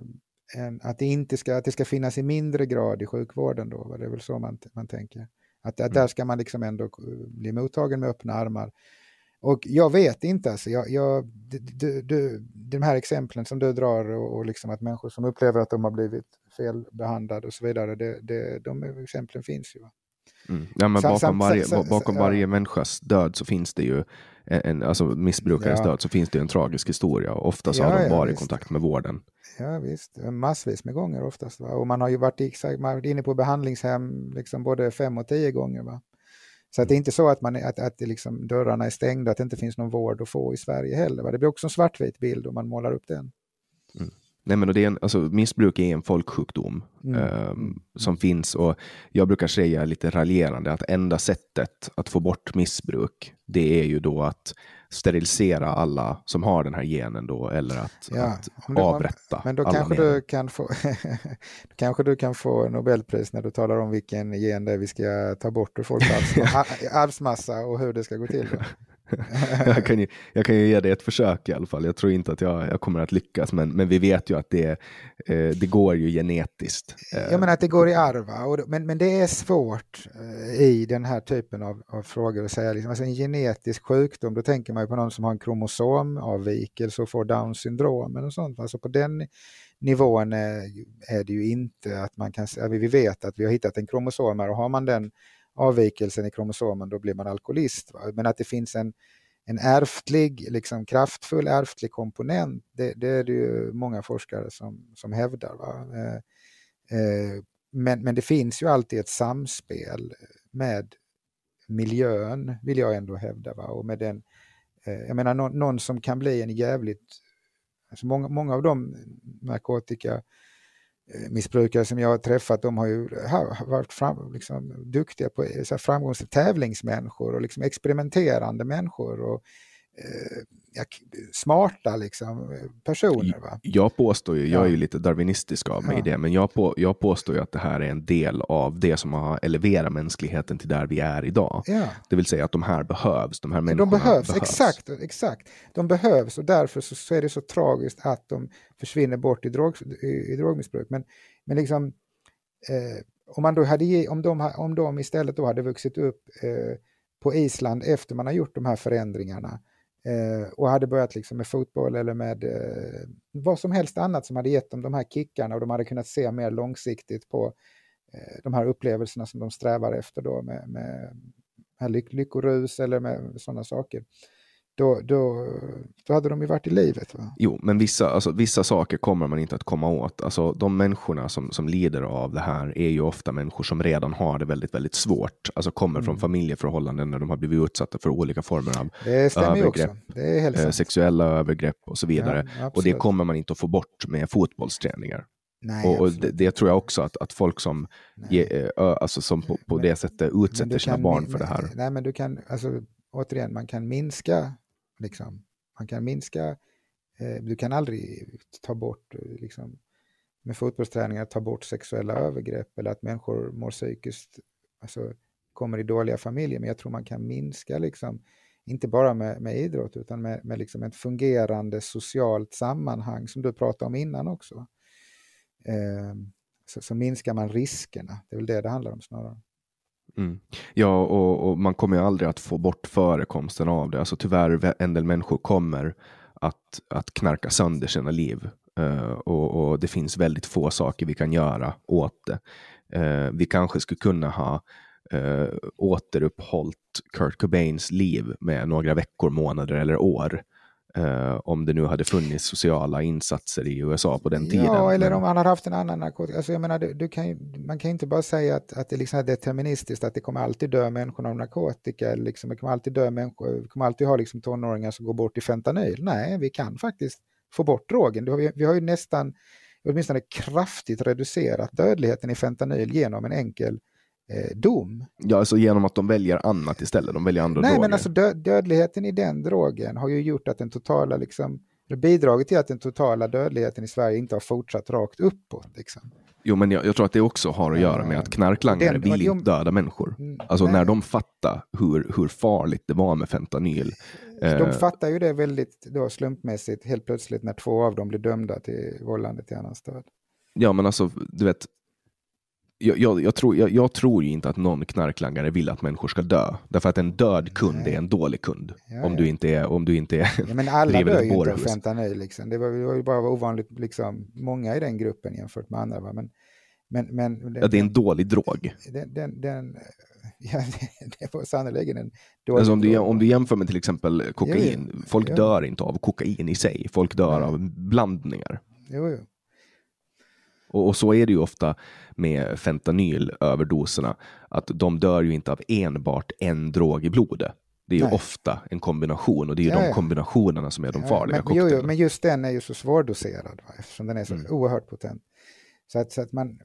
S9: En, att, det inte ska, att det ska finnas i mindre grad i sjukvården då, det är väl så man, man tänker. Att, att mm. där ska man liksom ändå bli mottagen med öppna armar. Och jag vet inte, alltså, jag, jag, du, du, de här exemplen som du drar och, och liksom att människor som upplever att de har blivit felbehandlade och så vidare, det, det, de exemplen finns ju.
S8: Mm. Ja, men bakom, samt, varje, samt, bakom ja. varje människas död så finns det ju en, alltså missbrukares ja. död så finns det en tragisk historia och ofta så ja, har de varit ja, i kontakt med vården.
S9: Ja visst, massvis med gånger oftast. Va? Och man har ju varit, i, varit inne på behandlingshem liksom både fem och tio gånger. Va? Så att det är inte så att, man, att, att det liksom, dörrarna är stängda, att det inte finns någon vård att få i Sverige heller. Va? Det blir också en svartvit bild om man målar upp den.
S8: Mm. Nej, men det är en, alltså, missbruk är en folksjukdom mm. um, som finns, och jag brukar säga lite raljerande att enda sättet att få bort missbruk, det är ju då att sterilisera alla som har den här genen då, eller att,
S9: ja,
S8: att du, avrätta
S9: men då
S8: alla
S9: kanske
S8: gener.
S9: du kan få då kanske du kan få Nobelpris när du talar om vilken gen det är vi ska ta bort ur folks arvsmassa och hur det ska gå till.
S8: jag, kan ju, jag kan ju ge det ett försök i alla fall. Jag tror inte att jag, jag kommer att lyckas, men, men vi vet ju att det, eh, det går ju genetiskt.
S9: Eh. Jag menar att det går i arva, och, men, men det är svårt eh, i den här typen av, av frågor att säga. Liksom, alltså en genetisk sjukdom, då tänker man ju på någon som har en kromosomavvikelse och får Downs syndrom och sånt. Alltså på den nivån är, är det ju inte att man kan säga, vi vet att vi har hittat en kromosom här, och har man den avvikelsen i kromosomen då blir man alkoholist. Va? Men att det finns en, en ärftlig, liksom kraftfull ärftlig komponent, det, det är det ju många forskare som, som hävdar. Va? Eh, eh, men, men det finns ju alltid ett samspel med miljön, vill jag ändå hävda. Va? Och med den, eh, jag menar någon, någon som kan bli en jävligt, alltså många, många av de narkotika missbrukare som jag har träffat, de har ju varit fram, liksom, duktiga på så här, framgångsrika tävlingsmänniskor och liksom experimenterande människor och eh, ja, smarta liksom, personer. Va?
S8: Jag påstår ju, jag är ju lite darwinistisk av mig
S9: ja.
S8: i det, men jag, på, jag påstår ju att det här är en del av det som har eleverat mänskligheten till där vi är idag.
S9: Ja.
S8: Det vill säga att de här behövs, de här människorna
S9: de behövs,
S8: behövs.
S9: Exakt, exakt. De behövs och därför så, så är det så tragiskt att de försvinner bort i, drog, i, i drogmissbruk. Men, men liksom eh, om, man då hade, om, de, om de istället då hade vuxit upp eh, på Island efter man har gjort de här förändringarna eh, och hade börjat liksom med fotboll eller med eh, vad som helst annat som hade gett dem de här kickarna och de hade kunnat se mer långsiktigt på eh, de här upplevelserna som de strävar efter då med, med här ly- lyckorus eller med sådana saker. Då, då, då hade de ju varit i livet. Va?
S8: Jo, men vissa, alltså, vissa saker kommer man inte att komma åt. Alltså, de människorna som, som lider av det här är ju ofta människor som redan har det väldigt, väldigt svårt. Alltså kommer mm. från familjeförhållanden när de har blivit utsatta för olika former av
S9: det stämmer
S8: övergrepp,
S9: också. Det är helt
S8: eh, sexuella övergrepp och så vidare. Ja, och det kommer man inte att få bort med fotbollsträningar.
S9: Nej,
S8: och och det, det tror jag också att, att folk som, ge, ö, alltså som på, på
S9: men,
S8: det sättet utsätter sina barn för det här.
S9: Nej, men du kan, alltså återigen, man kan minska liksom, man kan minska eh, du kan aldrig ta bort liksom, med fotbollsträningar ta bort sexuella övergrepp eller att människor mår psykiskt, alltså kommer i dåliga familjer, men jag tror man kan minska liksom, inte bara med, med idrott utan med, med liksom ett fungerande socialt sammanhang som du pratade om innan också. Eh, så, så minskar man riskerna, det är väl det det handlar om snarare.
S8: Mm. Ja, och, och man kommer ju aldrig att få bort förekomsten av det. Alltså tyvärr, en del människor kommer att, att knarka sönder sina liv. Uh, och, och det finns väldigt få saker vi kan göra åt det. Uh, vi kanske skulle kunna ha uh, återuppehållit Kurt Cobains liv med några veckor, månader eller år. Uh, om det nu hade funnits sociala insatser i U S A på den tiden.
S9: Ja, eller
S8: men...
S9: om han har haft en annan narkotika. Alltså jag menar, du, du kan ju, man kan inte bara säga att, att det liksom är deterministiskt, att det kommer alltid dö människor av narkotika. Eller liksom, det kommer alltid dö människor, vi kommer alltid ha liksom tonåringar som går bort i fentanyl. Nej, vi kan faktiskt få bort drogen. Vi, vi har ju nästan, åtminstone kraftigt reducerat dödligheten i fentanyl genom en enkel eh, dom.
S8: Ja, alltså genom att de väljer annat istället. De väljer andra
S9: Nej,
S8: droger.
S9: men alltså dö- dödligheten i den drogen har ju gjort att den totala liksom, bidragit till att den totala dödligheten i Sverige inte har fortsatt rakt uppåt. Liksom.
S8: Jo, men jag, jag tror att det också har att göra med att knarklangare
S9: den,
S8: vill inte döda människor. Alltså
S9: nej.
S8: När de fattar hur, hur farligt det var med fentanyl.
S9: De
S8: eh,
S9: fattar ju det väldigt då, slumpmässigt helt plötsligt när två av dem blir dömda till vållande till annans död.
S8: Ja, men alltså, du vet, jag, jag, jag, tror, jag, jag tror ju inte att någon knarklangare vill att människor ska dö. Därför att en död kund Nej. är en dålig kund.
S9: Ja,
S8: om,
S9: ja.
S8: Du inte är, om du inte är...
S9: Ja, men alla dör ju inte av fentanyl. Liksom. Det var, det var ju bara var ovanligt liksom, många i den gruppen jämfört med andra. Va? Men, men, men, den,
S8: ja, det är en dålig drog.
S9: Den, den, den, ja, det, det var sannoliken en dålig
S8: alltså om, du,
S9: drog.
S8: om du jämför med till exempel kokain.
S9: Jo,
S8: folk
S9: jo.
S8: dör inte av kokain i sig. Folk dör
S9: Nej.
S8: av blandningar.
S9: Jo, jo.
S8: Och, och så är det ju ofta med fentanylöverdoserna, att de dör ju inte av enbart en drog i blodet. Det är ju Nej. ofta en kombination, och det är ju
S9: ja,
S8: de
S9: ja.
S8: kombinationerna som är de
S9: ja,
S8: farliga
S9: men,
S8: cocktailna.
S9: jo, jo, men just den är ju så svårdoserad, va? Eftersom den är så mm. oerhört potent. Så att, så att man...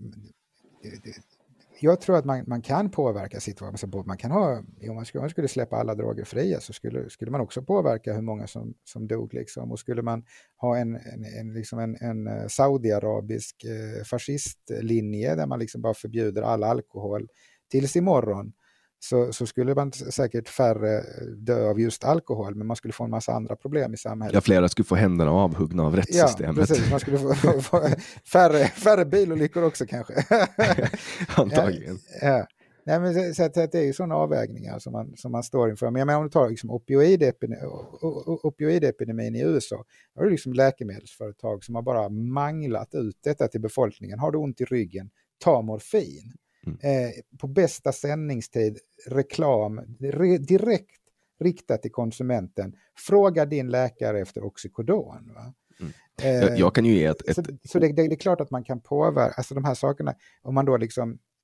S9: Jag tror att man, man kan påverka situationen. Man kan ha, om man skulle, om man skulle släppa alla droger fria så skulle, skulle man också påverka hur många som, som dog. Liksom. Och skulle man ha en, en, en, liksom en, en saudiarabisk eh, fascistlinje där man liksom bara förbjuder all alkohol tills imorgon, så, så skulle man säkert färre dö av just alkohol, men man skulle få en massa andra problem i samhället.
S8: Ja, flera skulle få händerna avhuggna av rättssystemet.
S9: Ja, precis. Man skulle få, få, få färre, färre bilolyckor också kanske.
S8: Antagligen.
S9: Ja, ja. Nej, men så, så att det är ju sådana avvägningar som man, som man står inför. Men jag menar, om du tar liksom opioidepidemin, opioidepidemin i U S A, då är det liksom läkemedelsföretag som har bara manglat ut detta till befolkningen. Har du ont i ryggen, ta morfin. Mm. Eh, på bästa sändningstid, reklam re, direkt riktat till konsumenten. Fråga din läkare efter Oxycodon. Va?
S8: Mm. Eh, jag kan ju ge ett... ett...
S9: Så, så det, det är klart att man kan påverka, alltså de här sakerna, om man då liksom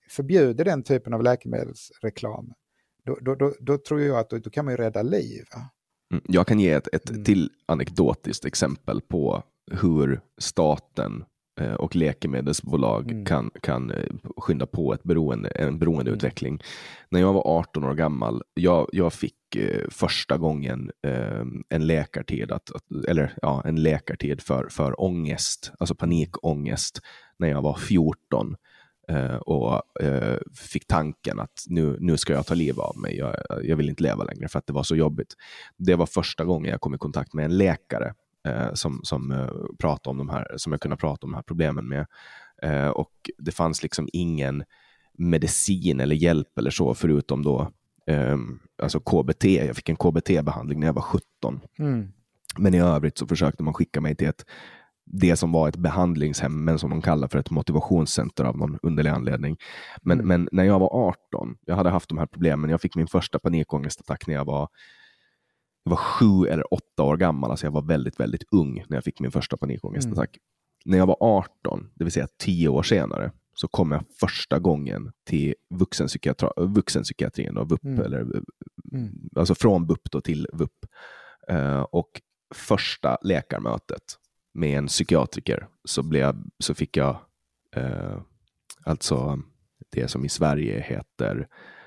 S9: förbjuder den typen av läkemedelsreklam, då, då, då, då tror jag att då, då kan man ju rädda liv.
S8: Mm. Jag kan ge ett, ett
S9: Mm.
S8: till anekdotiskt exempel på hur staten eh, och läkemedelsbolag
S9: Mm.
S8: kan, kan eh, skynda på ett beroende, en beroendeutveckling. Mm. När jag var arton år gammal, jag, jag fick eh, första gången eh, en läkartid, att, att, eller ja, en läkartid för, för ångest, alltså panikångest, när jag var fjorton. Uh, och uh, fick tanken att nu, nu ska jag ta liv av mig. Jag, jag vill inte leva längre för att det var så jobbigt. Det var första gången jag kom i kontakt med en läkare uh, som, som, uh, pratade om de här, som jag kunde prata om de här problemen med. Uh, och det fanns liksom ingen medicin eller hjälp eller så förutom då um, alltså K B T. Jag fick en K B T-behandling när jag var sjutton. Mm. Men i övrigt så försökte man skicka mig till ett det som var ett behandlingshem, men som de kallar för ett motivationscenter av någon underlig anledning. Men, mm. men när jag var arton, jag hade haft de här problemen. Jag fick min första panikångestattack när jag var, jag var sju eller åtta år gammal. Alltså jag var väldigt, väldigt ung när jag fick min första panikångestattack. Mm. När jag var arton, det vill säga tio år senare, så kom jag första gången till vuxenpsykiatri- vuxenpsykiatrin och V U P, mm. eller, mm. alltså från V U P då till V U P. Uh, och första läkarmötet med en psykiatriker så, blev, så fick jag eh, alltså det som i Sverige heter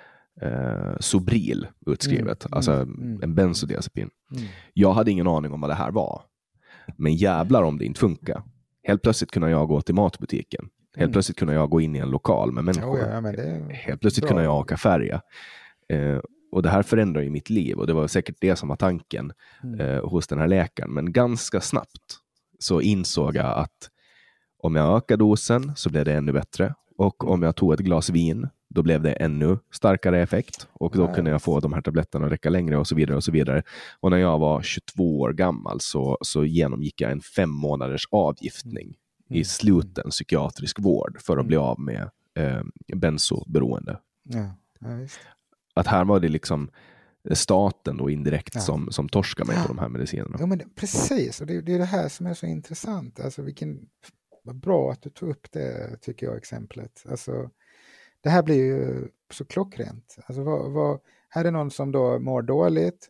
S8: eh, Sobril utskrivet. Mm, alltså mm, en bensodiazepin. Mm. Jag hade ingen aning om vad det här var. Men jävlar om det inte funkar. Helt plötsligt kunde jag gå till matbutiken. Helt mm. plötsligt kunde jag gå in i en lokal med människor.
S9: Oh, ja, men det är
S8: Helt plötsligt
S9: bra.
S8: kunde jag åka färja. Eh, och det här förändrar ju mitt liv. Och det var säkert det som var tanken mm. eh, hos den här läkaren. Men ganska snabbt så insåg jag att om jag ökar dosen så blev det ännu bättre. Och om jag tog ett glas vin, då blev det ännu starkare effekt. Och då kunde jag få de här tabletterna att räcka längre och så vidare och så vidare. Och när jag var tjugotvå år gammal så, så genomgick jag en fem månaders avgiftning mm. i sluten psykiatrisk vård för att mm. bli av med eh, benzoberoende.
S9: Ja, ja, visst.
S8: Att här var det liksom staten då indirekt ja. som, som torskar mig ja. på de här medicinerna.
S9: Ja, men det, precis, och det, det är det här som är så intressant. Alltså vilken, vad bra att du tog upp det, tycker jag, exemplet. Alltså, det här blir ju så klockrent. Alltså, vad, vad, här är någon som då mår dåligt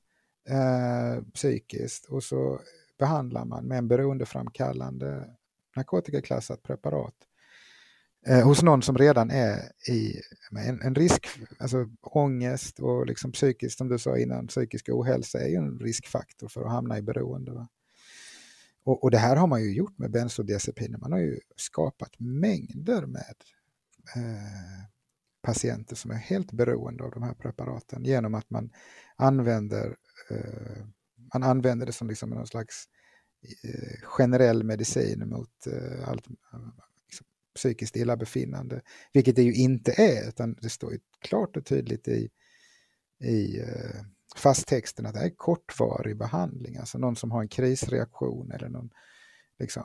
S9: eh, psykiskt och så behandlar man med en beroendeframkallande narkotikaklassat preparat. Eh, hos någon som redan är i en, en risk, alltså ångest och liksom psykiskt, som du sa innan, psykisk ohälsa är ju en riskfaktor för att hamna i beroende. Va? Och, och det här har man ju gjort med bensodiazepiner. Man har ju skapat mängder med eh, patienter som är helt beroende av de här preparaten genom att man använder, eh, man använder det som liksom någon slags eh, generell medicin mot eh, allt psykiskt illabefinnande, vilket det ju inte är, utan det står ju klart och tydligt i, i uh, fasttexten att det är kortvarig behandling, alltså någon som har en krisreaktion eller någon liksom,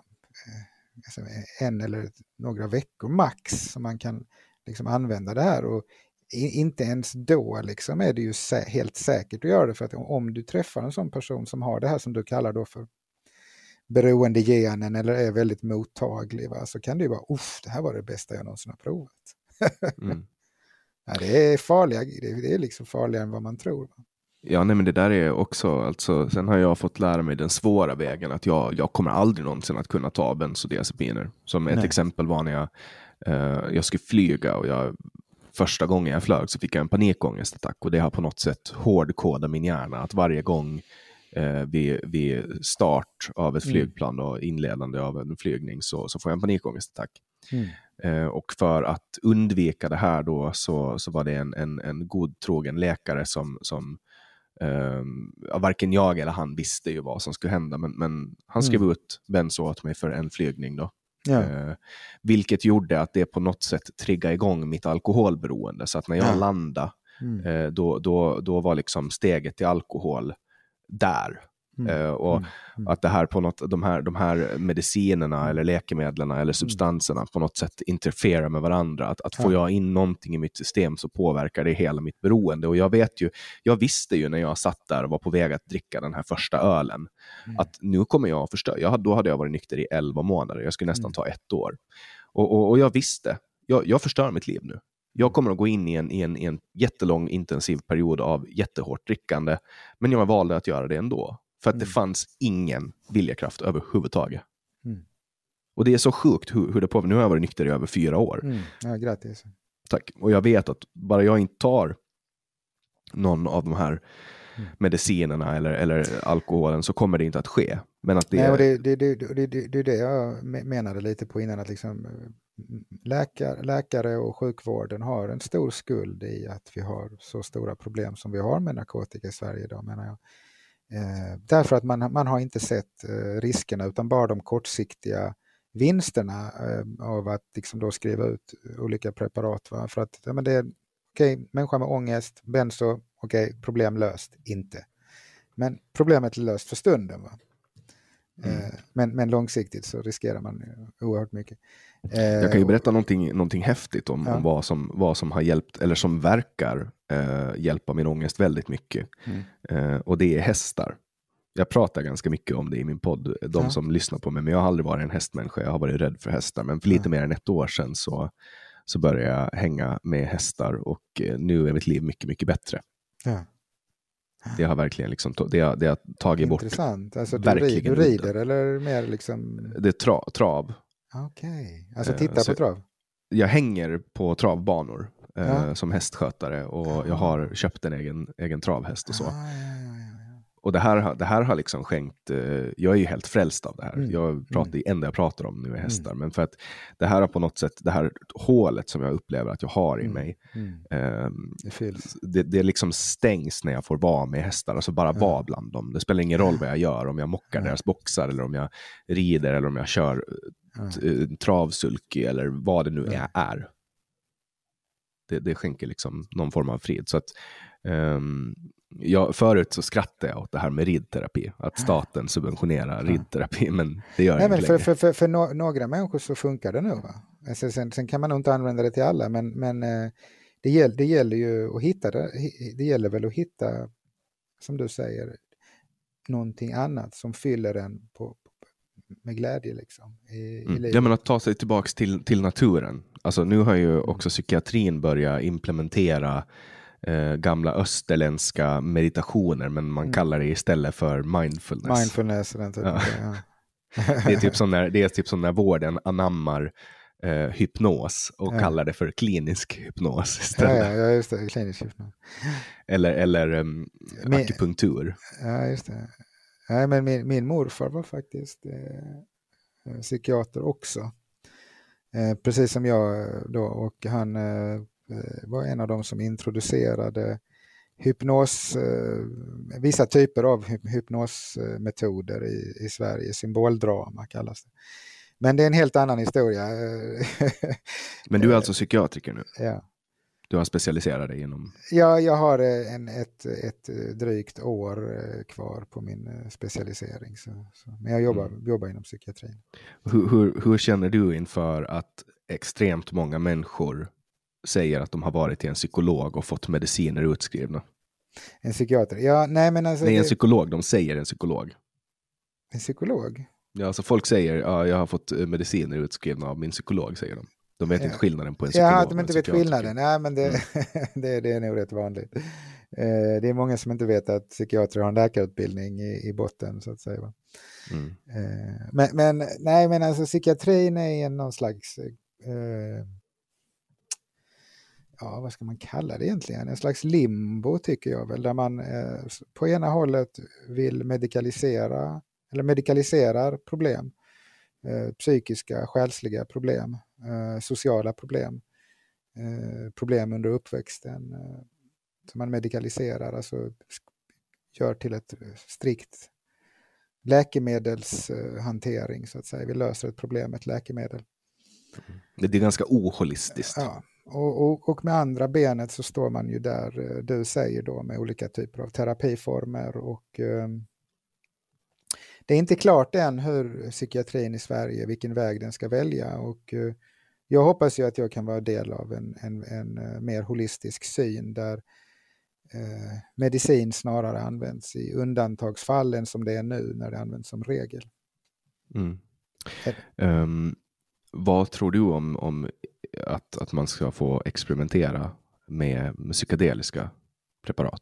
S9: uh, en eller några veckor max som man kan liksom använda det här, och i, inte ens då liksom är det ju sä- helt säkert att göra det, för att om du träffar en sån person som har det här som du kallar då för beroendegenen eller är väldigt mottaglig, va? Så kan det ju vara, uff, det här var det bästa jag någonsin har provat. mm. Ja, det är farliga, det är liksom farligare än vad man tror. Va?
S8: Ja, nej, men det där är också, alltså, sen har jag fått lära mig den svåra vägen att jag, jag kommer aldrig någonsin att kunna ta bensodiazepiner. Som ett nej. exempel var när jag, eh, jag skulle flyga och jag, första gången jag flög så fick jag en panikångestattack, och det har på något sätt hårdkodat min hjärna att varje gång Eh, vid, vid start av ett flygplan och inledande av en flygning så, så får jag en panikångestattack. Mm. Eh, och för att undvika det här då så, så var det en, en, en god trogen läkare som, som eh, varken jag eller han visste ju vad som skulle hända, men, men han skrev mm. ut benzo åt mig för en flygning då. Ja. Eh, vilket gjorde att det på något sätt triggade igång mitt alkoholberoende, så att när jag ja. landade mm. eh, då, då, då var liksom steget till alkohol där. Mm. Uh, och mm. Mm. att det här på något, de här, de här medicinerna eller läkemedlen eller substanserna mm. på något sätt interfererar med varandra. Att, att ja. får jag in någonting i mitt system så påverkar det hela mitt beroende. Och jag vet ju, jag visste ju när jag satt där och var på väg att dricka den här första ölen mm. att nu kommer jag att förstöra. Jag, då hade jag varit nykter i elva månader. Jag skulle nästan mm. ta ett år. Och, och, och jag visste, jag, jag förstör mitt liv nu. Jag kommer att gå in i en, i en, i en jättelång intensiv period av jättehårt drickande, men jag valde att göra det ändå. För att mm. det fanns ingen viljekraft överhuvudtaget. Mm. Och det är så sjukt hur, hur det påverkar. Nu har jag varit nykter i över fyra år.
S9: Mm. Ja, grattis.
S8: Tack. Och jag vet att bara jag inte tar någon av de här mm. medicinerna eller, eller alkoholen så kommer det inte att ske. Men att det...
S9: Nej, och det, det, det, det, det, det är det jag menade lite på innan, att liksom läkare, läkare och sjukvården har en stor skuld i att vi har så stora problem som vi har med narkotika i Sverige idag, menar jag. Eh, därför att man, man har inte sett eh, riskerna utan bara de kortsiktiga vinsterna eh, av att liksom då skriva ut olika preparat. Va? För att ja, men det är okej, okay, människa med ångest, benzo, okej, okay, problem löst, inte. Men problemet är löst för stunden. Va? Mm. Eh, men, men långsiktigt så riskerar man oerhört mycket. Eh,
S8: Jag kan ju berätta och, någonting, någonting häftigt om, ja. om vad, som, vad som har hjälpt, eller som verkar eh, hjälpa min ångest väldigt mycket. Mm. Eh, och det är hästar. Jag pratar ganska mycket om det i min podd, de ja. som lyssnar på mig, men jag har aldrig varit en hästmänniska, jag har varit rädd för hästar. Men för lite ja. mer än ett år sedan så, så började jag hänga med hästar och eh, nu är mitt liv mycket, mycket bättre. Ja. Det har verkligen liksom, det har, det har tagit bort.
S9: Intressant. Alltså du, rid, du rider eller mer liksom?
S8: Det är tra, trav.
S9: Okej, okay. Alltså titta uh, på trav?
S8: Jag hänger på travbanor uh, ja. som hästskötare och ja. jag har köpt en egen, egen travhäst och så. Ja, ja, ja, ja. Och det här, det här har liksom skänkt, uh, jag är ju helt frälst av det här. Mm. Jag pratar, mm. det enda jag pratar om nu är hästar. Mm. Men för att det här har på något sätt, det här hålet som jag upplever att jag har i mm. mig, mm. Um, det, det, det liksom stängs när jag får vara med hästar. Alltså bara ja. vara bland dem. Det spelar ingen roll vad jag gör, om jag mockar ja. deras boxar eller om jag rider eller om jag kör ja. t- travsulky eller vad det nu ja. är. Det, det skänker liksom någon form av frid. Så att um, jag, förut så skrattade jag åt det här med ridterapi. Att staten subventionerar ja. ridterapi, men det gör jag inte
S9: för,
S8: längre.
S9: För, för, för no- några människor så funkar det nu, va? Alltså, sen, sen kan man nog inte använda det till alla, men, men eh, det, gäll, det gäller ju att hitta det. Det gäller väl att hitta, som du säger, någonting annat som fyller en på, med glädje liksom. I,
S8: mm.
S9: i livet.
S8: Ja, men att ta sig tillbaka till, till naturen. Alltså nu har ju också psykiatrin börjat implementera eh, gamla österländska meditationer, men man mm. kallar det istället för mindfulness.
S9: Mindfulness, den typen, ja. Ja.
S8: det, är typ som när, det är typ som när vården anammar eh, hypnos och ja. kallar det för klinisk hypnos istället.
S9: Ja, ja just det, klinisk hypnos.
S8: Eller, eller um, min, akupunktur.
S9: Ja, just det. Nej, men min, min morfar var faktiskt eh, psykiater också. Eh, precis som jag då, och han eh, var en av de som introducerade hypnos, eh, vissa typer av hypnosmetoder i, i Sverige, symboldrama kallas det. Men det är en helt annan historia.
S8: Men du är alltså psykiatriker nu?
S9: Ja.
S8: Du har specialiserat dig inom?
S9: Ja, jag har en, ett, ett drygt år kvar på min specialisering. Så, så. Men jag jobbar, mm. jobbar inom psykiatrin.
S8: Hur, hur, hur känner du inför att extremt många människor säger att de har varit till en psykolog och fått mediciner utskrivna?
S9: En psykiater? Ja, nej men alltså...
S8: Nej, en psykolog. De säger en psykolog.
S9: En psykolog?
S8: Ja, alltså folk säger, ja, jag har fått mediciner utskrivna av min psykolog, säger de. De vet ja. inte skillnaden på en psykolog.
S9: Ja, de inte vet skillnaden. Nej, men det, mm. det, det är nog rätt vanligt. Eh, det är många som inte vet att psykiatrer har en läkarutbildning i, i botten, så att säga. Va? Mm. Eh, men, men, nej, men alltså psykiatrin är någon slags... Eh, ja, vad ska man kalla det egentligen? En slags limbo tycker jag väl, där man eh, på ena hållet vill medikalisera, eller medikaliserar problem. Eh, psykiska, själsliga problem, eh, sociala problem, eh, problem under uppväxten eh, som man medikaliserar, alltså gör till ett strikt läkemedelshantering eh, så att säga. Vi löser ett problem med ett läkemedel.
S8: Det är ganska oholistiskt.
S9: Ja, och, och, och med andra benet så står man ju där eh, du säger då med olika typer av terapiformer och eh, det är inte klart än hur psykiatrin i Sverige, vilken väg den ska välja, och uh, jag hoppas ju att jag kan vara del av en, en, en uh, mer holistisk syn där uh, medicin snarare används i undantagsfallen som det är nu när det används som regel.
S8: Mm. Um, vad tror du om, om att, att man ska få experimentera med, med psykedeliska preparat?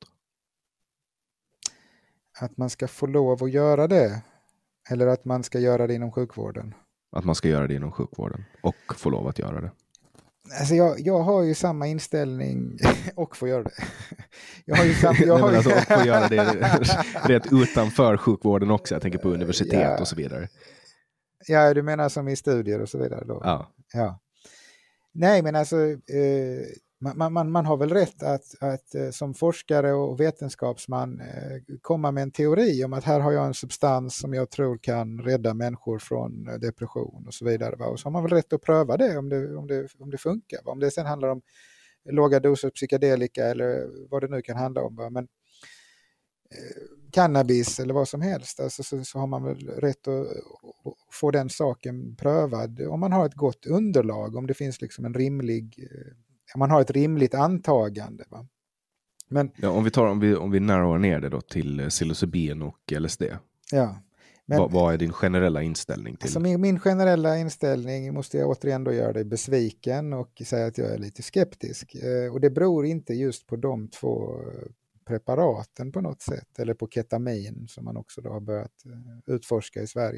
S9: Att man ska få lov att göra det? Eller att man ska göra det inom sjukvården?
S8: Att man ska göra det inom sjukvården och få lov att göra det.
S9: Alltså jag, jag har ju samma inställning och får göra det. Jag har ju samma, jag har ju...
S8: alltså, och få göra det rätt utanför sjukvården också. Jag tänker på universitet ja. och så vidare.
S9: Ja, du menar som i studier och så vidare då?
S8: Ja.
S9: ja. Nej, men alltså eh, man, man, man har väl rätt att, att eh, som forskare och vetenskapsman eh, komma med en teori om att här har jag en substans som jag tror kan rädda människor från eh, depression och så vidare. Va? Och så har man väl rätt att pröva det om det, om det, om det funkar. Va? Om det sen handlar om låga doser psykedelika eller vad det nu kan handla om. Va? Men eh, cannabis eller vad som helst, alltså, så, så har man väl rätt att, att få den saken prövad om man har ett gott underlag, om det finns liksom en rimlig, om man har ett rimligt antagande. Va? Men,
S8: ja, om vi tar om vi, om vi narrowar ner det då till psilocybin och L S D.
S9: Ja. Men,
S8: vad, vad är din generella inställning till?
S9: Alltså min, min generella inställning måste jag återigen då göra dig besviken och säga att jag är lite skeptisk. Eh, och det beror inte just på de två preparaten på något sätt, eller på ketamin som man också då har börjat utforska i Sverige.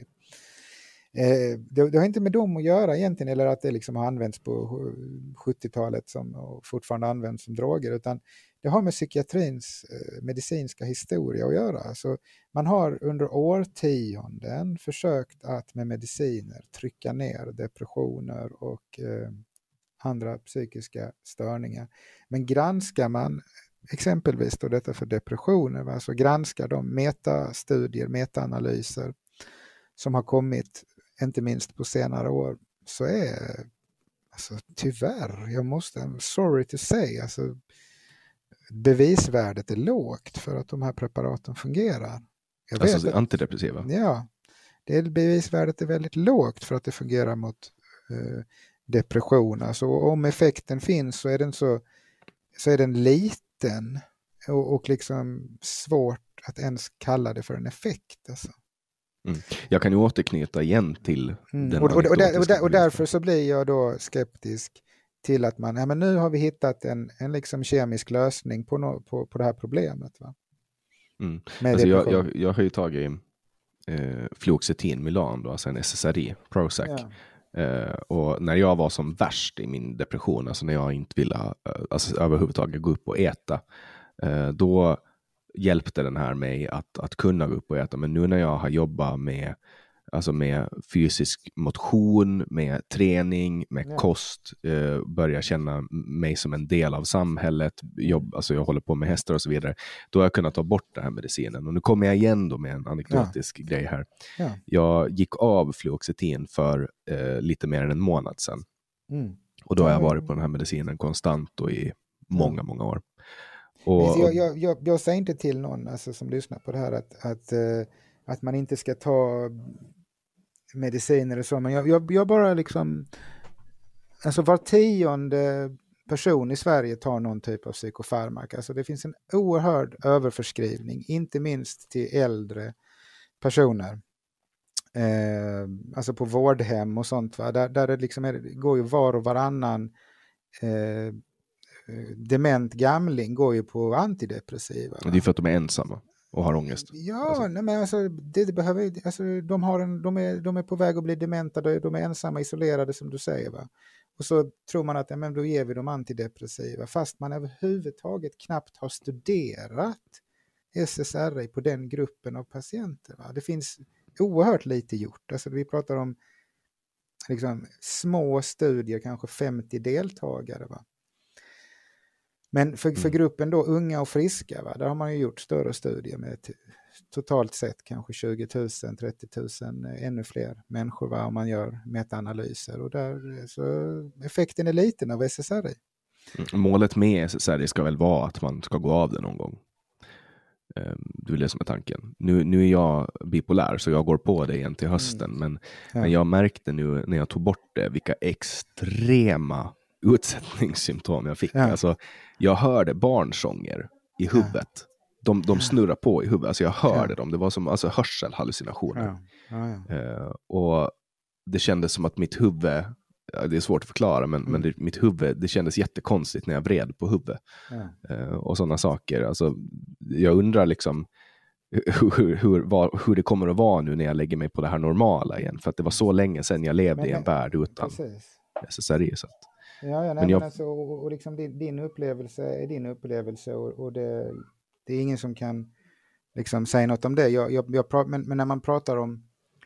S9: Eh, det, det har inte med dem att göra egentligen, eller att det liksom har använts på sjuttiotalet som, och fortfarande används som droger, utan det har med psykiatrins eh, medicinska historia att göra. Så man har under årtionden försökt att med mediciner trycka ner depressioner och eh, andra psykiska störningar. Men granskar man exempelvis då detta för depressioner, va? Så granskar de metastudier, metaanalyser som har kommit inte minst på senare år, så är alltså, tyvärr, jag måste, sorry to say, alltså, bevisvärdet är lågt för att de här preparaten fungerar. Jag
S8: alltså
S9: vet att,
S8: antidepressiva?
S9: Ja, det är, bevisvärdet är väldigt lågt för att det fungerar mot eh, depression. Alltså, om effekten finns så är den så, så är den liten och, och liksom svårt att ens kalla det för en effekt. Alltså.
S8: Mm. Jag kan ju återknyta igen till
S9: mm.
S8: den
S9: och, och, och, där, och, där, och därför så blir jag då skeptisk till att man, ja men nu har vi hittat en, en liksom kemisk lösning på, no, på, på det här problemet. Va?
S8: Mm. Alltså jag, jag, jag har ju tagit eh, fluoxetin Milan då, alltså en S S R I, Prozac. Ja. Uh, och när jag var som värst i min depression, alltså när jag inte ville uh, alltså överhuvudtaget gå upp och äta, uh, då hjälpte den här mig att, att kunna gå upp och äta. Men nu när jag har jobbat med, alltså med fysisk motion, med träning, med ja. kost, uh, börjar känna mig som en del av samhället, jobb, alltså jag håller på med hästar och så vidare, då har jag kunnat ta bort den här medicinen. Och nu kommer jag igen då med en anekdotisk ja. grej här. Ja. Jag gick av fluoxetin för uh, lite mer än en månad sedan. Mm. Och då har jag varit på den här medicinen konstant och i många, många år. Och,
S9: jag, jag, jag, jag säger inte till någon alltså, som lyssnar på det här att, att, uh, att man inte ska ta mediciner eller så, men jag, jag, jag bara liksom, alltså var tionde person i Sverige tar någon typ av psykofarmaka. Alltså det finns en oerhörd överförskrivning, inte minst till äldre personer. Eh, alltså på vårdhem och sånt, va? Där, där det liksom är, går ju var och varannan eh, dement gamling går ju på antidepressiva.
S8: Va? Det är för att de är ensamma och har ångest.
S9: Ja,
S8: alltså.
S9: Nej, men alltså, det, det behöver, alltså, de, har en, de, är, de är på väg att bli dementa, de är ensamma, isolerade som du säger. Va? Och så tror man att ja, men då ger vi dem antidepressiva, fast man överhuvudtaget knappt har studerat S S R I på den gruppen av patienter. Va? Det finns oerhört lite gjort. Alltså, vi pratar om liksom, små studier, kanske femtio deltagare. Va? Men för, för gruppen då unga och friska, va, där har man ju gjort större studier med t- totalt sett kanske tjugo tusen, trettio tusen, ännu fler människor, va, om man gör metaanalyser. Och där, så effekten är liten av S S R I.
S8: Mm, målet med S S R I ska väl vara att man ska gå av det någon gång. Det är det som är tanken. Nu, nu är jag bipolär så jag går på det igen till hösten. Mm. Men, ja. men jag märkte nu när jag tog bort det vilka extrema utsättningssymptom jag fick. Ja. Alltså, jag hörde barnsånger i huvudet. Ja. De, de snurrar på i huvudet. Alltså jag hörde ja. dem. Det var som alltså, hörselhallucinationer.
S9: Ja. Ja, ja.
S8: Uh, och det kändes som att mitt huvud, ja, det är svårt att förklara, men, mm. men det, mitt huvud, det kändes jättekonstigt när jag vred på huvudet. Ja. Uh, och sådana saker. Alltså, jag undrar liksom hur, hur, hur, var, hur det kommer att vara nu när jag lägger mig på det här normala igen. För att det var så länge sedan jag levde men, i en värld utan S S R I. Så att,
S9: ja, ja, nej, men jag, men alltså, och, och liksom din, din upplevelse är din upplevelse och, och det, det är ingen som kan liksom säga något om det. Jag, jag, jag pra, men, men när man pratar om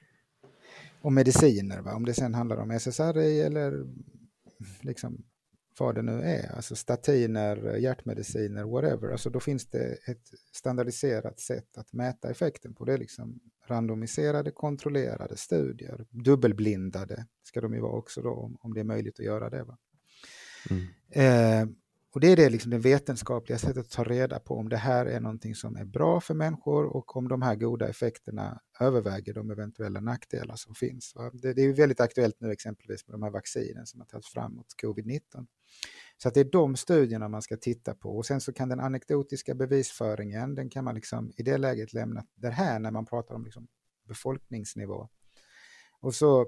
S9: om mediciner, va? Om det sen handlar om S S R I eller liksom vad det nu är, alltså statiner, hjärtmediciner, whatever, alltså då finns det ett standardiserat sätt att mäta effekten på det, liksom randomiserade, kontrollerade studier, dubbelblindade ska de ju vara också då, om, om det är möjligt att göra det, va? Mm. Eh, och det är det liksom det vetenskapliga sättet att ta reda på om det här är någonting som är bra för människor och om de här goda effekterna överväger de eventuella nackdelar som finns. Va? Det, det är ju väldigt aktuellt nu exempelvis med de här vaccinen som har tagits fram mot covid nitton. Så att det är de studierna man ska titta på och sen så kan den anekdotiska bevisföringen, den kan man liksom i det läget lämna där här när man pratar om liksom befolkningsnivå. Och så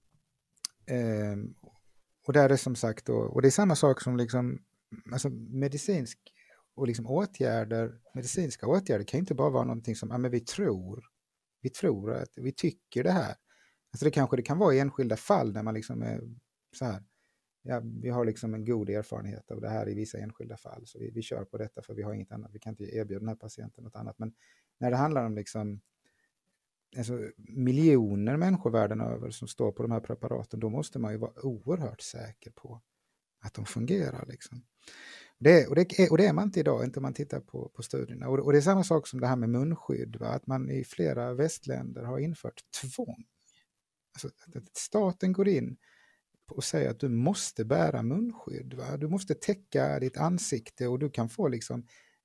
S9: eh, och där är som sagt då, och det är samma sak som liksom alltså medicinsk och liksom åtgärder, medicinska åtgärder kan inte bara vara någonting som ja, men vi tror, vi tror att vi tycker det här. Alltså det kanske det kan vara i enskilda fall när man liksom är så här, ja, vi har liksom en god erfarenhet av det här i vissa enskilda fall så vi, vi kör på detta för vi har inget annat, vi kan inte erbjuda den här patienten något annat. Men när det handlar om liksom alltså miljoner människor världen över som står på de här preparaten, då måste man ju vara oerhört säker på att de fungerar liksom. Det, och, det är, och det är man inte idag, inte om man tittar på, på studierna. Och, och det är samma sak som det här med munskydd, va? Att man i flera västländer har infört tvång. Alltså att staten går in och säger att du måste bära munskydd, va? Du måste täcka ditt ansikte och du kan få liksom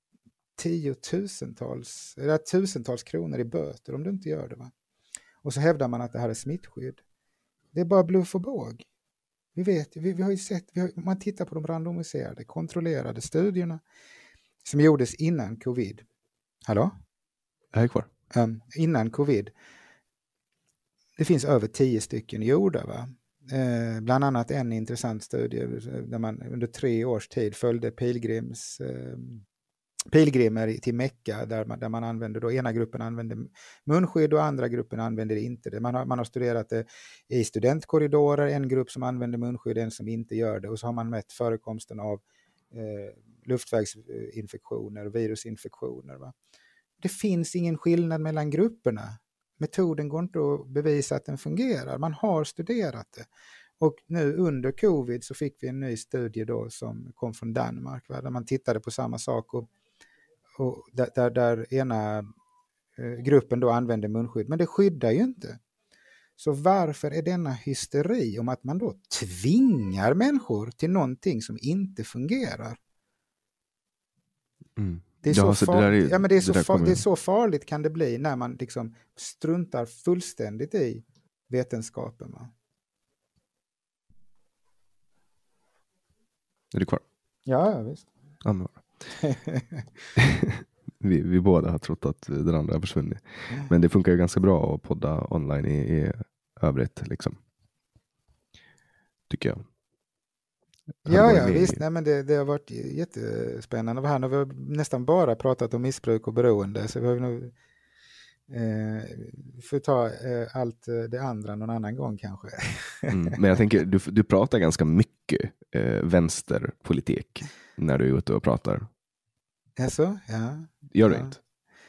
S9: tiotusentals eller tusentals kronor i böter om du inte gör det, va? Och så hävdar man att det här är smittskydd. Det är bara bluff och båg. Vi vet, vi, vi har ju sett, vi har, man tittar på de randomiserade, kontrollerade studierna som gjordes innan covid. Hallå?
S8: Jag är kvar.
S9: Um, innan covid. Det finns över tio stycken gjorda, va? Eh, bland annat en intressant studie där man under tre års tid följde pilgrims eh, pilgrimer till Mecka där man, där man använder då, ena gruppen använder munskydd och andra gruppen använder inte det. Man har, man har studerat det i studentkorridorer, en grupp som använder munskydd, en som inte gör det, och så har man mätt förekomsten av eh, luftvägsinfektioner och virusinfektioner, va? Det finns ingen skillnad mellan grupperna. Metoden går inte att bevisa att den fungerar. Man har studerat det. Och nu under covid så fick vi en ny studie då som kom från Danmark, va? Där man tittade på samma sak och Och där, där, där ena eh, gruppen då använder munskydd. Men det skyddar ju inte. Så varför är denna hysteri om att man då tvingar människor till någonting som inte fungerar?
S8: Mm.
S9: Det är, ja, så alltså, far... det är, ja, men det, är så det, far... det är så farligt kan det bli när man liksom struntar fullständigt i vetenskapen. Va?
S8: Är du kvar?
S9: Ja, ja visst.
S8: Ja, men... vi, vi båda har trott att den andra har försvunnit. Mm. Men det funkar ju ganska bra att podda online i, i övrigt liksom. Tycker jag.
S9: Ja, ja visst. Nej, men det, det har varit jättespännande. Och här har vi nästan bara pratat om missbruk och beroende. Så vi har nog eh, får ta eh, allt det andra någon annan gång kanske.
S8: mm, men jag tänker, du, du pratar ganska mycket eh, vänsterpolitik när du är ute och pratar.
S9: Alltså, ja.
S8: Gör du
S9: ja.
S8: inte?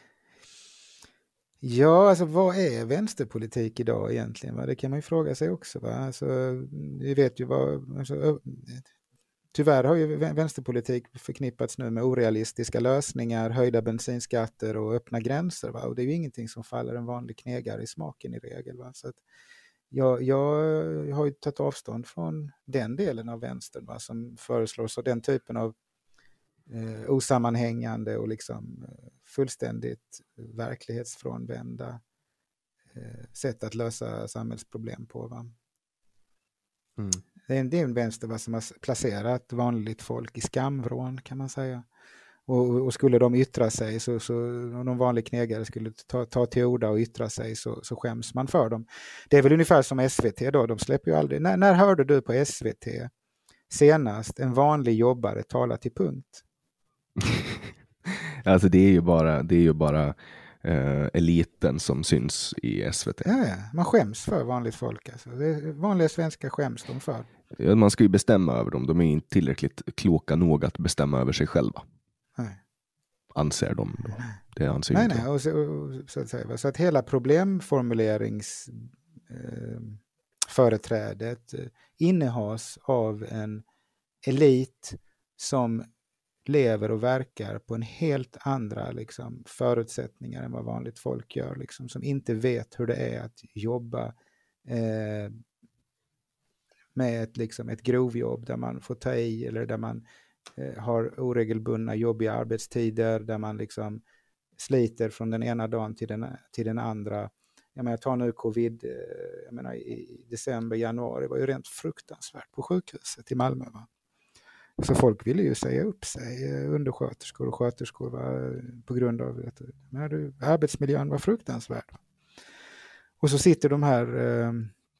S9: Ja, alltså vad är vänsterpolitik idag egentligen? Va? Det kan man ju fråga sig också. Va? Alltså, vi vet ju vad... Alltså, tyvärr har ju vänsterpolitik förknippats nu med orealistiska lösningar, höjda bensinskatter och öppna gränser. Va? Och det är ju ingenting som faller en vanlig knegare i smaken i regel. Va? Så att jag, jag har ju tagit avstånd från den delen av vänstern, va? Som föreslår så den typen av eh, osammanhängande och liksom eh, fullständigt verklighetsfrånvända eh, sätt att lösa samhällsproblem på. Va? Mm. Det är en, det är en vänster, va, som har placerat vanligt folk i skamvrån kan man säga. Och, och skulle de yttra sig, så, så någon vanlig knegare skulle ta, ta till orda och yttra sig, så, så skäms man för dem. Det är väl ungefär som S V T då, de släpper ju aldrig. När, när hörde du på S V T senast en vanlig jobbare tala till punkt?
S8: Alltså det är ju bara, det är ju bara eh, eliten som syns i S V T.
S9: Ja, ja, man skäms för vanligt folk. Alltså. Det är, vanliga svenskar skäms de för.
S8: Ja, man ska ju bestämma över dem. De är inte tillräckligt kloka nog att bestämma över sig själva.
S9: Nej.
S8: Anser de då. Det anser
S9: nej,
S8: inte.
S9: nej. Och så, och, så, att säga, så att hela problemformulerings eh, företrädet eh, innehas av en elit som lever och verkar på en helt andra liksom, förutsättningar än vad vanligt folk gör. Liksom, som inte vet hur det är att jobba eh, med ett, liksom, ett grovjobb där man får ta i, eller där man eh, har oregelbundna jobbiga arbetstider, där man liksom sliter från den ena dagen till den, till den andra. Jag menar, jag tar nu covid, eh, jag menar, i december, januari var ju rent fruktansvärt på sjukhuset i Malmö, va? Så folk ville ju säga upp sig, undersköterskor och sköterskor, va, på grund av att men du, arbetsmiljön var fruktansvärd. Och så sitter de här eh,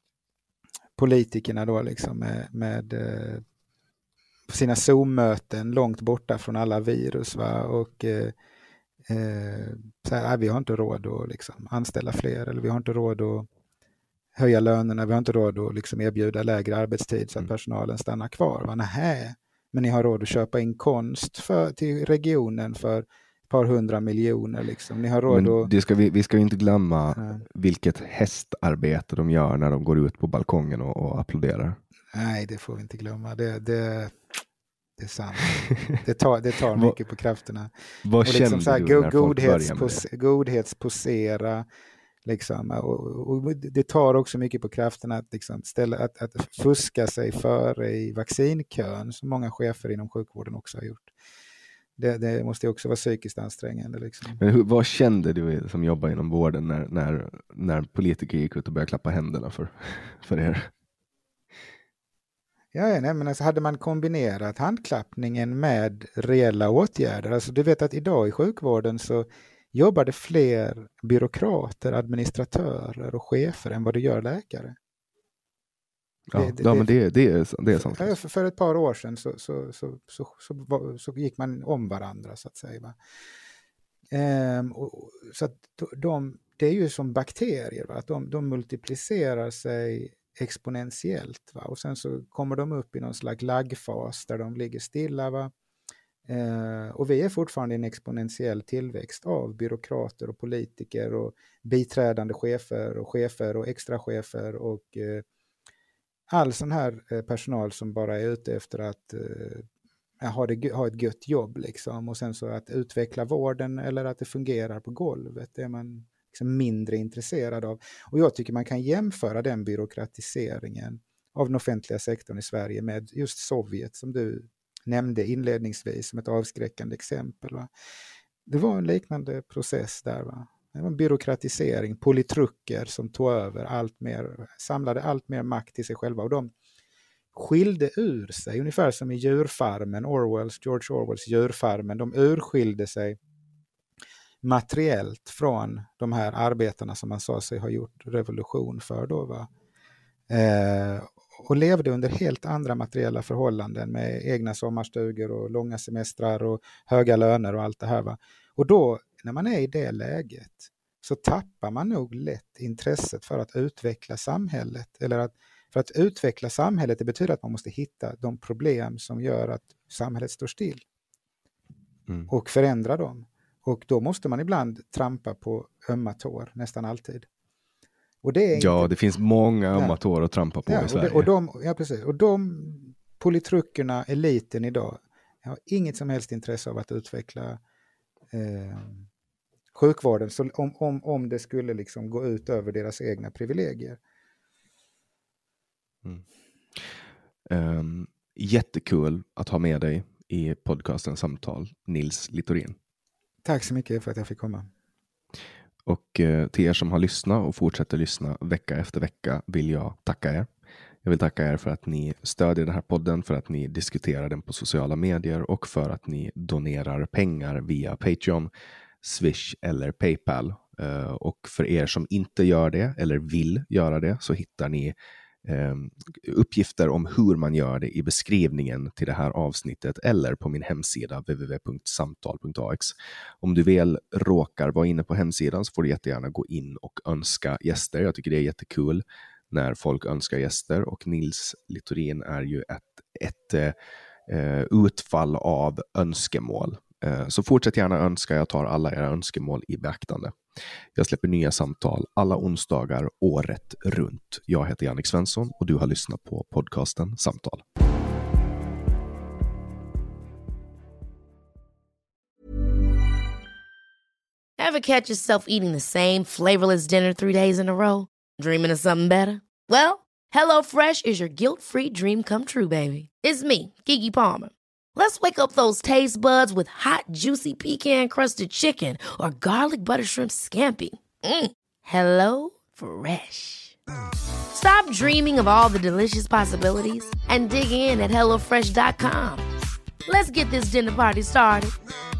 S9: politikerna då liksom med, med eh, sina Zoom-möten långt borta från alla virus, va, och eh, eh, så här, vi har inte råd att liksom anställa fler, eller vi har inte råd att höja lönerna, vi har inte råd att liksom erbjuda lägre arbetstid så att personalen stannar kvar. Va? Nähä. Men ni har råd att köpa in konst för, till regionen för ett par hundra miljoner. Liksom. Ni har råd
S8: Men
S9: att...
S8: det ska vi, vi ska ju inte glömma
S9: Nej.
S8: vilket hästarbete de gör när de går ut på balkongen och, och applåderar.
S9: Nej, det får vi inte glömma. Det, det, det är sant. Det tar, det tar mycket på krafterna.
S8: Vad
S9: och liksom
S8: kände
S9: så här,
S8: du när folk
S9: godhets,
S8: började med det?
S9: Godhetsposera. Liksom, och, och det tar också mycket på kraften att, liksom, ställa, att, att fuska sig före i vaccinkön, som många chefer inom sjukvården också har gjort. Det, det måste också vara psykiskt ansträngande. Liksom.
S8: Men hur, vad kände du som jobbar inom vården när, när, när politiker gick ut och började klappa händerna för, för er?
S9: Ja, nej, men alltså hade man kombinerat handklappningen med reella åtgärder, alltså du vet att idag i sjukvården så jobbar det fler byråkrater, administratörer och chefer än vad det gör läkare.
S8: Ja,
S9: det, det,
S8: ja men det, det, är, det är sant.
S9: För, för ett par år sedan så, så, så, så, så, så gick man om varandra, så att säga. Va? Ehm, och, så att de, det är ju som bakterier, va? Att de, de multiplicerar sig exponentiellt. Va? Och sen så kommer de upp i någon slags laggfas där de ligger stilla, va? Eh, och vi är fortfarande i en exponentiell tillväxt av byråkrater och politiker och biträdande chefer och chefer och extrachefer och eh, all sån här eh, personal som bara är ute efter att eh, ha, det, ha ett gött jobb liksom, och sen så att utveckla vården eller att det fungerar på golvet, det är man liksom mindre intresserad av. Och jag tycker man kan jämföra den byråkratiseringen av den offentliga sektorn i Sverige med just Sovjet som du nämnde inledningsvis som ett avskräckande exempel. Va? Det var en liknande process där. Va? Det var en byråkratisering, politruker som tog över allt mer, samlade allt mer makt till sig själva, och de skilde ur sig, ungefär som i djurfarmen, Orwells, George Orwells djurfarmen, de urskilde sig materiellt från de här arbetarna som man sa sig ha gjort revolution för då. Va? Eh, och levde under helt andra materiella förhållanden med egna sommarstugor och långa semestrar och höga löner och allt det här. Va? Och då, när man är i det läget, så tappar man nog lätt intresset för att utveckla samhället. Eller att, för att utveckla samhället, det betyder att man måste hitta de problem som gör att samhället står still. Mm. Och förändra dem. Och då måste man ibland trampa på ömma tår, nästan alltid. Och det är
S8: ja,
S9: inte...
S8: det finns många ömma tår att trampa på
S9: ja,
S8: i Sverige.
S9: Och de, ja, precis. Och de politrukerna, eliten idag, har inget som helst intresse av att utveckla eh, sjukvården, så om, om, om det skulle liksom gå ut över deras egna privilegier.
S8: Mm. Um, jättekul att ha med dig i podcasten Samtal, Nils Littorin.
S9: Tack så mycket för att jag fick komma.
S8: Och eh, till er som har lyssnat och fortsätter lyssna vecka efter vecka vill jag tacka er. Jag vill tacka er för att ni stödjer den här podden, för att ni diskuterar den på sociala medier och för att ni donerar pengar via Patreon, Swish eller PayPal. Och för er som inte gör det eller vill göra det så hittar ni uppgifter om hur man gör det i beskrivningen till det här avsnittet eller på min hemsida w w w punkt samtal punkt a x. Om du väl råkar vara inne på hemsidan så får du jättegärna gå in och önska gäster. Jag tycker det är jättekul när folk önskar gäster, och Nils Littorin är ju ett, ett eh, utfall av önskemål. Eh, så fortsätt gärna önska, jag tar alla era önskemål i beaktande. Jag släpper nya samtal alla onsdagar året runt. Jag heter Jannik Svensson och du har lyssnat på podcasten Samtal.
S1: Ever catch yourself eating the same flavorless dinner three days in a row? Dreaming of something better? Well, HelloFresh is your guilt-free dream come true, baby. It's me, Keke Palmer. Let's wake up those taste buds with hot, juicy pecan-crusted chicken or garlic butter shrimp scampi. Mm. Hello Fresh. Stop dreaming of all the delicious possibilities and dig in at hello fresh dot com. Let's get this dinner party started.